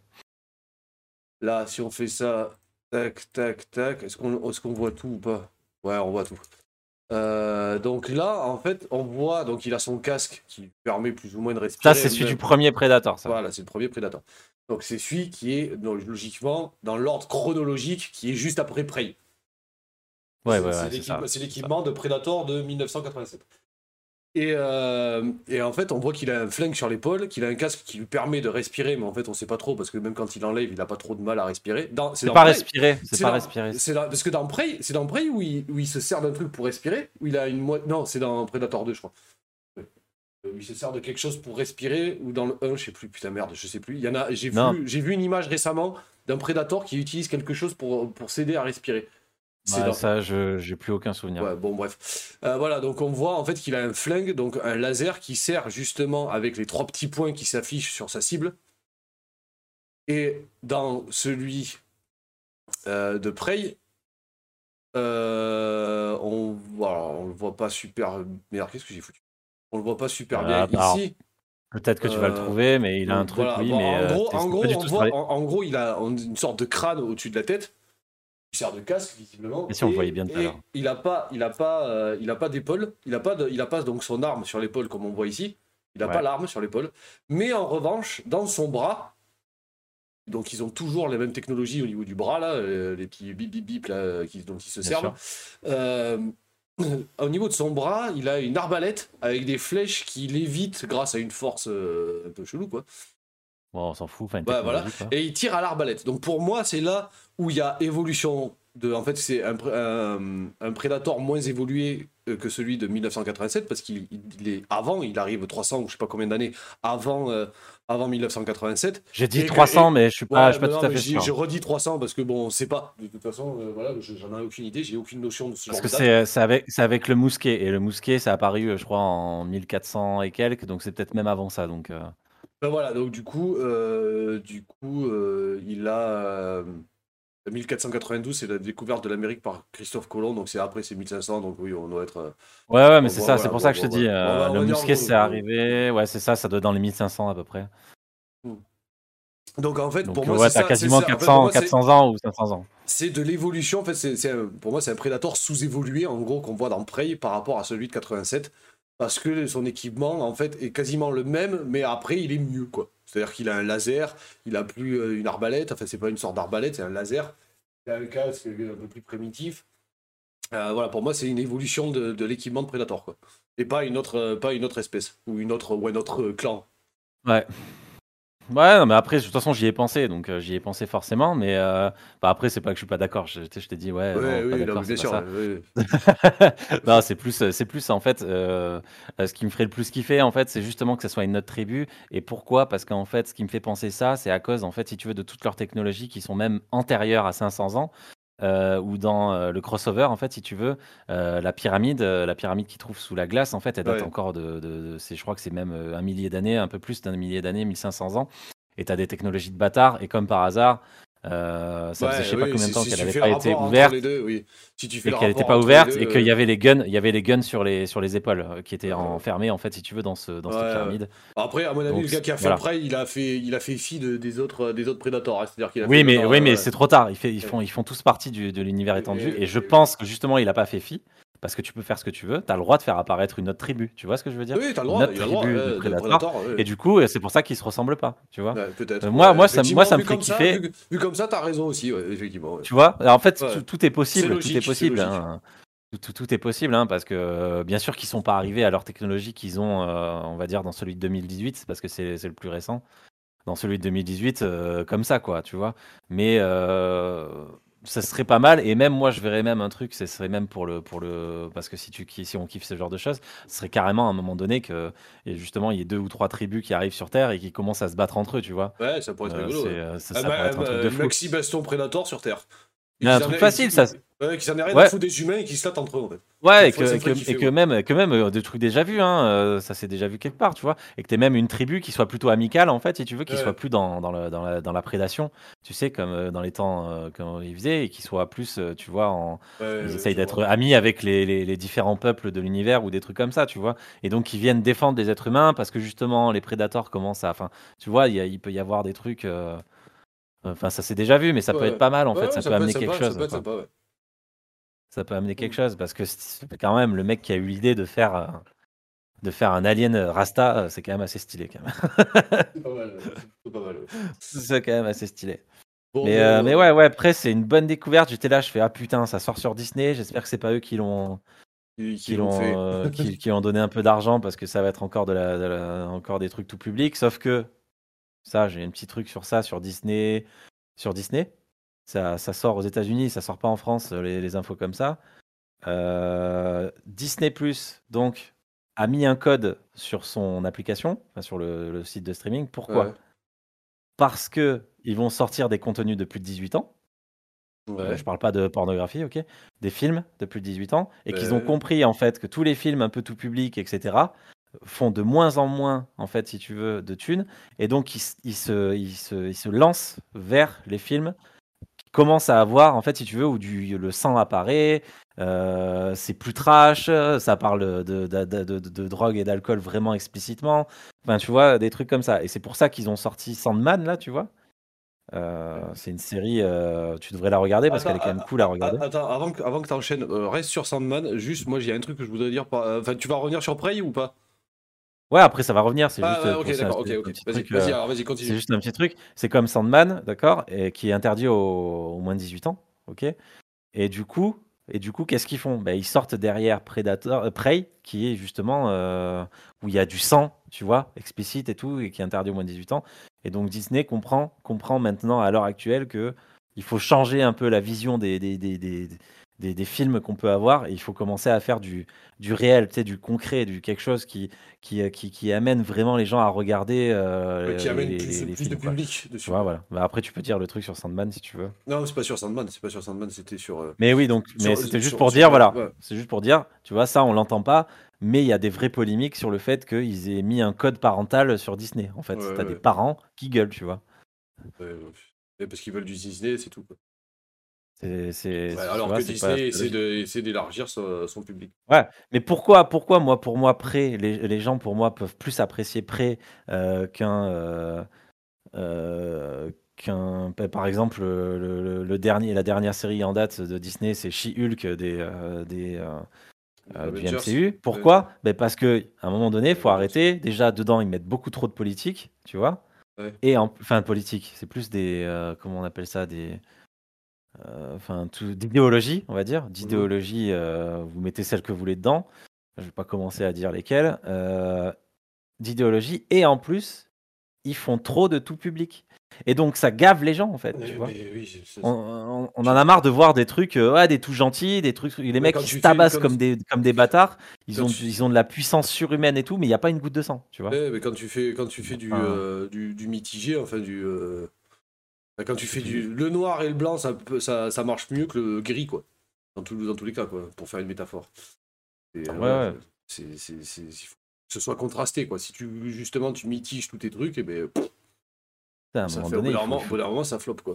Là, si on fait ça, tac, tac, tac, est-ce qu'on est-ce qu'on voit tout ou pas? Ouais, on voit tout. Euh, donc là, en fait, on voit, donc il a son casque qui lui permet plus ou moins de respirer. Ça, c'est celui même- du premier Predator, ça. Voilà, c'est le premier Predator. Donc c'est celui qui est, donc, logiquement, dans l'ordre chronologique, qui est juste après Prey. Ouais, C'est- ouais, c'est ouais, c'est l'équipement- ça. c'est l'équipement de Predator de mille neuf cent quatre-vingt-sept. Et, euh, et en fait, on voit qu'il a un flingue sur l'épaule, qu'il a un casque qui lui permet de respirer, mais en fait, on sait pas trop, parce que même quand il enlève, il a pas trop de mal à respirer. Dans- C'est dans pas Prey- respirer, c'est pas dans- respirer. c'est dans- parce que dans Prey, c'est dans Prey où il, où il se sert d'un truc pour respirer, où il a une mo- non, c'est dans Predator deux, je crois. Ouais. Euh, Il se sert de quelque chose pour respirer, ou dans le un, je sais plus, putain merde, je sais plus. Il y en a, j'ai Non. vu, j'ai vu une image récemment d'un Predator qui utilise quelque chose pour, pour s'aider à respirer. C'est Bah, dans- ça, je j'ai plus aucun souvenir. Ouais, bon, bref. Euh, voilà, donc on voit en fait qu'il a un flingue, donc un laser qui sert justement avec les trois petits points qui s'affichent sur sa cible. Et dans celui euh, de Prey, euh, on, voilà, on le voit pas super. Merde, qu'est-ce que j'ai foutu? On le voit pas super Ah, bien alors, ici. Peut-être que tu vas le Euh, trouver, mais il a un donc, truc, voilà. oui, Bon, mais en euh, gros, c'est- en, c'est gros, pas du on tout voit, pareil. en, en gros, il a une sorte de crâne au-dessus de la tête. Il sert de casque visiblement. Et si on le Et- voyait bien tout à et l'heure. Il a pas, il a pas, euh, il a pas d'épaule. Il a pas, de, il a pas donc son arme sur l'épaule comme on voit ici. Il a Ouais. pas l'arme sur l'épaule. Mais en revanche, dans son bras, donc ils ont toujours les mêmes technologies au niveau du bras là, euh, les petits bip bip bip là, qui, dont ils se Bien servent. Euh, au niveau de son bras, il a une arbalète avec des flèches qui l'évitent grâce à une force euh, un peu chelou quoi. Bon, on s'en fout, enfin, une Ouais, voilà. technologie, quoi. Et il tire à l'arbalète. Donc pour moi, c'est là où il y a évolution de. En fait, c'est un, pr- un, un Predator moins évolué euh, que celui de mille neuf cent quatre-vingt-sept parce qu'il il- il est avant, il arrive trois cents ou je sais pas combien d'années avant, euh, avant mille neuf cent quatre-vingt-sept. J'ai dit Et que- trois cents, et- mais je suis pas, Ouais, je suis pas mais tout non, à mais fait j'ai- sûr. Je redis trois cents parce que bon, on sait pas. De toute façon, euh, voilà, je- j'en ai aucune idée, j'ai aucune notion de ce Parce genre que de date. c'est c'est avec, c'est avec le mousquet, et le mousquet, ça a apparu, euh, je crois, en mille quatre cents et quelques, donc c'est peut-être même avant ça. Donc, euh, Ben voilà, donc du coup, euh, du coup, euh, il a euh, mille quatre cent quatre-vingt-douze, c'est la découverte de l'Amérique par Christophe Colomb, donc c'est après c'est mille cinq cents, donc oui, on doit être. euh, Ouais, ouais, mais on c'est voit, ça, voilà, c'est pour bon, ça que je te bon, dis, voilà. euh, On va- on le va dire mousquet, gros, c'est gros. arrivé, ouais, c'est ça, ça doit être dans les mille cinq cents à peu près. Donc en fait, Donc, pour euh, moi, ouais, c'est t'as ça. quasiment c'est ça. En fait, pour quatre cents, moi, c'est- quatre cents ans ou cinq cents ans. C'est de l'évolution, en fait, c'est, c'est un- pour moi, c'est un Predator sous-évolué, en gros, qu'on voit dans Prey par rapport à celui de quatre-vingt-sept, parce que son équipement, en fait, est quasiment le même, mais après, il est mieux, quoi. C'est-à-dire qu'il a un laser, il a plus euh, une arbalète, enfin, c'est pas une sorte d'arbalète, c'est un laser, il a un casque un peu plus primitif. Euh, voilà, pour moi, c'est une évolution de, de l'équipement de Predator, quoi. Et pas une autre, euh, pas une autre espèce, ou une autre, ou un autre euh, clan. Ouais. Ouais, non, mais après, de toute façon, j'y ai pensé, donc euh, j'y ai pensé forcément, mais euh, bah, après, c'est pas que je suis pas d'accord. Je, tu sais, je t'ai dit, ouais, Ouais, non, pas oui, non, d'accord, mais bien c'est sûr. pas ça. ouais, ouais. Non, c'est plus, euh, c'est plus en fait, euh, euh, ce qui me ferait le plus kiffer, en fait, c'est justement que ça soit une autre tribu. Et pourquoi? Parce qu'en fait, ce qui me fait penser ça, c'est à cause, en fait, si tu veux, de toutes leurs technologies qui sont même antérieures à cinq cents ans. Euh, ou dans euh, le crossover, en fait, si tu veux, euh, la pyramide, euh, la pyramide qui trouve sous la glace, en fait, elle date Ouais. encore de, de- de- c'est, je crois que c'est même euh, un millier d'années, un peu plus d'un millier d'années, mille cinq cents ans. Et tu as des technologies de bâtard, et comme par hasard, Euh, ça Ouais, faisait je sais oui, pas combien si- de temps si qu'elle tu n'avait fais pas le été rapport entre ouverte. les deux, oui. Si tu fais Et le qu'elle n'était rapport pas entre ouverte les deux, et qu'il y euh, avait les guns, il y avait les guns sur les sur les épaules euh, qui étaient Ouais, ouais. enfermés en fait si tu veux dans ce dans cette Ouais, ouais. pyramide. Après, à mon avis, Donc, le gars qui a fait voilà. Prey, il a fait, il a fait fi de, des autres, des autres Predators. hein. C'est-à-dire qu'il a Oui fait. mais non, non, oui mais ouais. c'est trop tard. Ils, fait- ils font ils font tous partie du- de l'univers étendu Et- et je et- pense que justement il a pas fait fi parce que tu peux faire ce que tu veux. T'as le droit de faire apparaître une autre tribu. Tu vois ce que je veux dire? Oui, t'as le Une droit, autre il a le droit tribu ouais, de de Predators. Predator. ouais. Et du coup euh, c'est pour ça qu'ils se ressemblent pas. Tu vois? Ouais, peut-être. Euh, moi ouais, moi ça moi ça me effectivement, ferait vu comme ça, kiffer. vu, vu comme ça, t'as raison aussi, ouais, effectivement. ouais. Tu vois? Alors, en fait Ouais. tout, tout est possible. C'est Tout logique, est c'est possible. logique. hein. Tout, tout- tout est possible hein, parce que euh, bien sûr qu'ils sont pas arrivés à leur technologie qu'ils ont, euh, on va dire, dans celui de deux mille dix-huit parce que c'est c'est le plus récent. Dans celui de deux mille dix-huit, euh, comme ça, quoi, tu vois. Mais euh, ça serait pas mal. Et même moi, je verrais même un truc, ce serait même pour le, pour le, parce que si tu, ki- si on kiffe ce genre de choses, ce serait carrément à un moment donné que, et justement, il y ait deux ou trois tribus qui arrivent sur Terre et qui commencent à se battre entre eux, tu vois. Ouais, ça pourrait être Euh, rigolo. c'est, ouais. euh, ça, Ah ça bah, pourrait être un bah, truc de fou. Maxi Baston Predator sur Terre. Et Il y a un qu'ils en truc aient- facile, et ça. qu'ils- Ouais, qu'ils en aient rien Ouais. à foutre des humains et qu'ils se latent entre eux, en fait. Ouais, et Ça que, me et ferait que, kiffer, et que ouais. même, que même euh, des trucs déjà vus, hein, euh, ça s'est déjà vu quelque part, tu vois, et que t'aies même une tribu qui soit plutôt amicale, en fait, si tu veux, qui Ouais. soit plus dans, dans, le- dans, la, dans la prédation, tu sais, comme euh, dans les temps euh, quand ils faisaient, et qui soit plus, euh, tu vois, en, Ouais, ils ouais, essayent je d'être vois. amis avec les, les, les différents peuples de l'univers ou des trucs comme ça, tu vois, et donc ils viennent défendre les êtres humains parce que justement les prédateurs commencent à, enfin, tu vois, il, y a- il peut y avoir des trucs, euh, enfin, ça s'est déjà vu, mais ça peut Ouais. être pas mal, en Ouais, fait, ouais, ça ça peut peut amener être quelque sympa, ça chose, peut être quoi. sympa, ouais. Ça peut amener quelque Mm. chose parce que c'est quand même le mec qui a eu l'idée de faire. euh, de faire un alien Rasta, euh, c'est quand même assez stylé quand même. C'est pas mal, ouais. C'est pas mal, ouais. C'est quand même assez stylé. Bon, Mais, bon, euh, bon. mais ouais, ouais, après c'est une bonne découverte. J'étais là, je fais ah putain, ça sort sur Disney. J'espère que c'est pas eux qui l'ont, Qui, qui qui l'ont l'ont, fait. euh, qui, qui ont donné un peu d'argent parce que ça va être encore de la, de la- encore des trucs tout public. Sauf que ça, j'ai un petit truc sur ça, sur Disney, sur Disney. Ça, ça sort aux États-Unis, ça sort pas en France. Les, les infos comme ça. Euh, Disney Plus, donc, a mis un code sur son application, enfin, sur le, le site de streaming. Pourquoi? Ouais. Parce que ils vont sortir des contenus de plus de dix-huit ans. Ouais. Euh, je parle pas de pornographie, ok? Des films de plus de dix-huit ans. Et qu'ils ont Ouais. compris, en fait, que tous les films un peu tout public, et cetera, font de moins en moins, en fait, si tu veux, de thunes. Et donc, ils, s- ils se, ils, se, ils se lancent vers les films qui commencent à avoir, en fait, si tu veux, où du, le sang apparaît, euh, c'est plus trash, ça parle de, de, de, de- de drogue et d'alcool vraiment explicitement. Enfin, tu vois, des trucs comme ça. Et c'est pour ça qu'ils ont sorti Sandman, là, tu vois. Euh, c'est une série, euh, tu devrais la regarder parce Attends, qu'elle est quand même a- cool à a- regarder. attends, avant que, avant que t'enchaînes, euh, reste sur Sandman. Juste, moi, j'ai un truc que je voudrais dire. par- euh, Enfin, tu vas revenir sur Prey ou pas? Ouais, après ça va revenir, c'est Ah, juste ouais, euh, ok, pour ça, d'accord, ok, c'est un ok. petit Vas-y, truc, vas-y, euh, alors, vas-y, c'est continue. juste un petit truc. C'est comme Sandman, d'accord, et qui est interdit aux, aux moins de dix-huit ans, ok. Et du coup, et du coup, qu'est-ce qu'ils font? Ben, ils sortent derrière Predator, euh, Prey, qui est justement euh, où il y a du sang, tu vois, explicite et tout, et qui est interdit aux moins de dix-huit ans. Et donc Disney comprend, comprend maintenant à l'heure actuelle que il faut changer un peu la vision des, des, des, des, des- des films qu'on peut avoir, et il faut commencer à faire du, du réel, tu sais, du concret, du quelque chose qui, qui, euh, qui, qui amène vraiment les gens à regarder euh, Ouais, qui les, amène les- plus, les- les plus de films, quoi. public Tu dessus. vois, quoi. voilà. Bah, après, tu peux dire le truc sur Sandman si tu veux. Non, c'est pas sur Sandman, c'est pas sur Sandman, c'était sur. euh, Mais oui, donc, mais sur- c'était juste sur- pour sur- dire, voilà, ouais. c'est juste pour dire, tu vois, ça, on l'entend pas, mais il y a des vraies polémiques sur le fait qu'ils aient mis un code parental sur Disney. En fait, Ouais, t'as ouais. des parents qui gueulent, tu vois. Ouais, ouais. Et parce qu'ils veulent du Disney, c'est tout. Quoi. C'est, c'est, Ouais, tu alors vois, que c'est Disney pas- essaie de- essaie d'élargir son, son public. Ouais, mais pourquoi, pourquoi moi, pour moi, Prey, les, les gens, pour moi, peuvent plus apprécier Prey euh, qu'un, euh, euh, qu'un, pa- par exemple, le, le- le dernier, la dernière série en date de Disney, c'est She-Hulk des, euh, des, euh, euh, du Avengers. M C U. Pourquoi? Ben parce que à un moment donné, il faut arrêter. Déjà, dedans, ils mettent beaucoup trop de politique, tu vois. Ouais. Et en, enfin, politique, c'est plus des, euh, comment on appelle ça, des, euh, enfin, tout, d'idéologie, on va dire. D'idéologie, euh, vous mettez celle que vous voulez dedans. Je vais pas commencer à dire lesquelles. Euh, d'idéologie. Et en plus, ils font trop de tout public. Et donc, ça gave les gens, en fait, tu Mais- vois. mais oui, c'est- c'est- On, on- on en a marre de voir des trucs, euh, ouais, des tout gentils, des trucs, les mecs quand qui tu se fais- tabassent quand- comme des, comme des bâtards. Ils quand ont, tu- ils ont de la puissance surhumaine et tout, mais il n'y a pas une goutte de sang, tu vois. Ouais, mais quand tu fais, quand tu fais du, Enfin, euh, du, du mitigé, enfin du. euh, enfin, quand tu fais du. Le noir et le blanc, ça, peut- ça, ça marche mieux que le gris, quoi. Dans, tout- dans tous les cas, quoi, pour faire une métaphore. Et, euh, Ouais, voilà, ouais. c'est- c'est- c'est- il faut que ce soit contrasté, quoi. Si tu, justement, tu mitiges tous tes trucs, et ben. pff, putain, à un ça moment fait, au bout donné, il d'un faut- moment, il au faut- bout d'un moment, ça floppe, quoi.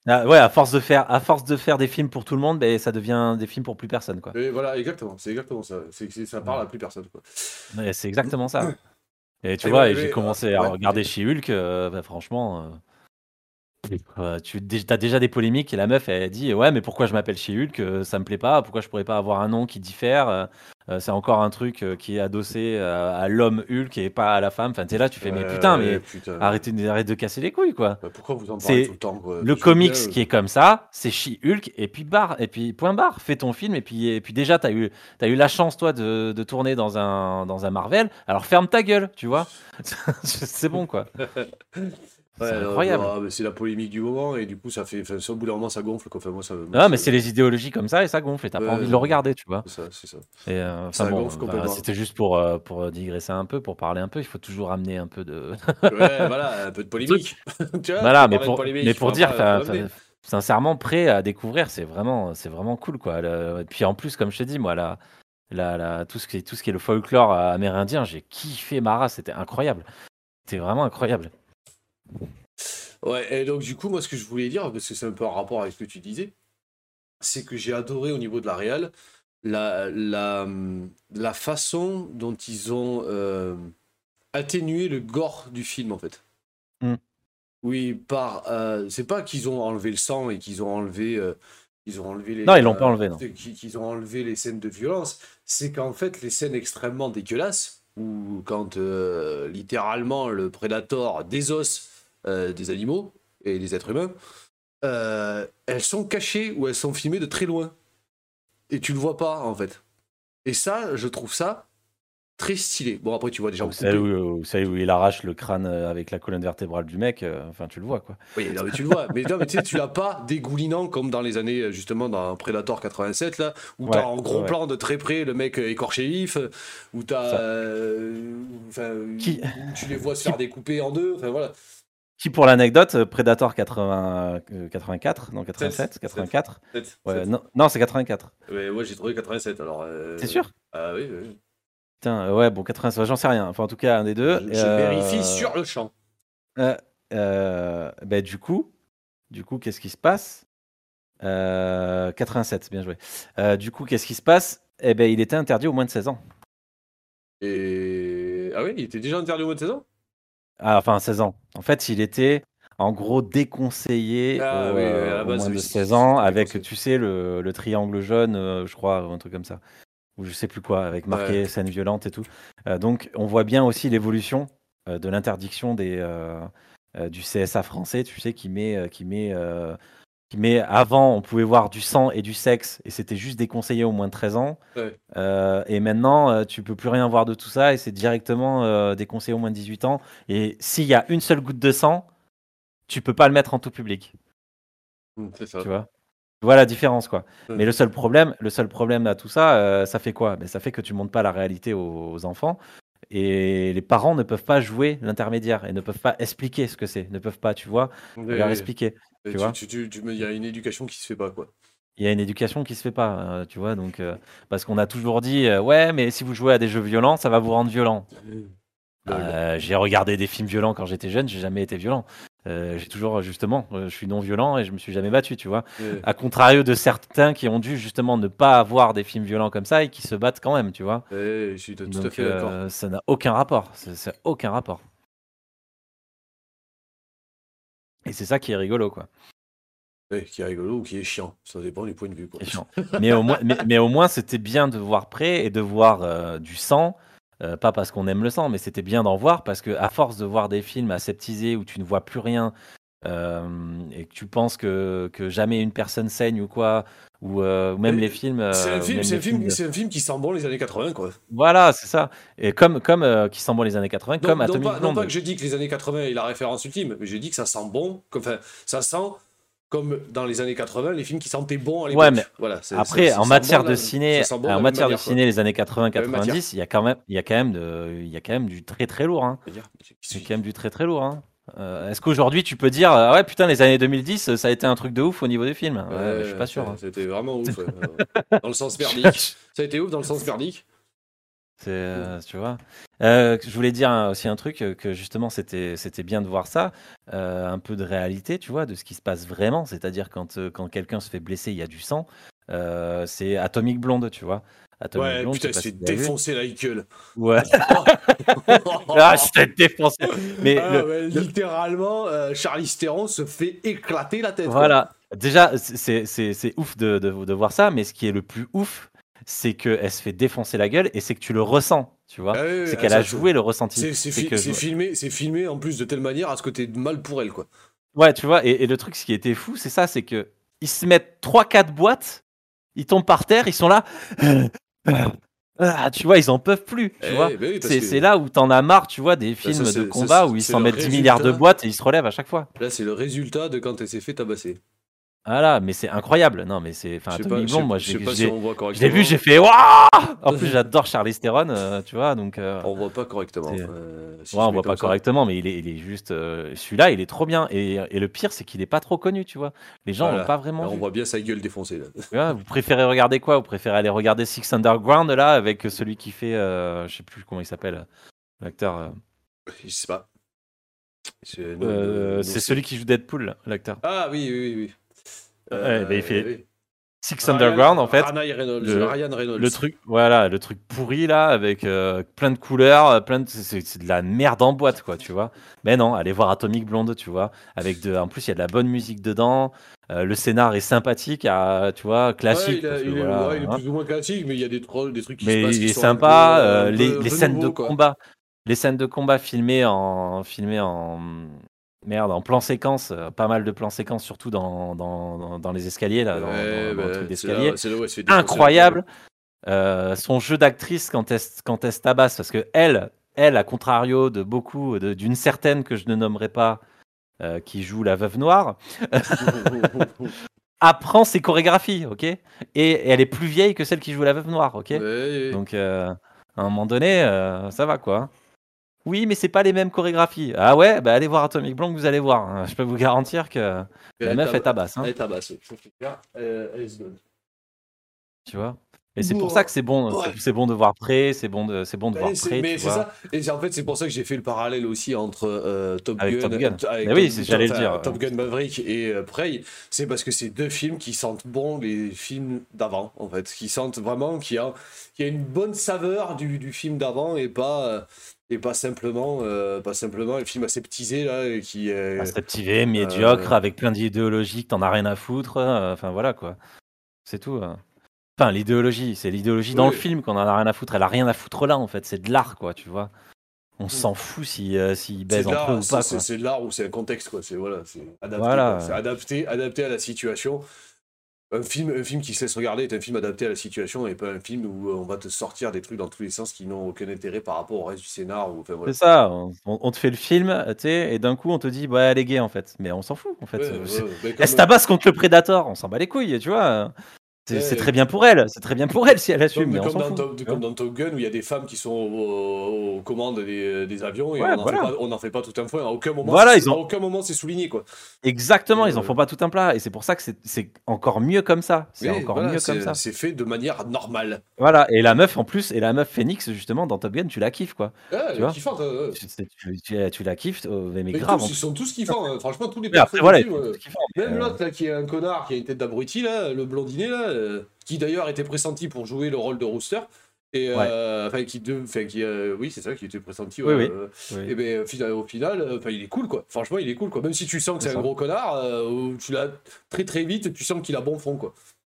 Ah, ouais, à force de faire, à force de faire des films pour tout le monde, ben, ça devient des films pour plus personne, quoi. Et voilà, exactement, c'est exactement ça. C'est, c'est- ça parle à plus personne, quoi. Ouais, c'est exactement ça. Et tu Et vois, ouais, et j'ai ouais, commencé euh, à ouais, regarder She-Hulk, euh, bah, franchement, euh, euh, tu as déjà des polémiques et la meuf, elle dit ouais, mais pourquoi je m'appelle She-Hulk, euh, ça me plaît pas, pourquoi je pourrais pas avoir un nom qui diffère, euh, euh, c'est encore un truc euh, qui est adossé euh, à l'homme Hulk et pas à la femme. Enfin, t'es là, tu fais mais Ouais, putain, ouais, mais putain. arrêtez, de- arrête de casser les couilles, quoi. Bah, pourquoi vous en parlez tout C'est le temps, quoi? le Je veux comics bien, qui euh, est comme ça, c'est She-Hulk et puis barre et puis point barre. Fais ton film et puis et puis déjà t'as eu t'as eu la chance toi de, de tourner dans un dans un Marvel. Alors ferme ta gueule, tu vois. C'est bon, quoi. Ouais, C'est non, incroyable. bah, mais c'est la polémique du moment et du coup ça fait, enfin, ça, au bout d'un moment ça gonfle, quoi. Enfin, moi ça. Moi, Ah, mais ça- c'est les idéologies comme ça et ça gonfle et t'as Ouais, pas envie de le regarder, tu vois. C'est ça, c'est ça. Et euh, Ça enfin bon, gonfle euh, complètement. c'était juste pour euh, pour digresser un peu, pour parler un peu. Il faut toujours amener un peu de. Ouais, voilà, un peu de polémique. Tu vois, Voilà, faut mais parler de pour polémique, mais faut pour en dire, parler, faut enfin, l'amener. enfin, sincèrement, prêt à découvrir, c'est vraiment c'est vraiment cool, quoi. Le- Et puis en plus, comme je t'ai dit, moi, la, la, la- tout ce qui est tout ce qui est le folklore euh, amérindien, j'ai kiffé ma race, c'était incroyable. C'était vraiment incroyable. Ouais, et donc du coup, moi ce que je voulais dire, parce que c'est un peu en rapport avec ce que tu disais, c'est que j'ai adoré au niveau de la réal la, la, la façon dont ils ont euh, atténué le gore du film, en fait. Mm. Oui, par euh, c'est pas qu'ils ont enlevé le sang et qu'ils ont enlevé euh, ils ont enlevé les Non, ils l'ont pas enlevé, non. c'est qu'ils qu'ils ont enlevé les scènes de violence, c'est qu'en fait les scènes extrêmement dégueulasses où quand euh, littéralement le prédateur désosse euh, des animaux et des êtres humains, euh, elles sont cachées ou elles sont filmées de très loin et tu le vois pas, en fait. Et ça, je trouve ça très stylé. Bon, après tu vois des gens Ou celle coupés. où, ou celle où il arrache le crâne euh, avec la colonne vertébrale du mec, euh, enfin tu le vois, quoi. Oui, non, mais tu le vois. Mais, non, mais tu sais, tu l'as pas dégoulinant comme dans les années, justement, dans Predator quatre-vingt-sept, là, où t'as Ouais, en gros ouais. plan de très près le mec euh, écorché vif, euh, où t'as. Ça. euh, enfin, Qui- où tu les vois se qui- faire découper en deux, enfin voilà. Qui, pour l'anecdote, euh, Predator quatre-vingts, euh, quatre-vingt-quatre, non quatre-vingt-sept, Sept, quatre-vingt-quatre. sept, Ouais, sept. non, non, c'est quatre-vingt-quatre. Ouais, moi j'ai trouvé quatre-vingt-sept, alors. euh, T'es sûr? Ah oui, oui. Putain, euh, ouais, bon, quatre-vingt-sept, j'en sais rien. Enfin, en tout cas, un des deux. Je, je Euh, vérifie sur le champ. euh, euh, bah, du coup, du coup, qu'est-ce qui se passe? Euh, quatre-vingt-sept, bien joué. Euh, du coup, qu'est-ce qui se passe? Eh ben, il était interdit au moins de seize ans. Et. Ah oui, il était déjà interdit au moins de seize ans? Ah, enfin, seize ans. En fait, il était, en gros, déconseillé Ah aux, oui, euh, à la aux base, moins oui, de c'est- seize c'est- ans, c'était avec, déconseillé. tu sais, le, le triangle jaune, euh, je crois, ou un truc comme ça. Ou je sais plus quoi, avec marqué Ouais. scène violente et tout. Euh, donc, on voit bien aussi l'évolution euh, de l'interdiction des, euh, euh, du C S A français, tu sais, qui met, euh, qui met, euh, qui met avant, on pouvait voir du sang et du sexe, et c'était juste déconseillé aux moins de treize ans. Ouais. Euh, et maintenant, euh, tu peux plus rien voir de tout ça, et c'est directement euh, déconseillé aux moins de dix-huit ans. Et s'il y a une seule goutte de sang, tu peux pas le mettre en tout public. Hum, C'est ça. Tu vois? Tu vois la différence, quoi. Ouais. Mais le seul problème, le seul problème à tout ça, euh, ça fait quoi? Ben, ça fait que tu montres pas la réalité aux, aux enfants. Et les parents ne peuvent pas jouer l'intermédiaire et ne peuvent pas expliquer ce que c'est, ne peuvent pas, tu vois, Ouais, leur ouais. expliquer. Et Tu vois? tu, tu, tu, il y a une éducation qui se fait pas, quoi. Il y a une éducation qui se fait pas, euh, tu vois, donc euh, parce qu'on a toujours dit euh, ouais, mais si vous jouez à des jeux violents, ça va vous rendre violent. Euh, j'ai regardé des films violents quand j'étais jeune, j'ai jamais été violent. Euh, j'ai toujours justement, euh, je suis non violent et je me suis jamais battu, tu vois. Ouais. À contrario de certains qui ont dû justement ne pas avoir des films violents comme ça et qui se battent quand même, tu vois. Ouais, je suis tout à Donc fait d'accord. euh, ça n'a aucun rapport, c'est c'est aucun rapport. Et c'est ça qui est rigolo, quoi. Ouais, qui est rigolo ou qui est chiant, ça dépend du point de vue, quoi. C'est chiant. Mais au moins, mais, mais au moins c'était bien de voir près et de voir euh, du sang. Euh, pas parce qu'on aime le sang, mais c'était bien d'en voir parce que à force de voir des films aseptisés où tu ne vois plus rien euh, et que tu penses que, que jamais une personne saigne ou quoi, ou euh, même Mais les films. euh, C'est un, ou film, même c'est, les un film, films- c'est un film qui sent bon les années quatre-vingts, quoi. Voilà, c'est ça. Et comme comme euh, qui sent bon les années quatre-vingts, Non, comme non, Atomic pas, non Blonde. pas que je dis que les années quatre-vingts est la référence ultime, mais je dis que ça sent bon, comme, enfin, ça sent comme dans les années quatre-vingts, les films qui sentaient bon à l'époque. Ouais, mais voilà, c'est- après, c'est- ça en sent matière bon de la- ciné, ça sent bon de en la matière même de manière, quoi. ciné, les années quatre-vingts La même matière. quatre-vingt-dix, il y a quand même, il y a quand même de, il y a quand même du très très lourd, hein. C'est-à-dire, C'est quand même du très très lourd, hein. Euh, est-ce qu'aujourd'hui tu peux dire euh, ouais putain les années deux mille dix euh, ça a été un truc de ouf au niveau des films? Ouais, mais je suis pas sûr, Ouais, hein. C'était vraiment ouf. ouais. Dans le sens merdique. Ça a été ouf dans le sens merdique. C'est, euh, tu vois. Euh, je voulais dire hein, aussi un truc euh, que justement c'était c'était bien de voir ça, euh, un peu de réalité, tu vois, de ce qui se passe vraiment. C'est-à-dire quand euh, quand quelqu'un se fait blesser, il y a du sang. Euh, c'est Atomic Blonde, tu vois. Atomic Ouais, Blonde, je putain, sais pas il s'est si tu l'as vu. défoncé la gueule. Ouais. Ah, je t'ai défoncé. Mais Ah, le, ouais, le- littéralement, euh, Charlize Theron se fait éclater la tête. quoi. Voilà. Déjà, c'est c'est c'est ouf de, de de voir ça, mais ce qui est le plus ouf, c'est qu'elle se fait défoncer la gueule et c'est que tu le ressens, tu vois. Ah oui, oui, C'est ah, qu'elle ça, a c'est- joué le ressenti. C'est c'est C'est fi- que c'est je- filmé, c'est filmé en plus de telle manière à ce que t'aies mal pour elle, quoi. Ouais, tu vois, et, et le truc, ce qui était fou, c'est ça, c'est que ils se mettent trois quatre boîtes, ils tombent par terre, ils sont là. Ah, tu vois, ils en peuvent plus, tu Eh, vois. bah oui, parce C'est que- c'est là où t'en as marre, tu vois, des Bah, ça, films c'est- de ça, combat c'est- où ils c'est s'en le mettent dix milliards de résultat. boîtes et ils se relèvent à chaque fois. Là, c'est le résultat de quand elle s'est fait tabasser. Voilà, mais c'est incroyable. Non, mais c'est. Enfin, Je sais Atomic pas- je Blonde, sais- moi, je je sais l'ai pas je si l'ai- on voit je l'ai correctement. vu, j'ai fait waouh. En plus, j'adore Charlize Theron, euh, tu vois, donc. euh, On voit pas correctement. c'est- euh, si ouais, je on mets voit comme pas ça. correctement, mais il est, il est juste. euh, Celui-là, il est trop bien. Et, et le pire, c'est qu'il est pas trop connu, tu vois. Les gens Voilà. l'ont pas vraiment Là, on vu. voit bien sa gueule défoncée. Là. Tu vois, vous préférez regarder quoi? Vous préférez aller regarder Six Underground là avec celui qui fait, euh, je sais plus comment il s'appelle, l'acteur. euh, Je sais pas. C'est euh, non, non, c'est non, celui qui joue Deadpool, là, l'acteur. Ah oui, oui, oui. oui. Ouais, bah, il fait oui. Six Ryan- Underground en fait. Ryan Reynolds, Le- Ryan Reynolds. Le truc, voilà, le truc pourri là avec euh, plein de couleurs, euh, plein de, c'est, c'est de la merde en boîte quoi, tu vois. Mais non, allez voir Atomic Blonde, tu vois. Avec de, en plus il y a de la bonne musique dedans. Euh, le scénar est sympathique, à, tu vois, classique. Ouais, il, a- parce que il est, voilà, ouais, il est hein. plus ou moins classique, mais il y a des, tro- des trucs qui Mais se passent il qui est sont sympa. un peu, euh, un les peu- un les peu scènes nouveaux, de quoi. combat, les scènes de combat filmées en, filmées en, merde, en plan séquence, euh, pas mal de plans séquences, surtout dans, dans, dans, dans les escaliers là, dans, Ouais, dans- dans le bah, truc c'est là- d'escalier. c'est là où elle se fait défoncer la Incroyable. Euh, son jeu d'actrice quand elle, s- quand elle se tabasse, parce que elle, elle, à contrario de beaucoup, de- d'une certaine que je ne nommerai pas, euh, qui joue la veuve noire, apprend ses chorégraphies, ok? Et, et elle est plus vieille que celle qui joue la veuve noire, ok? Ouais, ouais. Donc, euh, à un moment donné, euh, ça va quoi. Oui, mais c'est pas les mêmes chorégraphies. Ah ouais, bah allez voir Atomic Blonde, vous allez voir. hein. Je peux vous garantir que la Elle meuf tab- est tabasse. Hein. Elle tabasse, oui. Ça, c'est clair. Euh, elle se donne. Tu vois. Et c'est Bon, pour ça que c'est bon, ouais. c'est- c'est bon de voir près, c'est bon de, c'est bon de voir Mais c'est- près, mais tu c'est vois. ça. Et c'est- en fait, c'est pour ça que j'ai fait le parallèle aussi entre euh, Top Avec Gun, Top Gun. euh, avec Mais oui, Top- c'est- j'allais le enfin, dire. Top Gun Maverick et euh, Prey. C'est parce que c'est deux films qui sentent bon les films d'avant, en fait, qui sentent vraiment qu'il y a, qu'il y a une bonne saveur du, du film d'avant et pas euh, et pas simplement euh, pas simplement le film aseptisé là et qui euh, Aseptivé, médiocre, avec plein d'idéologies que t'en as rien à foutre. euh, Enfin voilà quoi. C'est tout. euh. Enfin, l'idéologie, c'est l'idéologie dans Oui. le film qu'on en a rien à foutre. Elle a rien à foutre là en fait. C'est de l'art quoi, tu vois. On s'en fout si euh, s'ils c'est baisent de entre eux l'art, ou c'est- pas c'est quoi. c'est de l'art ou c'est un contexte quoi. C'est voilà, c'est adapté. Voilà. quoi. C'est adapté, adapté à la situation. Un film, un film qui se laisse regarder est un film adapté à la situation et pas un film où on va te sortir des trucs dans tous les sens qui n'ont aucun intérêt par rapport au reste du scénar. Ou, enfin, voilà. C'est ça. On, on te fait le film, tu sais, et d'un coup on te dit bah elle est gay en fait. Mais on s'en fout en fait. Ouais, Euh, ouais, c'est- ouais, mais Elle se comme- tabasse contre le Predator. On s'en bat les couilles, tu vois. C'est Ouais. c'est très bien pour elle. C'est très bien pour elle si elle assume. Comme, Mais on comme s'en dans fout. Top, tu comme vois. dans Top Gun où il y a des femmes qui sont aux, aux commandes des, des avions et Ouais, on n'en voilà. fait, pas- on n'en fait pas tout un point. À aucun moment, Voilà, c'est- ils ont- à aucun moment c'est souligné quoi. Exactement, ils en Euh, font pas tout un plat. Et c'est pour ça que c'est- c'est encore mieux comme ça. C'est Oui, encore voilà, mieux c'est- comme ça. C'est fait de manière normale. Voilà, et la meuf en plus, et la meuf Phoenix, justement, dans Top Gun, tu la kiffes quoi. Ouais, Tu vois kiffante. euh, Tu, tu- tu- tu- tu la kiffes, euh, mais, Mais grave. tous, en ils sont tous kiffants. hein. Franchement, tous les Oui, après, personnes voilà, du film, ils sont euh, tous kiffants, mais, même euh, l'autre là qui est un connard, qui a une tête d'abruti là, le blondinet là, euh, qui d'ailleurs était pressenti pour jouer le rôle de Rooster. Et euh, enfin qui de, enfin qui, euh, oui c'est ça, qui était pressenti. Oui, ouais, oui. euh, Oui. Et ben au final, au final, euh, enfin il est cool quoi. Franchement, il est cool quoi. Même si tu sens que C'est c'est un ça. gros connard, euh, ou tu l'as très très vite, tu sens qu'il a bon fond quoi.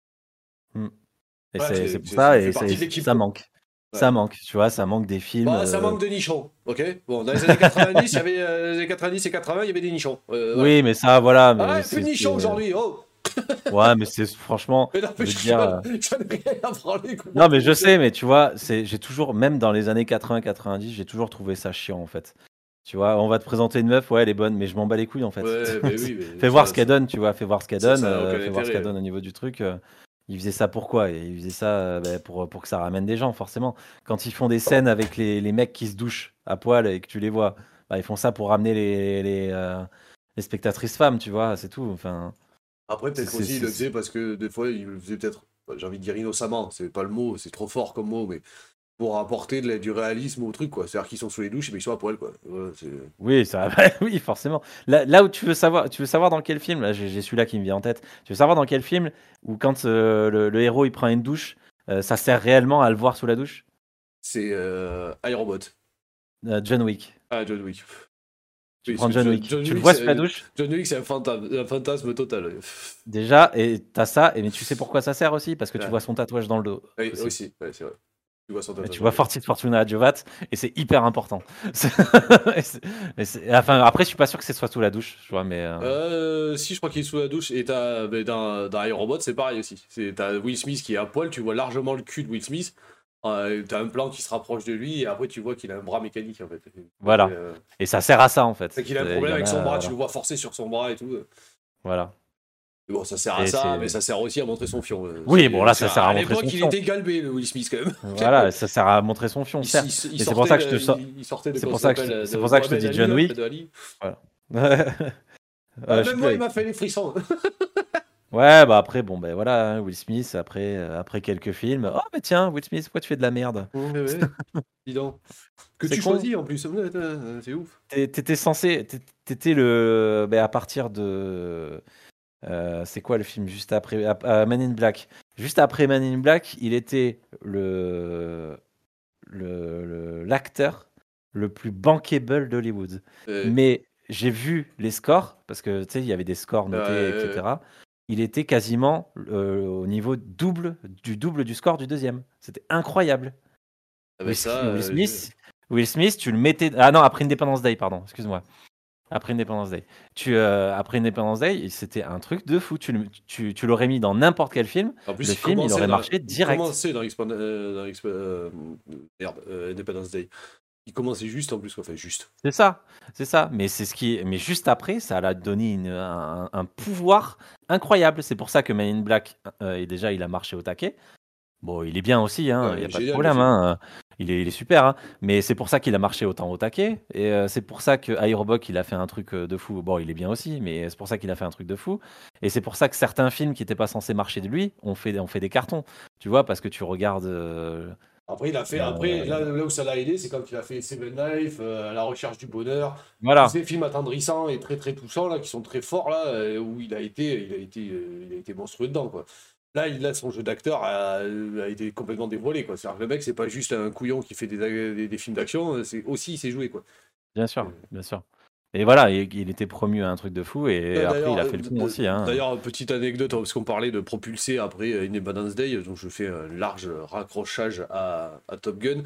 Mm. Et Ouais, c'est c'est- c'est pour c'est- ça, ça et fait partie c'est- de l'équipe, ça quoi. manque. Ouais. Ça manque, tu vois, ça manque des films. Bah, ça euh, manque de nichons, ok. Bon, dans les années quatre-vingt-dix, il y avait euh, les années quatre-vingt-dix et quatre-vingts, il y avait des nichons. Euh, voilà. Oui, mais ça, voilà. Mais Ah, c'est- plus de nichons c'est- aujourd'hui, oh. Ouais, mais c'est franchement. Mais non, mais je veux je dire, euh, j'en ai rien à branler. quoi. Non, mais je sais, mais tu vois, c'est, j'ai toujours, même dans les années quatre-vingts quatre-vingt-dix, j'ai toujours trouvé ça chiant en fait. Tu vois, on va te présenter une meuf, ouais, elle est bonne, mais je m'en bats les couilles en fait. Ouais, mais oui, mais Fais voir ça- ce qu'elle donne, tu vois, fais voir ce qu'elle ça, donne, ça a euh, aucun fais voir ce intérêt, qu'elle donne au niveau du truc. euh, Ils faisaient ça pourquoi? Et ils faisaient ça euh, bah, pour, pour que ça ramène des gens, forcément. Quand ils font des scènes avec les, les mecs qui se douchent à poil et que tu les vois, bah, ils font ça pour ramener les, les, euh, les spectatrices femmes, tu vois, c'est tout. Enfin, Après, peut-être c'est- aussi, il c'est- le faisait parce que des fois, il le faisait peut-être, j'ai envie de dire innocemment, c'est pas le mot, c'est trop fort comme mot, mais pour apporter de la- du réalisme au truc, quoi. C'est-à-dire qu'ils sont sous les douches, mais ils sont à poil, quoi. Voilà, c'est... Oui, ça, oui, forcément. Là, là où tu veux savoir, tu veux savoir dans quel film, là, j'ai, j'ai celui-là qui me vient en tête. Tu veux savoir dans quel film où quand euh, le, le héros il prend une douche, euh, ça sert réellement à le voir sous la douche? C'est euh, iRobot. Euh, John Wick. Ah, John Wick. Tu Oui, prends parce que John John- Wick, John tu le Wick, vois c'est- sous la douche John Wick, c'est un fantasme, un fantasme total. déjà, et t'as ça, et mais tu sais pourquoi ça sert aussi? Parce que tu Ouais. vois son tatouage dans le dos. Oui, aussi. aussi, ouais, c'est vrai. Tu vois son Et tatouage. tu vois Fortis Fortuna Adjuvat, et c'est hyper important. C'est- et c'est- et c'est- enfin, après, je suis pas sûr que ce soit sous la douche, tu vois, mais. euh, Euh, si, je crois qu'il est sous la douche. Et t'as, ben, dans, dans iRobot, c'est pareil aussi. C'est, t'as Will Smith qui est à poil, tu vois largement le cul de Will Smith. Euh, t'as un plan qui se rapproche de lui, et après tu vois qu'il a un bras mécanique en fait. Voilà. Et, euh, Et ça sert à ça en fait. c'est qu'il a un C'est- problème il y en avec a, son bras, voilà. tu le vois forcer sur son bras et tout. Voilà. Mais bon, ça sert à Et ça, c'est- mais ça sert aussi à montrer son fion. euh. Oui, C'est- bon, là, ça c'est- sert à À montrer l'époque, son il fion. était galbé, le Will Smith, quand même. Voilà, ça sert à montrer son fion, Il- certes. il- il Mais c'est sortait pour ça que je de- te sors. il- il sortait de C'est comment pour ça ça que je s'appelle, te- c'est de pour ça que je te Mohamed dis Ali, John là, Wick. de Ali. Voilà. Ah, Euh, je sais même plus moi, il avec- m'a fait les frissons. Ouais, bah après, bon, ben voilà, hein, Will Smith, après, euh, après quelques films. Oh, mais tiens, Will Smith, pourquoi tu fais de la merde? Ouais, ouais. Dis donc. Que C'est tu con. choisis en plus, Ouais, ouais, c'est ouf. T'é- T'étais censé. t'é- T'étais le. Ben, à partir de. euh, c'est quoi le film juste après à- à Man in Black. Juste après Man in Black, il était le. le- le- l'acteur le plus bankable d'Hollywood. Euh, Mais j'ai vu les scores, parce que tu sais, il y avait des scores notés, Ouais, ouais, et cetera. Il était quasiment euh, au niveau double du double du score du deuxième. C'était incroyable. ah bah Will, ça, Will euh, Smith, Will Smith, tu le mettais. Ah non, après Independence Day, pardon, excuse-moi. Après Independence Day. Tu, euh, après Independence Day, c'était un truc de fou. Tu, le- tu, tu l'aurais mis dans n'importe quel film. En plus, le il film, il commençait aurait dans- marché Il direct. commençait dans, Expand- euh, dans Exp- euh, merde, euh, Independence Day. Il commençait juste en plus, quoi. Enfin, juste. C'est ça, c'est ça. Mais c'est ce qui, mais juste après, ça l'a donné une- un, un pouvoir incroyable. C'est pour ça que Man in Black, euh, et déjà, il a marché au taquet. Bon, il est bien aussi, hein, Ouais, il il y est a pas de génial, problème. le film. Hein, il est, il est super. Hein, mais c'est pour ça qu'il a marché autant au taquet. Et euh, c'est pour ça que iRobot, il a fait un truc euh, de fou. Bon, il est bien aussi, mais c'est pour ça qu'il a fait un truc de fou. Et c'est pour ça que certains films qui n'étaient pas censés marcher de lui ont fait, ont fait des cartons. Tu vois, parce que tu regardes. euh, Après, il a fait. Euh, Après, là, là où ça l'a aidé, c'est quand il a fait Seven Life, euh, La recherche du bonheur. Voilà. Tous ces films attendrissants et très très touchants là, qui sont très forts là, euh, où il a été, il a été, euh, il a été monstrueux dedans quoi. Là, il, là son jeu d'acteur a, a été complètement dévoilé quoi. C'est-à-dire que le mec, c'est pas juste un couillon qui fait des, des, des films d'action, c'est aussi il sait jouer quoi. Bien sûr, bien sûr. Et voilà, il, il était promu à un truc de fou. Et Euh, après, il a d'ailleurs, fait le euh, con d- aussi. Hein. D'ailleurs, petite anecdote, parce qu'on parlait de propulser après euh, Independence Day, donc je fais un large raccrochage à, à Top Gun.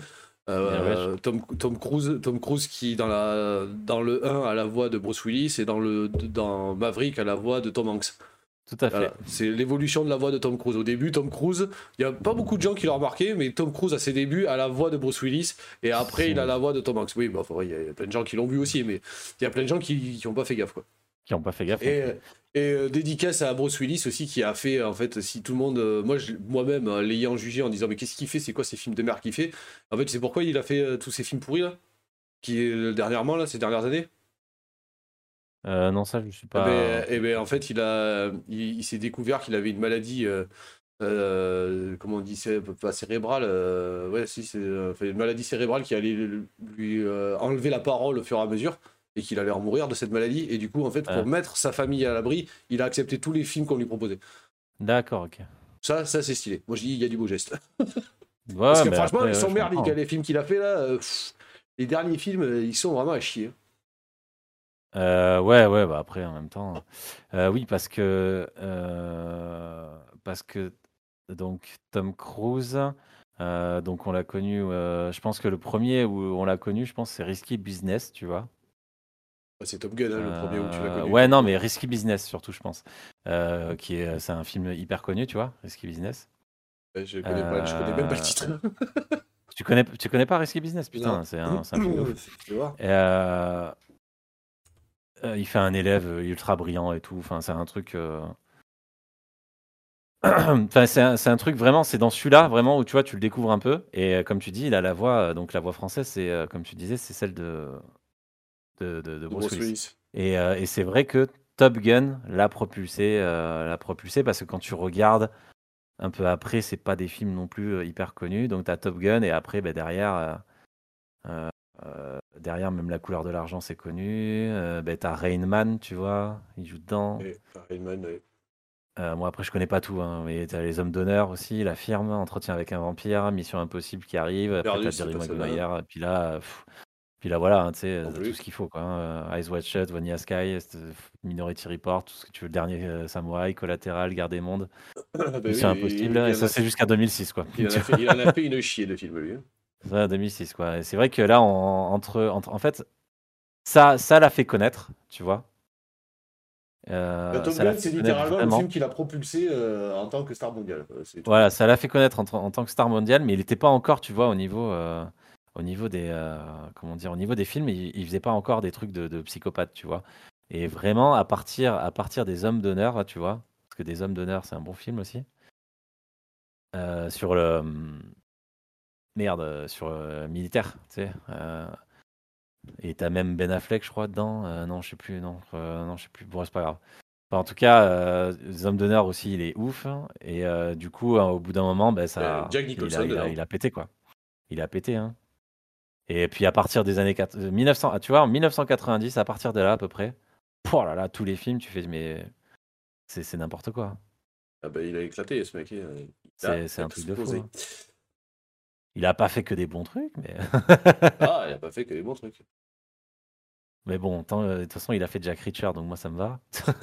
Euh, Tom, Tom Cruise, Tom Cruise qui dans, la, dans le un a la voix de Bruce Willis et dans, le, dans Maverick a la voix de Tom Hanks. Tout à fait. Voilà. C'est l'évolution de la voix de Tom Cruise. Au début, Tom Cruise, il n'y a pas beaucoup de gens qui l'ont remarqué, mais Tom Cruise à ses débuts a la voix de Bruce Willis et après il a la voix de Tom Hanks. Oui, bah, il y, a- y a plein de gens qui l'ont vu aussi, mais il y a plein de gens qui n'ont pas fait gaffe. Quoi. Qui n'ont pas fait gaffe. Et, et euh, dédicace à Bruce Willis aussi qui a fait en fait si tout le monde euh, moi je- moi-même euh, l'ayant jugé en disant mais qu'est-ce qu'il fait, c'est quoi ces films de merde qu'il fait, en fait c'est pourquoi il a fait euh, tous ces films pourris là qui est euh, dernièrement là ces dernières années. Euh, non, ça, je suis pas. Eh ben, eh ben, en fait il a il, il s'est découvert qu'il avait une maladie euh, euh, comment on dit, c'est pas cérébrale, euh, ouais si c'est euh, enfin, une maladie cérébrale qui allait lui euh, enlever la parole au fur et à mesure et qu'il allait en mourir de cette maladie, et du coup en fait pour Ouais. mettre sa famille à l'abri il a accepté tous les films qu'on lui proposait. D'accord, ok. Ça, ça c'est stylé. Moi je dis il y a du beau geste. Ouais, Parce que mais franchement après, ils euh, sont je merdiques comprends. hein, les films qu'il a fait là. euh, pff, les derniers films euh, ils sont vraiment à chier. Euh, ouais, ouais, bah après, en même temps. euh, oui, parce que. euh, parce que. Donc, Tom Cruise. euh, donc, on l'a connu. euh, je pense que le premier où on l'a connu, je pense, c'est Risky Business, tu vois. Bah, c'est Top Gun hein, le premier où tu l'as Euh, connu. ouais, non, mais Risky Business, surtout, je pense. Euh, qui est, c'est un film hyper connu, tu vois, Risky Business. Ouais, je connais pas, je connais même pas le titre. Tu connais, tu connais pas Risky Business, putain, Non. c'est un, c'est un film de ouf. Je vais voir. Et, euh, euh, il fait un élève euh, ultra brillant et tout. Enfin, c'est un truc. euh, Enfin, c'est un, c'est un truc vraiment. C'est dans celui-là vraiment où tu vois, tu le découvres un peu. Et euh, comme tu dis, il a la voix. euh, Donc la voix française, c'est euh, comme tu disais, c'est celle de de, de, de Bruce Bruce Willis. Willis. Et, euh, et c'est vrai que Top Gun l'a propulsé, euh, l'a propulsé parce que quand tu regardes un peu après, c'est pas des films non plus euh, hyper connus. Donc t'as Top Gun et après, bah, derrière, euh, euh, euh, derrière même La couleur de l'argent, c'est connu. Euh, bah, t'as Rain Man, tu vois, il joue dedans. Et Rain Man, ouais. Euh, moi après, je connais pas tout, hein, mais t'as Les Hommes d'honneur aussi, La Firme, Entretien avec un vampire, Mission Impossible qui arrive. Après Perdu, t'as c'est Jerry pas celle-là. Maguire. Et puis là, euh, pff, puis là voilà, hein, tu sais, Non t'as plus. tout ce qu'il faut, quoi. Hein. Euh, Eyes Wide Shut, Vanilla Sky, euh, Minority Report, tout ce que tu veux, le dernier euh, Samouraï, Collatéral, Guerre des mondes, Ah bah oui, Mission il, Impossible. il Et en ça, a c'est fait, jusqu'à deux mille six, quoi. il en a fait, il en a fait une chier de film, lui. hein. Ça, deux mille six, quoi. Et c'est vrai que là, en- entre, entre, en fait, ça, ça l'a fait connaître, tu vois. Euh, Top ça l'a Gun, fait c'est connaître littéralement le vraiment. film qui l'a propulsé euh, en tant que star mondiale. euh, C'est tout. Voilà, ça l'a fait connaître en, tra- en tant que star mondial, mais il n'était pas encore, tu vois, au niveau, euh, au niveau des, euh, comment dire, au niveau des films, il, il faisait pas encore des trucs de, de psychopathe, tu vois. Et vraiment, à partir, à partir des Hommes d'honneur, là, tu vois, parce que des Hommes d'honneur, c'est un bon film aussi. euh, sur le merde, euh, sur le militaire, tu sais. euh, et t'as même Ben Affleck, je crois, dedans. Euh, non, je sais plus, non, euh, non, je sais plus. Bon, c'est pas grave. Enfin, en tout cas, euh, les Hommes d'honneur aussi, il est ouf. hein. Et euh, du coup, hein, au bout d'un moment, ben, Euh, ça, Jack il Nicholson a, il, a, dedans. il a pété, quoi. Il a pété, hein. Et puis à partir des années quatre- euh, mille neuf cents, ah, tu vois, en mille neuf cent quatre-vingt-dix, à partir de là, à peu près, oh là là, tous les films, tu fais, mais c'est c'est n'importe quoi. Ah bah il a éclaté ce mec. hein. Il a C'est c'est un truc de fou. explosé. hein. Il a pas fait que des bons trucs, mais. Ah, il a pas fait que les bons trucs. Mais bon, tant, euh, de toute façon, il a fait Jack Reacher, donc moi, ça me va.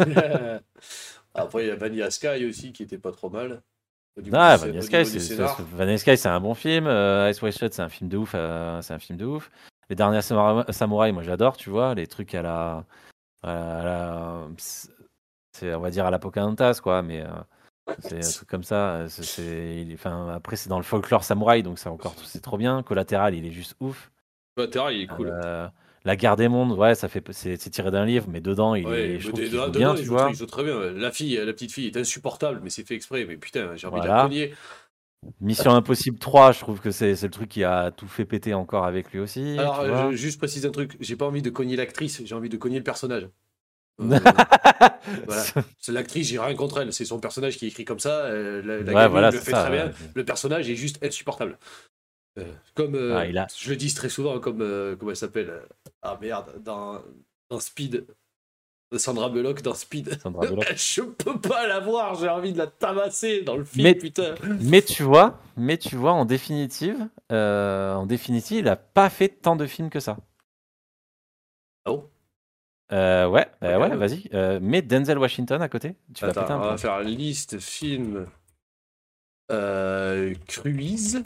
Après, il y a Vanilla Sky aussi qui était pas trop mal. Au niveau Ah, du scé- Vanilla au Sky, niveau du c'est c'est- scénar. c'est- Vanilla Sky, c'est un bon film. Euh, Ice White Shot, c'est un film de ouf. euh, c'est un film de ouf. Les derniers Samura- Samouraï, moi, j'adore, tu vois, les trucs à la, à la, à la- c'est, on va dire à la Pocahontas, quoi, mais euh, c'est un truc comme ça. euh, C'est, c'est- il est- enfin, après, c'est dans le folklore samouraï, donc c'est encore, c'est trop bien. Collatéral, il est juste ouf. Collatéral, il est cool. Euh, La guerre des mondes, ouais, ça fait, c'est, c'est tiré d'un livre, mais dedans, il Ouais, est, je mais trouve des- qu'il joue dedans, bien, il tu joue, vois. très, il joue très bien. La fille, la petite fille est insupportable, mais c'est fait exprès. Mais putain, j'ai envie de la Voilà. cogner. Mission Impossible trois, je trouve que c'est, c'est le truc qui a tout fait péter encore avec lui aussi. Alors, tu euh, vois. je- juste précise un truc. J'ai pas envie de cogner l'actrice, j'ai envie de cogner le personnage. Euh, voilà. C'est l'actrice, j'ai rien contre elle. C'est son personnage qui est écrit comme ça. euh, la la Ouais, gamine voilà, le c'est fait ça, très ouais. bien. Le personnage est juste insupportable. Euh, comme euh, Ah, il a- je le dis très souvent, comme euh, comment elle s'appelle euh, Ah merde, dans, dans Speed. Sandra Bullock dans Speed. Sandra Bullock. Je peux pas la voir, j'ai envie de la tabasser dans le film, Mais, putain. mais tu vois, mais tu vois, en définitive, euh, en définitive, il a pas fait tant de films que ça. Ah bon Euh, ouais, euh, Ok. ouais, vas-y. Euh, mets Denzel Washington à côté. Tu vas péter Attends, un on va plomb. faire liste film. Euh, Cruise.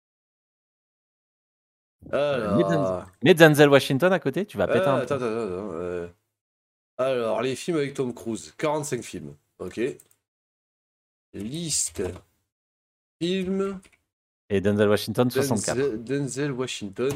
Euh, mets, Denzel, Alors. mets Denzel Washington à côté, tu vas péter Ah, un attends, plomb. attends, attends. euh, Alors, les films avec Tom Cruise. quarante-cinq films. Ok. Liste. Film. Et Denzel Washington, soixante-quatre. Denzel, Denzel Washington.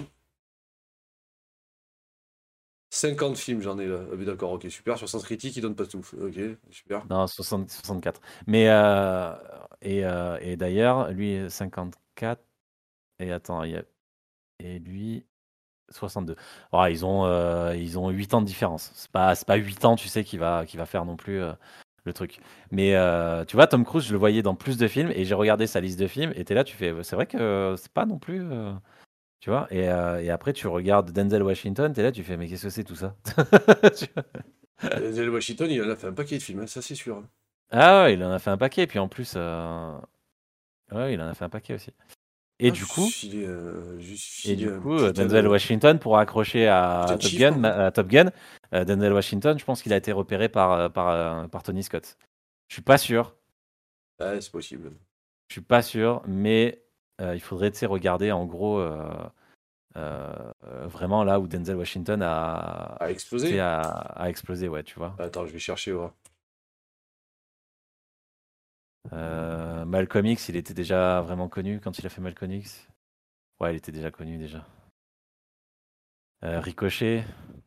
cinquante films, j'en ai là. Ah, mais d'accord, ok, super. Sur Sens Critique, ils donnent pas tout. Ok, super. Non, soixante, soixante-quatre. Mais, euh, et, euh, et d'ailleurs, lui, cinquante-quatre. Et attends, il y a, et lui, soixante-deux. Oh, ils ont, euh, ils ont huit ans de différence. C'est pas, c'est pas huit ans, tu sais, qui va, qui va faire non plus euh, le truc. Mais euh, tu vois, Tom Cruise, je le voyais dans plus de films et j'ai regardé sa liste de films et t'es là, tu fais, c'est vrai que c'est pas non plus. euh, tu vois, et, euh, et après, tu regardes Denzel Washington, t'es là, tu fais, mais qu'est-ce que c'est tout ça? Tu vois. Denzel Washington, il en a fait un paquet de films, hein, ça c'est sûr. Ah ouais, il en a fait un paquet, puis en plus, euh, ouais, il en a fait un paquet aussi. Et Ah, du juste coup, filer, euh, juste et filer du un coup, euh, putain Denzel de- Washington, pour accrocher à Putain de Top chiffre, Gun, hein. ma- à Top Gun, euh, Denzel Washington, je pense qu'il a été repéré par, euh, par, euh, par Tony Scott. Je suis pas sûr, Ouais, c'est possible. je suis pas sûr, mais euh, il faudrait, tu sais, regarder en gros euh, euh, euh, vraiment là où Denzel Washington a, A tu explosé. sais, a, a explosé, ouais, tu vois. Attends, je vais chercher, voir. Euh, Malcolm X, il était déjà vraiment connu quand il a fait Malcolm X. Ouais, il était déjà connu déjà. Euh, Ricochet.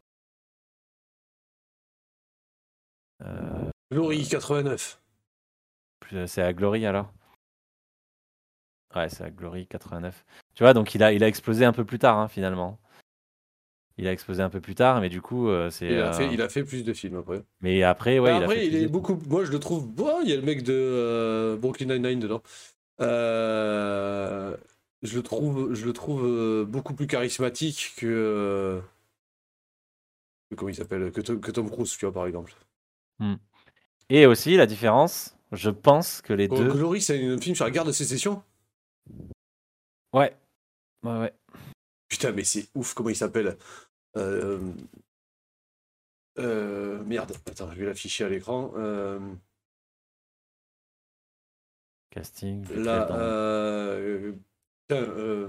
Euh, Glory quatre-vingt-neuf. plus- c'est à Glory alors? Ouais, c'est à Glory quatre-vingt-neuf. Tu vois, donc il a, il a explosé un peu plus tard, hein, finalement. Il a explosé un peu plus tard, mais du coup, euh, c'est. Il a, euh, fait, il a fait plus de films après. Mais après, ouais, Bah, il a après, fait il plus est de- beaucoup. Moi, je le trouve. Bon, il y a le mec de euh, Brooklyn Nine-Nine dedans. Euh, je le trouve, je le trouve euh, beaucoup plus charismatique que. euh, que comment il s'appelle que, Tom- que Tom Cruise, tu vois, par exemple. Hmm. Et aussi, la différence, je pense que les Oh, deux. Glory, c'est un film sur la guerre de sécession. Ouais. Ouais, ouais. Putain, mais c'est ouf, comment il s'appelle euh... euh, Merde, attends, je vais l'afficher à l'écran. Euh... Casting. je vais te Là, mettre dans- euh... Putain, euh...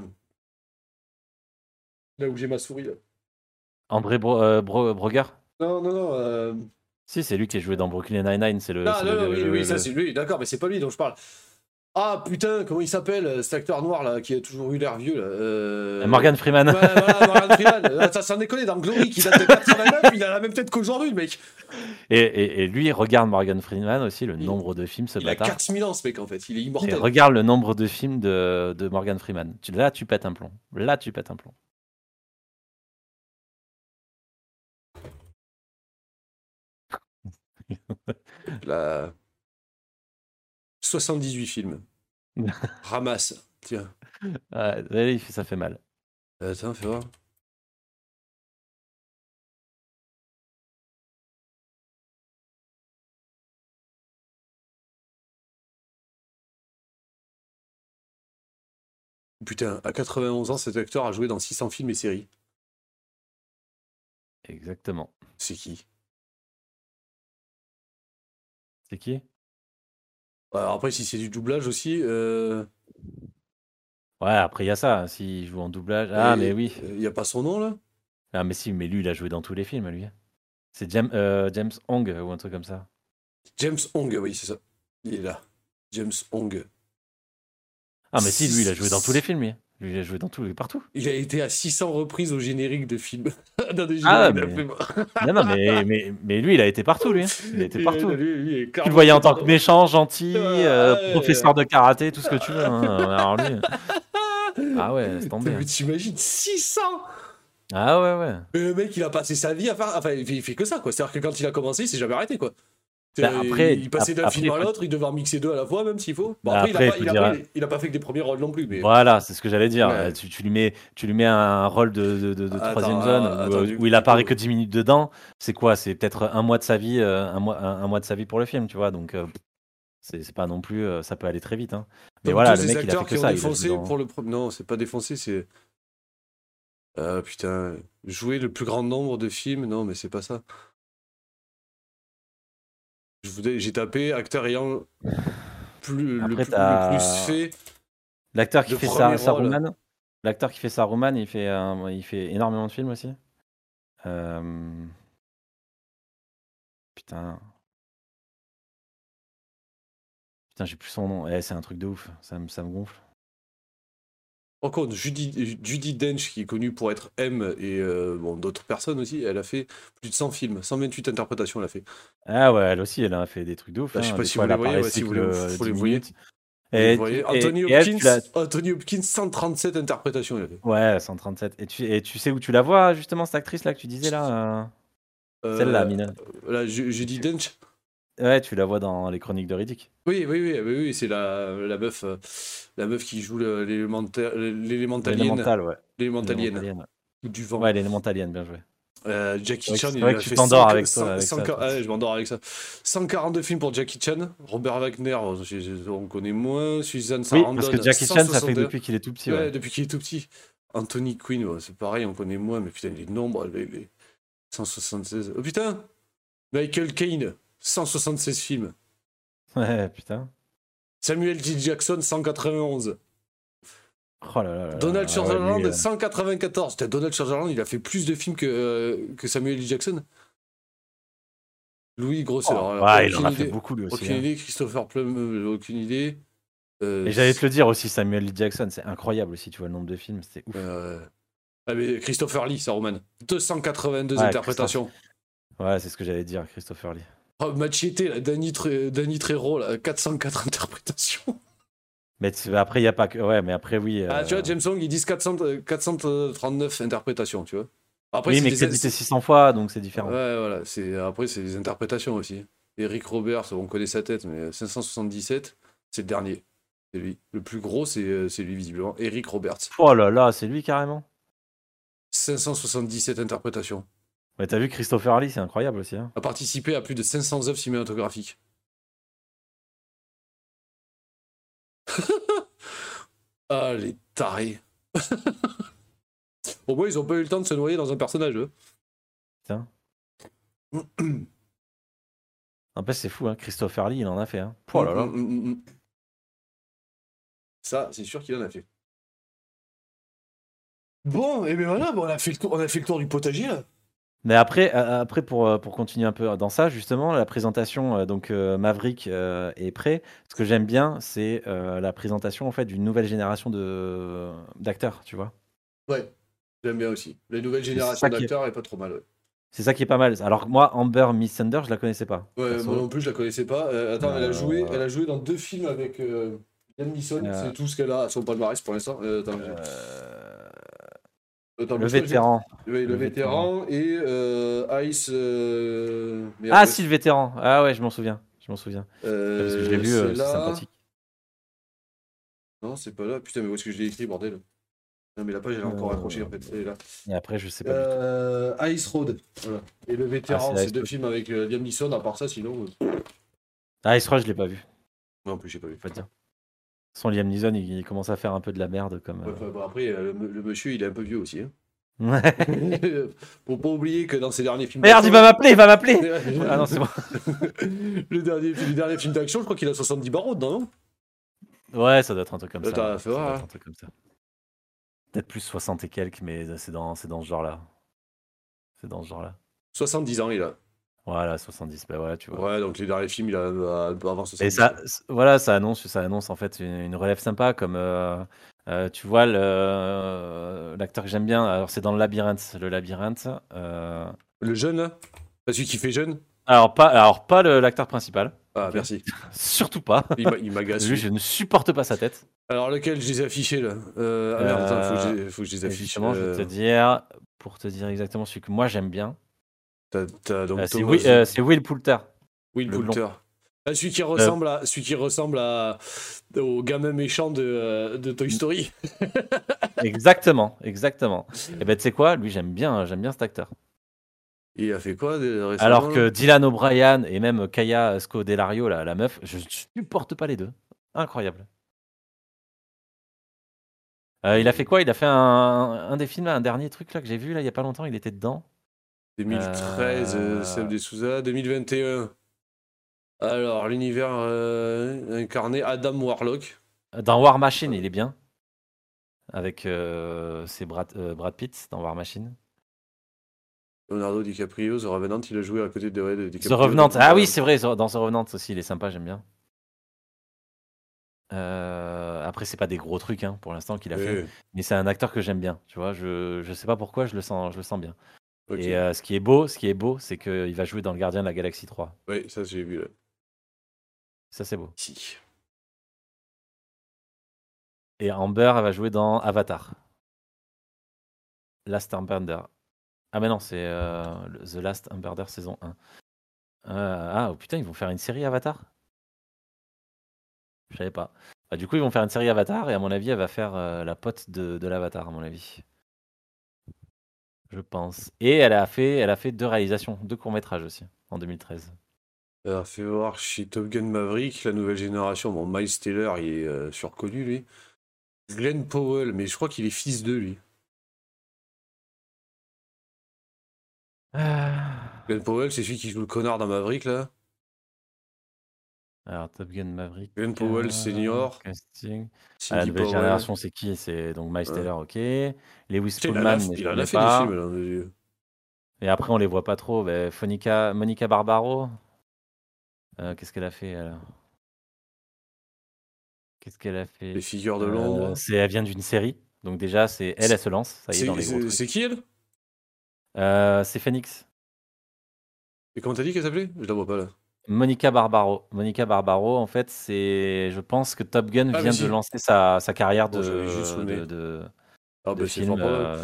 là où j'ai ma souris. Là. André Bro- euh, Bro- Broger. Non, non, non. Euh... Si, c'est lui qui est joué dans Brooklyn Nine-Nine. C'est le. Ah, c'est non, le- non, oui, le- oui, ça le- c'est lui, d'accord, mais c'est pas lui dont je parle. Ah putain, comment il s'appelle, cet acteur noir là, qui a toujours eu l'air vieux là euh... Morgan Freeman. Ouais, voilà, Morgan Freeman. Ah, ça s'en déconne, dans Glory, qui date de quatre-vingt-neuf, il a la même tête qu'aujourd'hui, le mec. Et, et, et lui, regarde Morgan Freeman aussi, le nombre de films, ce Il a bâtard. quatre mille ans, ce mec, en fait, il est Et immortel. regarde le nombre de films de, de Morgan Freeman. Tu- Là, tu pètes un plomb. Là, tu pètes un plomb. Là... soixante-dix-huit films. Ramasse, tiens. Ouais, ouais, ça fait mal. Attends, fais voir. Putain, à quatre-vingt-onze ans, cet acteur a joué dans six cents films et séries. Exactement. C'est qui? C'est qui? Alors après, si c'est du doublage aussi... Euh... Ouais, après, il y a ça. S'il joue en doublage. Ah, et- mais oui. Il n'y a pas son nom, là? Ah, mais si, mais lui, il a joué dans tous les films, lui. C'est James, euh, James Hong ou un truc comme ça. James Hong, oui, c'est ça. Il est là. James Hong. Ah, mais si, lui, il a joué dans tous les films, lui. Lui, il a joué dans tous les partout. Il a été à six cents reprises au générique de films. dans des Ah, génériques mais... de non, non, mais, mais, mais lui, il a été partout, lui. Il a été Et, partout. euh, lui, lui, il est Tu carrément le voyais en tant que partout. méchant, gentil, euh, Ouais. professeur de karaté, tout ce que tu veux. Hein. Alors lui... Ah ouais, c'est tombé. Mais t'imagines, six cents! Ah ouais, ouais. Mais le mec, il a passé sa vie à faire. Enfin, il fait, il fait que ça, quoi. C'est-à-dire que quand il a commencé, il s'est jamais arrêté, quoi. Bah, Euh, après- il passait d'un après, film à faut- l'autre, il devait en mixer deux à la fois, même s'il faut. Bon, Bah, après, après, il, a pas, faut il, a dire- pas, il a pas fait que des premiers rôles non plus. Mais... Voilà, c'est ce que j'allais dire. Ouais. Euh, Tu, tu lui mets, tu lui mets un rôle de, de, de- de Attends, troisième euh, zone attends, où, du- où il du apparaît coup- que dix minutes dedans. C'est quoi? C'est peut-être un mois de sa vie, euh, un mois, un, un mois de sa vie pour le film, tu vois. Donc euh, c'est c'est pas non plus, euh, ça peut aller très vite. Hein. Mais Comme voilà, tous le ces mec, il a fait acteurs que qui ont ça. il a joué défoncé dans- pour le premier. Non, c'est pas défoncé, c'est. Ah putain, jouer le plus grand nombre de films, non, mais c'est pas ça. Je voudrais- J'ai tapé acteur ayant plus, le, Après, plus, le t'as- plus fait. L'acteur qui de fait premier sa, rôle. Saruman, l'acteur qui fait Saruman, il fait, un- il fait énormément de films aussi. Euh, Putain. Putain, j'ai plus son nom. Eh, c'est un truc de ouf. Ça, me- ça me gonfle. Par contre, Judy, Judy Dench, qui est connue pour être M et euh, bon, d'autres personnes aussi, elle a fait plus de cent films, cent vingt-huit interprétations, elle a fait. Ah ouais, elle aussi, elle a fait des trucs de ouf. Bah, je sais hein. pas Des si fois, vous elle les voyez, apparaît ouais, si vous cycle, les- euh, faut les dix voyer. minutes. Vous Et, voyez, et- Anthony et elle, tu Hopkins, l'as- Anthony Hopkins, cent trente-sept interprétations, elle a fait. Ouais, cent trente-sept. Et tu, et tu sais où tu la vois, justement, cette actrice-là que tu disais, là euh, Celle-là, Euh, Mina. Là, Ju- Judy Dench. Ouais, tu la vois dans Les Chroniques de Riddick. Oui, oui, oui, oui, oui, c'est la, la meuf, euh, la meuf qui joue le- l'élémenta- l'élémentalienne. L'élémental, ouais. L'élémentalienne. L'élémentalienne. Ou du vent. Ouais, l'élémentalienne, bien joué. Euh, Jackie C'est vrai que- Chan, c'est il vrai a que tu fait t'endors cent- avec cent- toi, avec cent- ça, toi. ouais, je m'endors avec ça. cent quarante-deux films pour Jackie Chan. Robert Wagner, j'ai- j'ai- on connaît moins. Suzanne Oui, Sarandon. parce que Jackie Chan, ça fait cent soixante-deux. depuis qu'il est tout petit. Ouais, Ouais. depuis qu'il est tout petit. Anthony Quinn, ouais, c'est pareil, on connaît moins, mais putain, les nombres, les, les cent soixante-seize. Oh putain! Michael Caine, cent soixante-seize films. Ouais, putain. Samuel L. Jackson, cent quatre-vingt-onze. Oh là là là Donald là, ouais, Sutherland, lui, euh, cent quatre-vingt-quatorze. Putain, Donald Sutherland, il a fait plus de films que, euh, que Samuel L. Jackson. Louis Grosset. Oh, alors, ouais, il en aucune a fait idée. beaucoup, lui aussi, Aucune hein. idée. Christopher Plum, euh, aucune idée. Euh, Et j'allais te le dire aussi, Samuel L. Jackson, c'est incroyable aussi, tu vois le nombre de films, c'était ouf. euh, ah, mais Christopher Lee, Saruman. deux cent quatre-vingt-deux Ouais, interprétations. Ouais, c'est ce que j'allais dire, Christopher Lee. Oh, Machete, là, Danny, Tre- Danny Trejo, là, quatre cent quatre interprétations. Mais tu- après, il n'y a pas que. Ouais, mais après, oui. Ah, euh, tu vois, James Hong, ils disent quatre cents, euh, quatre cent trente-neuf interprétations, tu vois. Après, Oui, c'est mais des... crédité six cents fois, donc c'est Ouais, différent. voilà. C'est... Après, c'est des interprétations aussi. Eric Roberts, on connaît sa tête, mais cinq cent soixante-dix-sept, c'est le dernier. C'est lui. Le plus gros, c'est, euh, c'est lui, visiblement. Eric Roberts. Oh là là, c'est lui carrément. cinq cent soixante-dix-sept interprétations. Ouais, t'as vu Christopher Lee, c'est incroyable aussi. Hein. A participé à plus de cinq cents œuvres cinématographiques. Ah, les tarés. Au moins, ils ont pas eu le temps de se noyer dans un personnage, eux. Putain. En plus, c'est fou, hein. Christopher Lee, il en a fait. Hein. Oh là là. Mm, mm, mm. Ça, c'est sûr qu'il en a fait. Bon, et bien voilà, bon, on, a fait le tour, on a fait le tour du potager, là. Mais après, euh, après pour, euh, pour continuer un peu dans ça, justement, la présentation, euh, donc euh, Maverick euh, est prêt. Ce que j'aime bien, c'est euh, la présentation en fait d'une nouvelle génération de d'acteurs, tu vois. Ouais, j'aime bien aussi. La nouvelle C'est génération ça qui est, d'acteurs est pas trop mal, ouais. c'est ça qui est pas mal. Alors que moi, Amber Miss Thunder, je la connaissais pas. Ouais, perso. moi non plus, je la connaissais pas. Euh, attends, elle a joué, Euh, elle a joué dans deux films avec euh, Liam Neeson. Euh, C'est tout ce qu'elle a à son palmarès pour l'instant. Euh, attends, j'ai- euh, attends, le bouge pas, j'ai- vétéran. Oui, le, Le vétéran, et euh, Ice. euh, merde, Ah ouais. si, le vétéran. Ah ouais, je m'en souviens. Je m'en souviens. Euh, Parce que je l'ai vu, c'est euh, c'est là. sympathique. Non, c'est pas là. Putain, mais où est-ce que je l'ai écrit, bordel? Non, mais la page, elle est encore Euh, accrochée en fait. Elle est là. Et après, je sais pas du tout. Euh, Ice Road. Voilà. Et le Ah, vétéran, c'est c'est Ice deux Road. films avec euh, Liam Neeson. À part ça, sinon. euh, Ah, Ice Road, je l'ai pas vu. Non, en plus, j'ai pas vu. Faut dire. Son Liam Neeson, il, il commence à faire un peu de la merde comme. Ouais, euh, enfin, bon, après, euh, le, le monsieur, il est un peu vieux aussi. Hein. Ouais. Faut pas oublier que dans ses derniers films Merde, il va m'appeler, il va m'appeler. d'action- Ah non, c'est bon. le, dernier, le dernier film d'action, je crois qu'il a soixante-dix barreaux dedans, non? Ouais, ça doit être un truc comme ça. Attends, ouais. fais Ça voir, doit hein. être un truc comme ça. Peut-être plus soixante et quelques, mais c'est dans, c'est dans ce genre-là. C'est dans ce genre-là. soixante-dix ans, il a. Voilà, soixante-dix, bah ouais, tu vois. Ouais, donc les derniers films, il a euh, avant Et soixante-dix. ça, c- voilà, ça annonce, ça annonce en fait une, une relève sympa, comme euh, euh, tu vois le, euh, l'acteur que j'aime bien. Alors c'est dans le labyrinthe, le labyrinthe. euh, Le jeune, là? Pas celui qui fait jeune? Alors pas, alors pas le- l'acteur principal. Ah, Ok. merci. Surtout pas. Il m'a- il m'agace. Lui, lui. je ne supporte pas sa tête. Alors, lequel je les ai affichés, là? euh, Ah merde, attends, faut que je, les- faut que je les Et affiche. justement, je vais te euh, dire, pour te dire exactement celui que moi j'aime bien. T'as, t'as donc Euh, c'est Thomas- Will, euh, c'est Will Poulter. Will le blond. Poulter. Ah, celui qui ressemble, à, celui qui ressemble à, au gamin méchant de, euh, de Toy Story. Exactement, exactement. Et ben tu sais quoi, lui j'aime bien, j'aime bien cet acteur. Il a fait quoi de- récemment? Alors que là Dylan O'Brien et même Kaya Scodelario, la, la meuf, je ne supporte pas les deux. Incroyable. Euh, il a fait quoi? Il a fait un, un des films, là, un dernier truc là que j'ai vu là il y a pas longtemps. Il était dedans. deux mille treize, euh... Euh, Seb de Souza. deux mille vingt et un. Alors, l'univers euh, incarné Adam Warlock. Dans War Machine, il est bien. Avec euh, c'est Brad, euh, Brad Pitt dans War Machine. Leonardo DiCaprio, The Revenant, il a joué à côté de, ouais, de The DiCaprio. Revenant. dans- Ah oui, c'est vrai, dans The Revenant aussi, il est sympa, j'aime bien. Euh, après, c'est pas des gros trucs hein, pour l'instant qu'il a fait, Ouais. mais c'est un acteur que j'aime bien. Tu vois, je je sais pas pourquoi, je le sens, je le sens bien. Ok. Et euh, ce qui est beau, ce qui est beau, c'est qu'il va jouer dans le Gardien de la Galaxie trois. Oui, ça j'ai vu là. Ça, c'est beau. Si. Et Amber, elle va jouer dans Avatar. Last Airbender. Ah, mais non, c'est euh, le- The Last Airbender saison un. Euh, ah, oh, putain, ils vont faire une série Avatar? Je savais pas. Bah, du coup, ils vont faire une série Avatar et à mon avis, elle va faire euh, la pote de, de l'Avatar, à mon avis. Je pense. Et elle a fait, elle a fait deux réalisations, deux courts-métrages aussi, en deux mille treize. Alors, fais voir chez Top Gun Maverick, la nouvelle génération. Bon, Miles Taylor, il est euh, surconnu, lui. Glenn Powell, mais je crois qu'il est fils d'eux, lui. Ah. Glenn Powell, c'est celui qui joue le connard dans Maverick, là. Alors, Top Gun Maverick. Glenn Powell euh, Senior. Casting. Ah, la Cindy nouvelle Powell. génération, c'est qui? C'est donc Miles Ouais. Taylor, ok. Lewis Putain, il en Pullman, a, mais je il en a connais fait des pas. films, là. de- Et après, on les voit pas trop. Bah, Monica, Monica Barbaro. Euh, qu'est-ce qu'elle a fait alors? Qu'est-ce qu'elle a fait? Les figures de Euh, l'ombre. c'est, elle vient d'une série. Donc déjà, c'est elle, elle se lance. Ça y est, C'est dans les gros c'est- trucs. c'est qui, elle? Euh, c'est Phoenix. Et comment t'as dit qu'elle s'appelait? Je la vois pas, là. Monica Barbaro. Monica Barbaro, en fait, c'est. Je pense que Top Gun Ah, vient mais si. de lancer sa, sa carrière Bon, j'avais juste de, le nez. de, de, Ah, de bah, c'est film. fort probable. euh,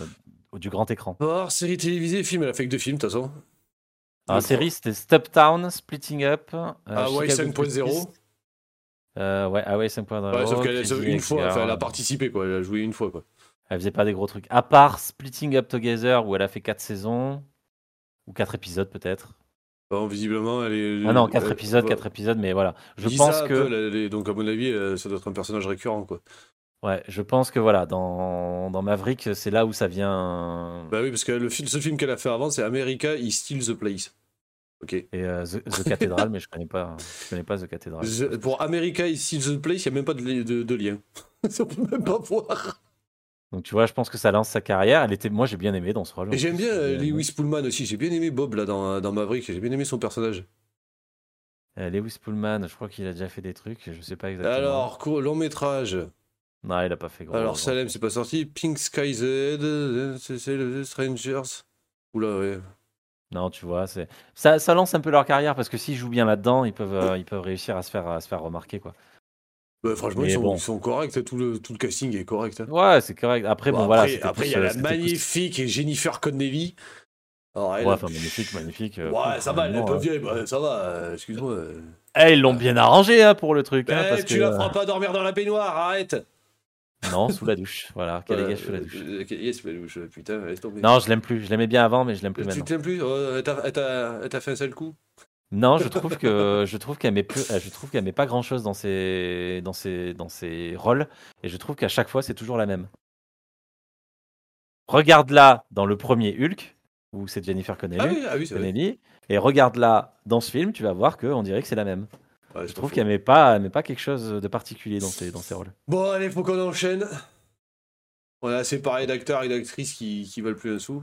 du grand écran. Alors, série télévisée, film, elle a fait que deux films, de toute façon. En série, c'était Step Town, Splitting Up. Euh, Hawaii cinq point zéro. Euh, ouais, Hawaii cinq point zéro. Ouais, sauf qu'elle a Crazy une fois, Ex-Girl. enfin, elle a participé, quoi. Elle a joué une fois, quoi. Elle faisait pas des gros trucs. À part Splitting Up Together, où elle a fait quatre saisons, ou quatre épisodes peut-être. Bon, visiblement, elle est. Ah non, quatre elle- épisodes, bah, quatre épisodes, mais voilà. Je Lisa, pense un que. peu, elle est- donc, à mon avis, euh, ça doit être un personnage récurrent, quoi. Ouais, je pense que voilà, dans, dans Maverick, c'est là où ça vient. Bah oui, parce que le, film, ce film qu'elle a fait avant, c'est America is Still the Place. Ok. Et euh, The, The Cathedral, mais je connais pas, je connais pas The Cathedral. Je- pour America is Still the Place, il n'y a même pas de, li- de, de lien. On peut même pas voir. Donc tu vois, je pense que ça lance sa carrière. Elle était, moi, j'ai bien aimé dans ce rôle. Et j'aime bien euh, J'ai aimé. Lewis Pullman aussi. J'ai bien aimé Bob là dans, dans Maverick. J'ai bien aimé son personnage. Euh, Lewis Pullman, je crois qu'il a déjà fait des trucs, je sais pas exactement. Alors, court- long métrage. Non, il a pas fait gros. Alors, gros. Salem, c'est pas sorti. Pink Sky Z, euh, c'est c'est le Strangers. Oula, ouais. Non, tu vois, c'est ça, ça lance un peu leur carrière parce que s'ils jouent bien là-dedans, ils peuvent, euh, ils peuvent réussir à se faire, à se faire remarquer, quoi. Bah, franchement, Mais ils sont, bon. ils sont corrects. Tout le, tout le casting est correct. hein. Ouais, c'est correct. Après, bon, Bon, voilà. après, c'était après, il plus, y a euh, la c'était plus- magnifique Jennifer Connelly. Alors, elle, Ouais, enfin, magnifique, magnifique. euh, ouais, pff, ça va, elle est un peu vraiment, vieille. Bah, ça va, euh, excuse-moi. euh. Eh, ils l'ont bien arrangé hein, pour le truc. hein, Eh, parce tu que, la euh, feras pas dormir dans la baignoire, arrête. Non, sous la douche. Voilà, quel Voilà, gars sous la douche. euh, euh, yes, sous la douche, putain, laisse tomber. Non, je l'aime plus. Je l'aimais bien avant, mais je l'aime plus Tu maintenant. t'aimes plus Oh, Elle t'a- elle t'a elle t'a fait un seul coup Non, je trouve que je trouve qu'elle met plus, euh, je trouve qu'elle met pas grand chose dans ses dans ses dans ses rôles et je trouve qu'à chaque fois c'est toujours la même. Regarde-la dans le premier Hulk où c'est Jennifer Connelly, Ah oui, ah oui, c'est vrai. Connelly et regarde-la dans ce film, tu vas voir que on dirait que c'est la même. Ouais, Je c'est trouve pas qu'elle met pas elle met pas quelque chose de particulier dans ses dans ses rôles. Bon, allez, faut qu'on enchaîne. On a assez parlé d'acteurs et d'actrices qui, qui veulent plus un sou.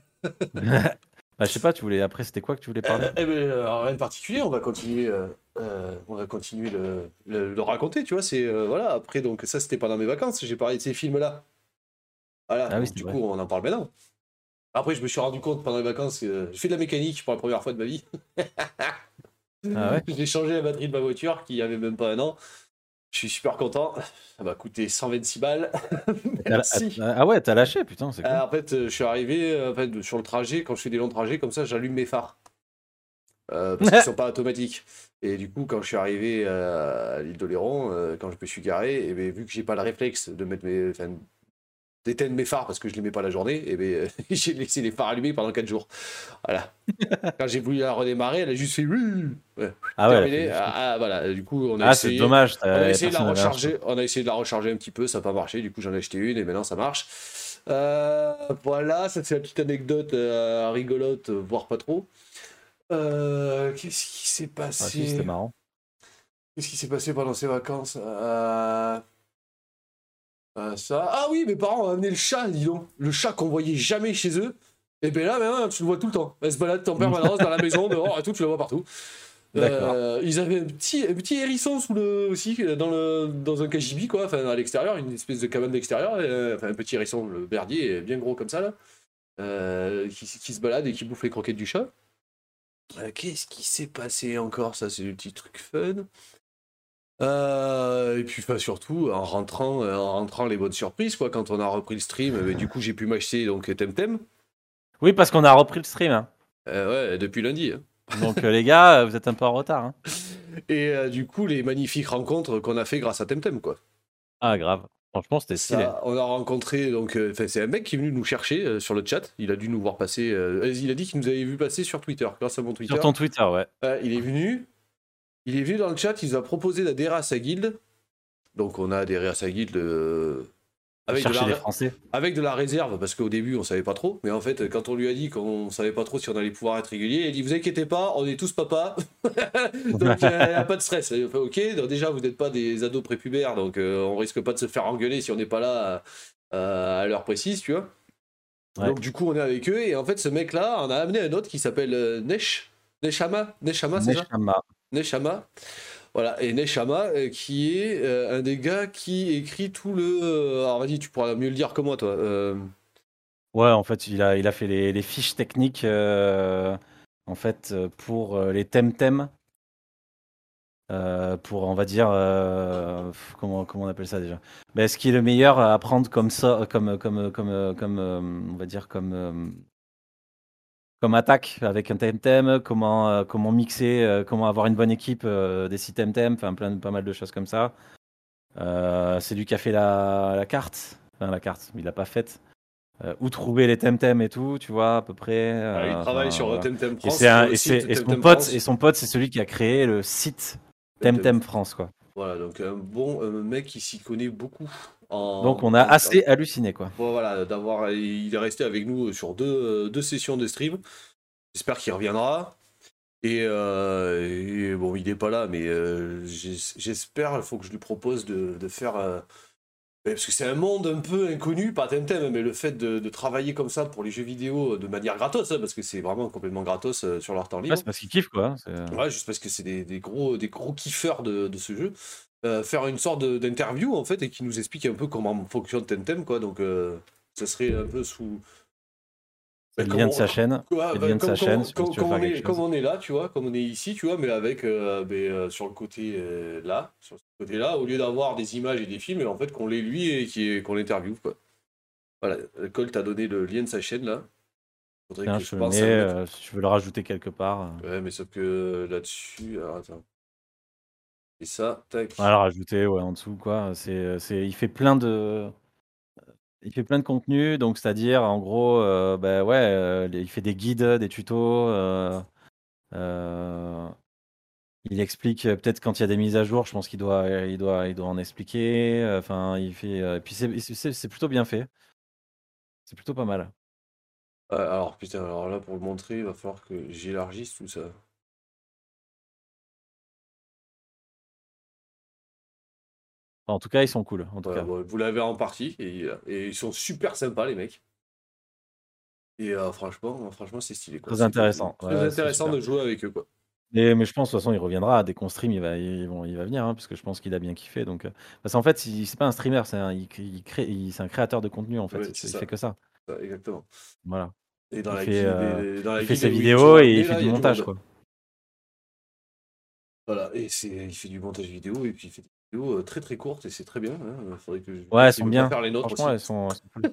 Bah, je sais pas, tu voulais après c'était quoi que tu voulais parler? Eh ben, euh, rien de particulier, on va continuer, euh, euh, on va continuer le, le, le raconter, tu vois. C'est euh, voilà. Après, donc ça, c'était pendant mes vacances. J'ai parlé de ces films-là. Voilà. Ah oui, donc, c'est du vrai. coup, on en parle maintenant. Après, je me suis rendu compte pendant les vacances que je fais de la mécanique pour la première fois de ma vie. Ah ouais? J'ai changé la batterie de ma voiture qui avait même pas un an. Je suis super content. Ça m'a coûté cent vingt-six balles. Merci. Ah ouais, t'as lâché, putain, c'est cool. Euh, en fait, euh, je suis arrivé euh, en fait, sur le trajet, quand je fais des longs trajets, comme ça, j'allume mes phares. Euh, parce qu'ils sont pas automatiques. Et du coup, quand je suis arrivé euh, à l'île d'Oléron, euh, quand je me suis garé, et ben, vu que j'ai pas le réflexe de mettre mes, enfin, d'éteindre mes phares parce que je les mets pas la journée, et ben, euh, j'ai laissé les phares allumés pendant quatre jours. Voilà. Quand j'ai voulu la redémarrer, elle a juste fait. Ouais. Ah ouais, elle a Terminé. fait juste- Ah, ah, voilà. Du coup, on a Ah, c'est essayé. dommage, On a t'as- essayé de la personne n'avait un recharger. On a essayé de la recharger un petit peu, ça n'a pas marché. Du coup, j'en ai acheté une et maintenant ça marche. Euh, voilà, ça c'est la petite anecdote euh, rigolote, euh, voire pas trop. Euh, Qu'est-ce qui s'est Ah, passé si, c'était marrant. Qu'est-ce qui s'est passé pendant ces vacances Euh, euh, ça... Ah oui, mes parents ont amené le chat, dis donc. Le chat qu'on voyait jamais chez eux. Et bien là, maintenant, tu le vois tout le temps. Elle se balade en permanence dans la maison, dehors et tout, tu la vois partout. D'accord. Euh, ils avaient un petit, un petit hérisson sous le, aussi, dans, le, dans un cagibi, quoi, enfin à l'extérieur, une espèce de cabane d'extérieur. euh, Enfin, un petit hérisson, le berdier, est bien gros comme ça, là. Euh, qui, qui se balade et qui bouffe les croquettes du chat. Euh, Qu'est-ce qui s'est passé encore? Ça, c'est le petit truc fun. Euh, et puis enfin, surtout en rentrant, euh, en rentrant les bonnes surprises quoi. Quand on a repris le stream, euh, du coup j'ai pu m'acheter donc Temtem. Oui, parce qu'on a repris le stream. hein. Euh, ouais, depuis lundi. hein. Donc euh, les gars, vous êtes un peu en retard. hein. Et euh, du coup les magnifiques rencontres qu'on a fait grâce à Temtem quoi. Ah grave. Franchement, c'était stylé. Ça, on a rencontré donc, euh, enfin, c'est un mec qui est venu nous chercher euh, sur le chat. Il a dû nous voir passer. euh, il a dit qu'il nous avait vu passer sur Twitter, grâce à mon Twitter. Sur ton Twitter, ouais. Euh, il est venu. Il est venu dans le chat. Il nous a proposé d'adhérer à sa guilde. Donc on a adhéré à sa guilde euh, avec, de Chercher la, des Français. avec de la réserve parce qu'au début on savait pas trop. Mais en fait, quand on lui a dit qu'on savait pas trop si on allait pouvoir être régulier, il a dit vous inquiétez pas, on est tous papas. Donc il n'y a pas de stress. Il fait, ok, donc déjà vous n'êtes pas des ados prépubères, donc euh, on risque pas de se faire engueuler si on n'est pas là euh, à l'heure précise, tu vois. Ouais. Donc du coup on est avec eux et en fait ce mec là on a amené un autre qui s'appelle euh, Nesh Neshama Neshama c'est ça Neshama. Neshama voilà et Neshama euh, qui est euh, un des gars qui écrit tout le euh, alors vas-y tu pourras mieux le dire que moi toi euh, Ouais, en fait, il a, il a fait les, les fiches techniques euh, en fait, euh, pour euh, les Temtem. euh, pour, on va dire, euh, comment, comment on appelle ça déjà? Ben, ce qui est le meilleur à apprendre comme ça, comme, comme, comme, comme, euh, on va dire, comme, euh, comme attaque avec un Temtem, comment, euh, comment mixer, euh, comment avoir une bonne équipe, euh, des six Temtem, enfin plein, pas mal de choses comme ça. Euh, c'est lui qui a fait la, la carte, enfin la carte, il l'a pas faite. Euh, où trouver les Temtem et tout, tu vois, à peu près. Ah, il euh, travaille enfin, sur voilà. Temtem Et France, c'est un- le et c'est- site et son Temtem pote, France. et son pote, c'est celui qui a créé le site Temtem. Temtem France, quoi. Voilà, donc un bon un mec qui s'y connaît beaucoup en. Donc on a en- assez halluciné, quoi. Bon, voilà, d'avoir, il est resté avec nous sur deux, deux sessions de stream. J'espère qu'il reviendra. Et, euh, et bon, il n'est pas là, mais euh, j'es- j'espère, il faut que je lui propose de, de faire. euh, parce que c'est un monde un peu inconnu, pas Temtem, mais le fait de, de travailler comme ça pour les jeux vidéo de manière gratos, hein, parce que c'est vraiment complètement gratos euh, sur leur temps Ouais, libre. c'est parce qu'il kiffe, quoi. c'est- Ouais, juste parce que c'est des, des gros, des gros kiffeurs de, de ce jeu. Euh, faire une sorte de- d'interview, en fait, et qui nous explique un peu comment fonctionne Temtem, quoi. Donc, euh, ça serait un peu sous. C'est Ben, le comme lien de on- sa chaîne. Ouais, C'est le ben, lien de comme, sa chaîne, comme- si comme- tu veux comme faire on est, quelque comme chose. on est là, tu vois, comme on est ici, tu vois, mais avec euh, ben, euh, sur le côté euh, là, sur ce côté-là, au lieu d'avoir des images et des films, en fait, qu'on les lit et qui- qu'on l'interviewe, quoi. Voilà, Colt t'a donné le lien de sa chaîne, là. Faudrait Tiens, que je je te le pense mets, à le mettre. euh, si tu veux le rajouter quelque part. euh. Ouais, mais sauf que là-dessus. Alors, attends. Et ça, tac. Ouais, le rajouter, ouais, en dessous, quoi. C'est, c'est, il fait plein de, il fait plein de contenu, donc c'est-à-dire, en gros, euh, bah ouais, euh, il fait des guides, des tutos. euh, euh, il explique euh, peut-être quand il y a des mises à jour, je pense qu'il doit, il doit, il doit en expliquer. euh, Enfin, il fait, euh, et puis c'est, c'est, c'est- c'est plutôt bien fait. C'est plutôt pas mal. Ouais, alors, putain, alors là, pour le montrer, il va falloir que j'élargisse tout ça. Enfin, en tout cas, ils sont cool. En tout Voilà, cas. bon, vous l'avez en partie, et, et ils sont super sympas, les mecs. Et euh, franchement, franchement, c'est stylé, quoi. Très C'est intéressant. très Ouais, c'est intéressant super. de jouer avec eux, quoi. Mais, mais je pense, de toute façon, il reviendra. Dès qu'on stream, il va, il, bon, il va venir, hein, parce que je pense qu'il a bien kiffé. Donc, euh, parce qu'en fait, il- c'est pas un streamer, c'est un, il, il crée, il- c'est un créateur de contenu, en fait. Ouais, Il, c'est il ça. fait que ça. Ça, exactement. Voilà. Et dans Il la fait, guilde, euh, et- dans la il fait guilde ses où ils vidéos sont et amenés, il fait là, du il y a montage, monde. quoi. Voilà, et c'est, il fait du montage vidéo, et puis il fait des vidéos euh, très très courtes, et c'est très bien. Hein. Faudrait que je Ouais, elles s'il sont veut bien. pas faire les nôtres Franchement, aussi. elles sont, elles sont cool.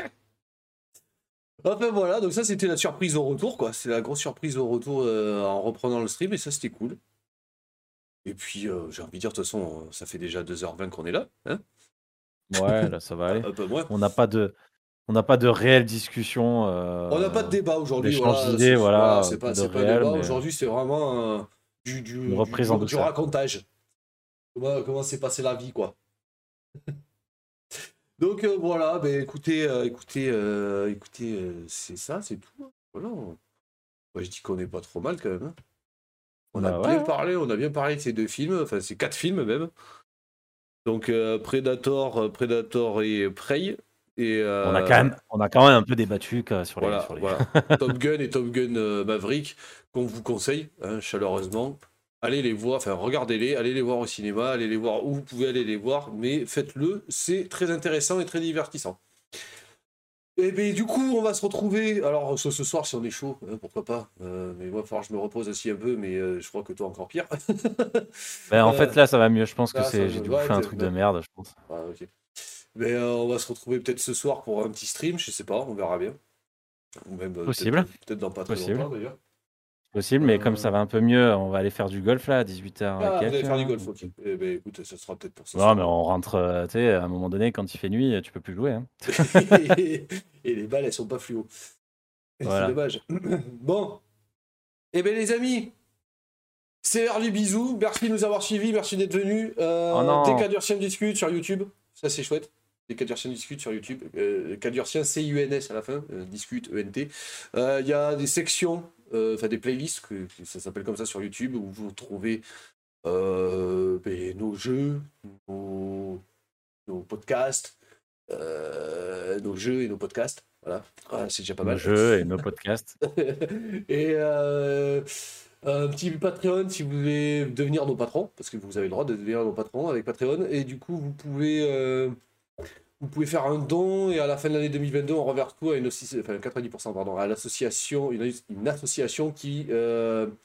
Enfin voilà, donc ça c'était la surprise au retour, quoi. C'est la grosse surprise au retour euh, en reprenant le stream, et ça c'était cool. Et puis euh, j'ai envie de dire, de toute façon, euh, ça fait déjà deux heures vingt qu'on est là, hein. Ouais, là, ça va aller. Un peu moins. On n'a pas de, on n'a pas de réelle discussion. On n'a pas de Euh, débat aujourd'hui, d'échange voilà. d'idées, C'est voilà, voilà. c'est Pas pas, de c'est pas un réel, débat. mais Aujourd'hui, c'est vraiment euh, du, du, une du, reprise du- en du douceur. racontage. Comment, comment s'est passée la vie, quoi. Donc euh, voilà, ben écoutez, euh, écoutez, euh, écoutez, euh, c'est ça, c'est tout. Hein. Voilà. Moi, je dis qu'on est pas trop mal quand même. Hein. On a Bah bien ouais. parlé, on a bien parlé de ces deux films, enfin ces quatre films même. Donc euh, Predator, euh, Predator et Prey. Et euh, On a quand même, on a quand même un peu débattu quoi, sur les, voilà, sur les... voilà. Top Gun et Top Gun euh, Maverick qu'on vous conseille hein, chaleureusement. Allez les voir, enfin regardez-les, allez les voir au cinéma, allez les voir où vous pouvez aller les voir, mais faites-le, c'est très intéressant et très divertissant. Et bien du coup, on va se retrouver, alors ce, ce soir si on est chaud, hein, pourquoi pas, euh, mais moi il va falloir que je me repose aussi un peu, mais euh, je crois que toi encore pire. Ben, en Euh, fait là ça va mieux, je pense que là, ça c'est, me- j'ai dû ouais, bouffer un t'es- truc de ouais. merde, je pense. Ah, ok. Mais euh, on va se retrouver peut-être ce soir pour un petit stream, je sais pas, on verra bien. Ou même euh, Possible. peut-être, peut-être dans pas très Possible. longtemps d'ailleurs. Possible, mais Euh, comme ça va un peu mieux, on va aller faire du golf là à dix-huit heures Ah, et vous allez quelques. faire du hein. golf, ok. Eh ben écoute, ça sera peut-être pour ce Non, soir. mais on rentre, euh, tu sais, à un moment donné, quand il fait nuit, tu peux plus jouer. Hein. Et les balles, elles sont pas fluo. Voilà. C'est dommage. Bon. Eh bien les amis, c'est l'heure du bisou. Merci de nous avoir suivis, merci d'être venus. Euh, Oh non. Des Cadurciens discutent sur YouTube, ça c'est chouette. Des Cadurciens discutent sur YouTube. Euh, Cadurciens, C U N S à la fin, euh, discute, E N T. Euh, Il y a des sections, euh, enfin des playlists, que, que ça s'appelle comme ça sur YouTube, où vous trouvez euh, ben, nos jeux, nos, nos podcasts, euh, nos jeux et nos podcasts. Voilà, voilà c'est déjà pas Nos mal. jeux et nos podcasts. Et euh, un petit Patreon si vous voulez devenir nos patrons, parce que vous avez le droit de devenir nos patrons avec Patreon. Et du coup, vous pouvez, euh, vous pouvez faire un don et à la fin de l'année deux mille vingt-deux, on reverse tout à une associ- enfin, quatre-vingt-dix pour cent pardon, à l'association, une, une association qui, euh,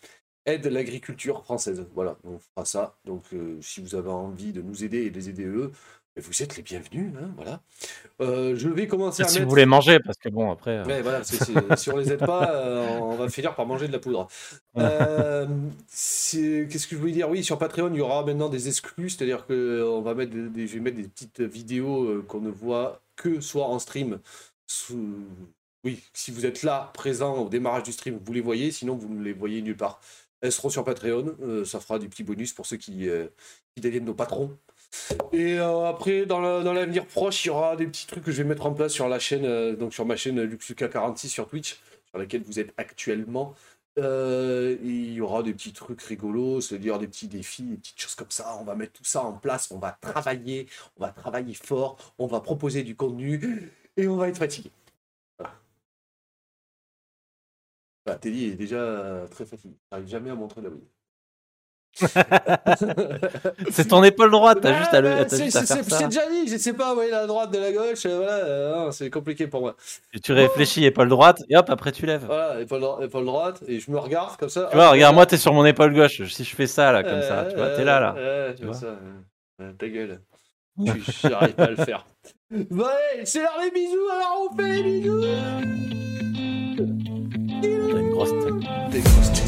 aide l'agriculture française. Voilà, on fera ça. Donc, euh, si vous avez envie de nous aider et de les aider eux, vous êtes les bienvenus. Hein, voilà. Euh, je vais commencer à Si mettre... vous voulez manger, parce que bon, après. euh, Ouais, voilà, parce que c'est- si on les aide pas, euh, on va finir par manger de la poudre. Euh, c'est- Qu'est-ce que je voulais dire? Oui, sur Patreon, il y aura maintenant des exclus, c'est-à-dire que euh, on va mettre des, des- je vais mettre des petites vidéos euh, qu'on ne voit que soit en stream. sous- Oui, si vous êtes là, présent au démarrage du stream, vous les voyez, sinon vous ne les voyez nulle part. Elles seront sur Patreon, euh, ça fera des petits bonus pour ceux qui, euh, qui deviennent nos patrons. Et euh, après, dans la- dans l'avenir proche, il y aura des petits trucs que je vais mettre en place sur la chaîne, euh, donc sur ma chaîne Luxuka quarante-six sur Twitch, sur laquelle vous êtes actuellement. Euh, et il y aura des petits trucs rigolos, c'est-à-dire des petits défis, des petites choses comme ça. On va mettre tout ça en place, on va travailler, on va travailler fort, on va proposer du contenu et on va être fatigué. Voilà. Bah, Teddy est déjà euh, très fatigué. J'arrive jamais à montrer la oui. C'est ton épaule droite, t'as juste à, le, Ouais, t'as c'est juste à c'est- faire c'est- ça. c'est déjà dit, je sais pas, ouais, la droite de la gauche, euh, voilà, euh, non, c'est compliqué pour moi. Et tu réfléchis, épaule droite, et hop, après tu lèves. Voilà, épaule, dro- épaule droite, et je me regarde comme ça. Tu vois, hop, regarde, là. moi, t'es sur mon épaule gauche. Si je fais ça, là, comme ça, Euh, tu vois, t'es là, là. euh, Tu tu vois vois. ça, euh, euh, ta gueule. Je- J'arrive pas à le faire. Bon, allez, c'est l'heure des bisous, alors on fait les bisous. T'as une grosse tête. Des grosses têtes.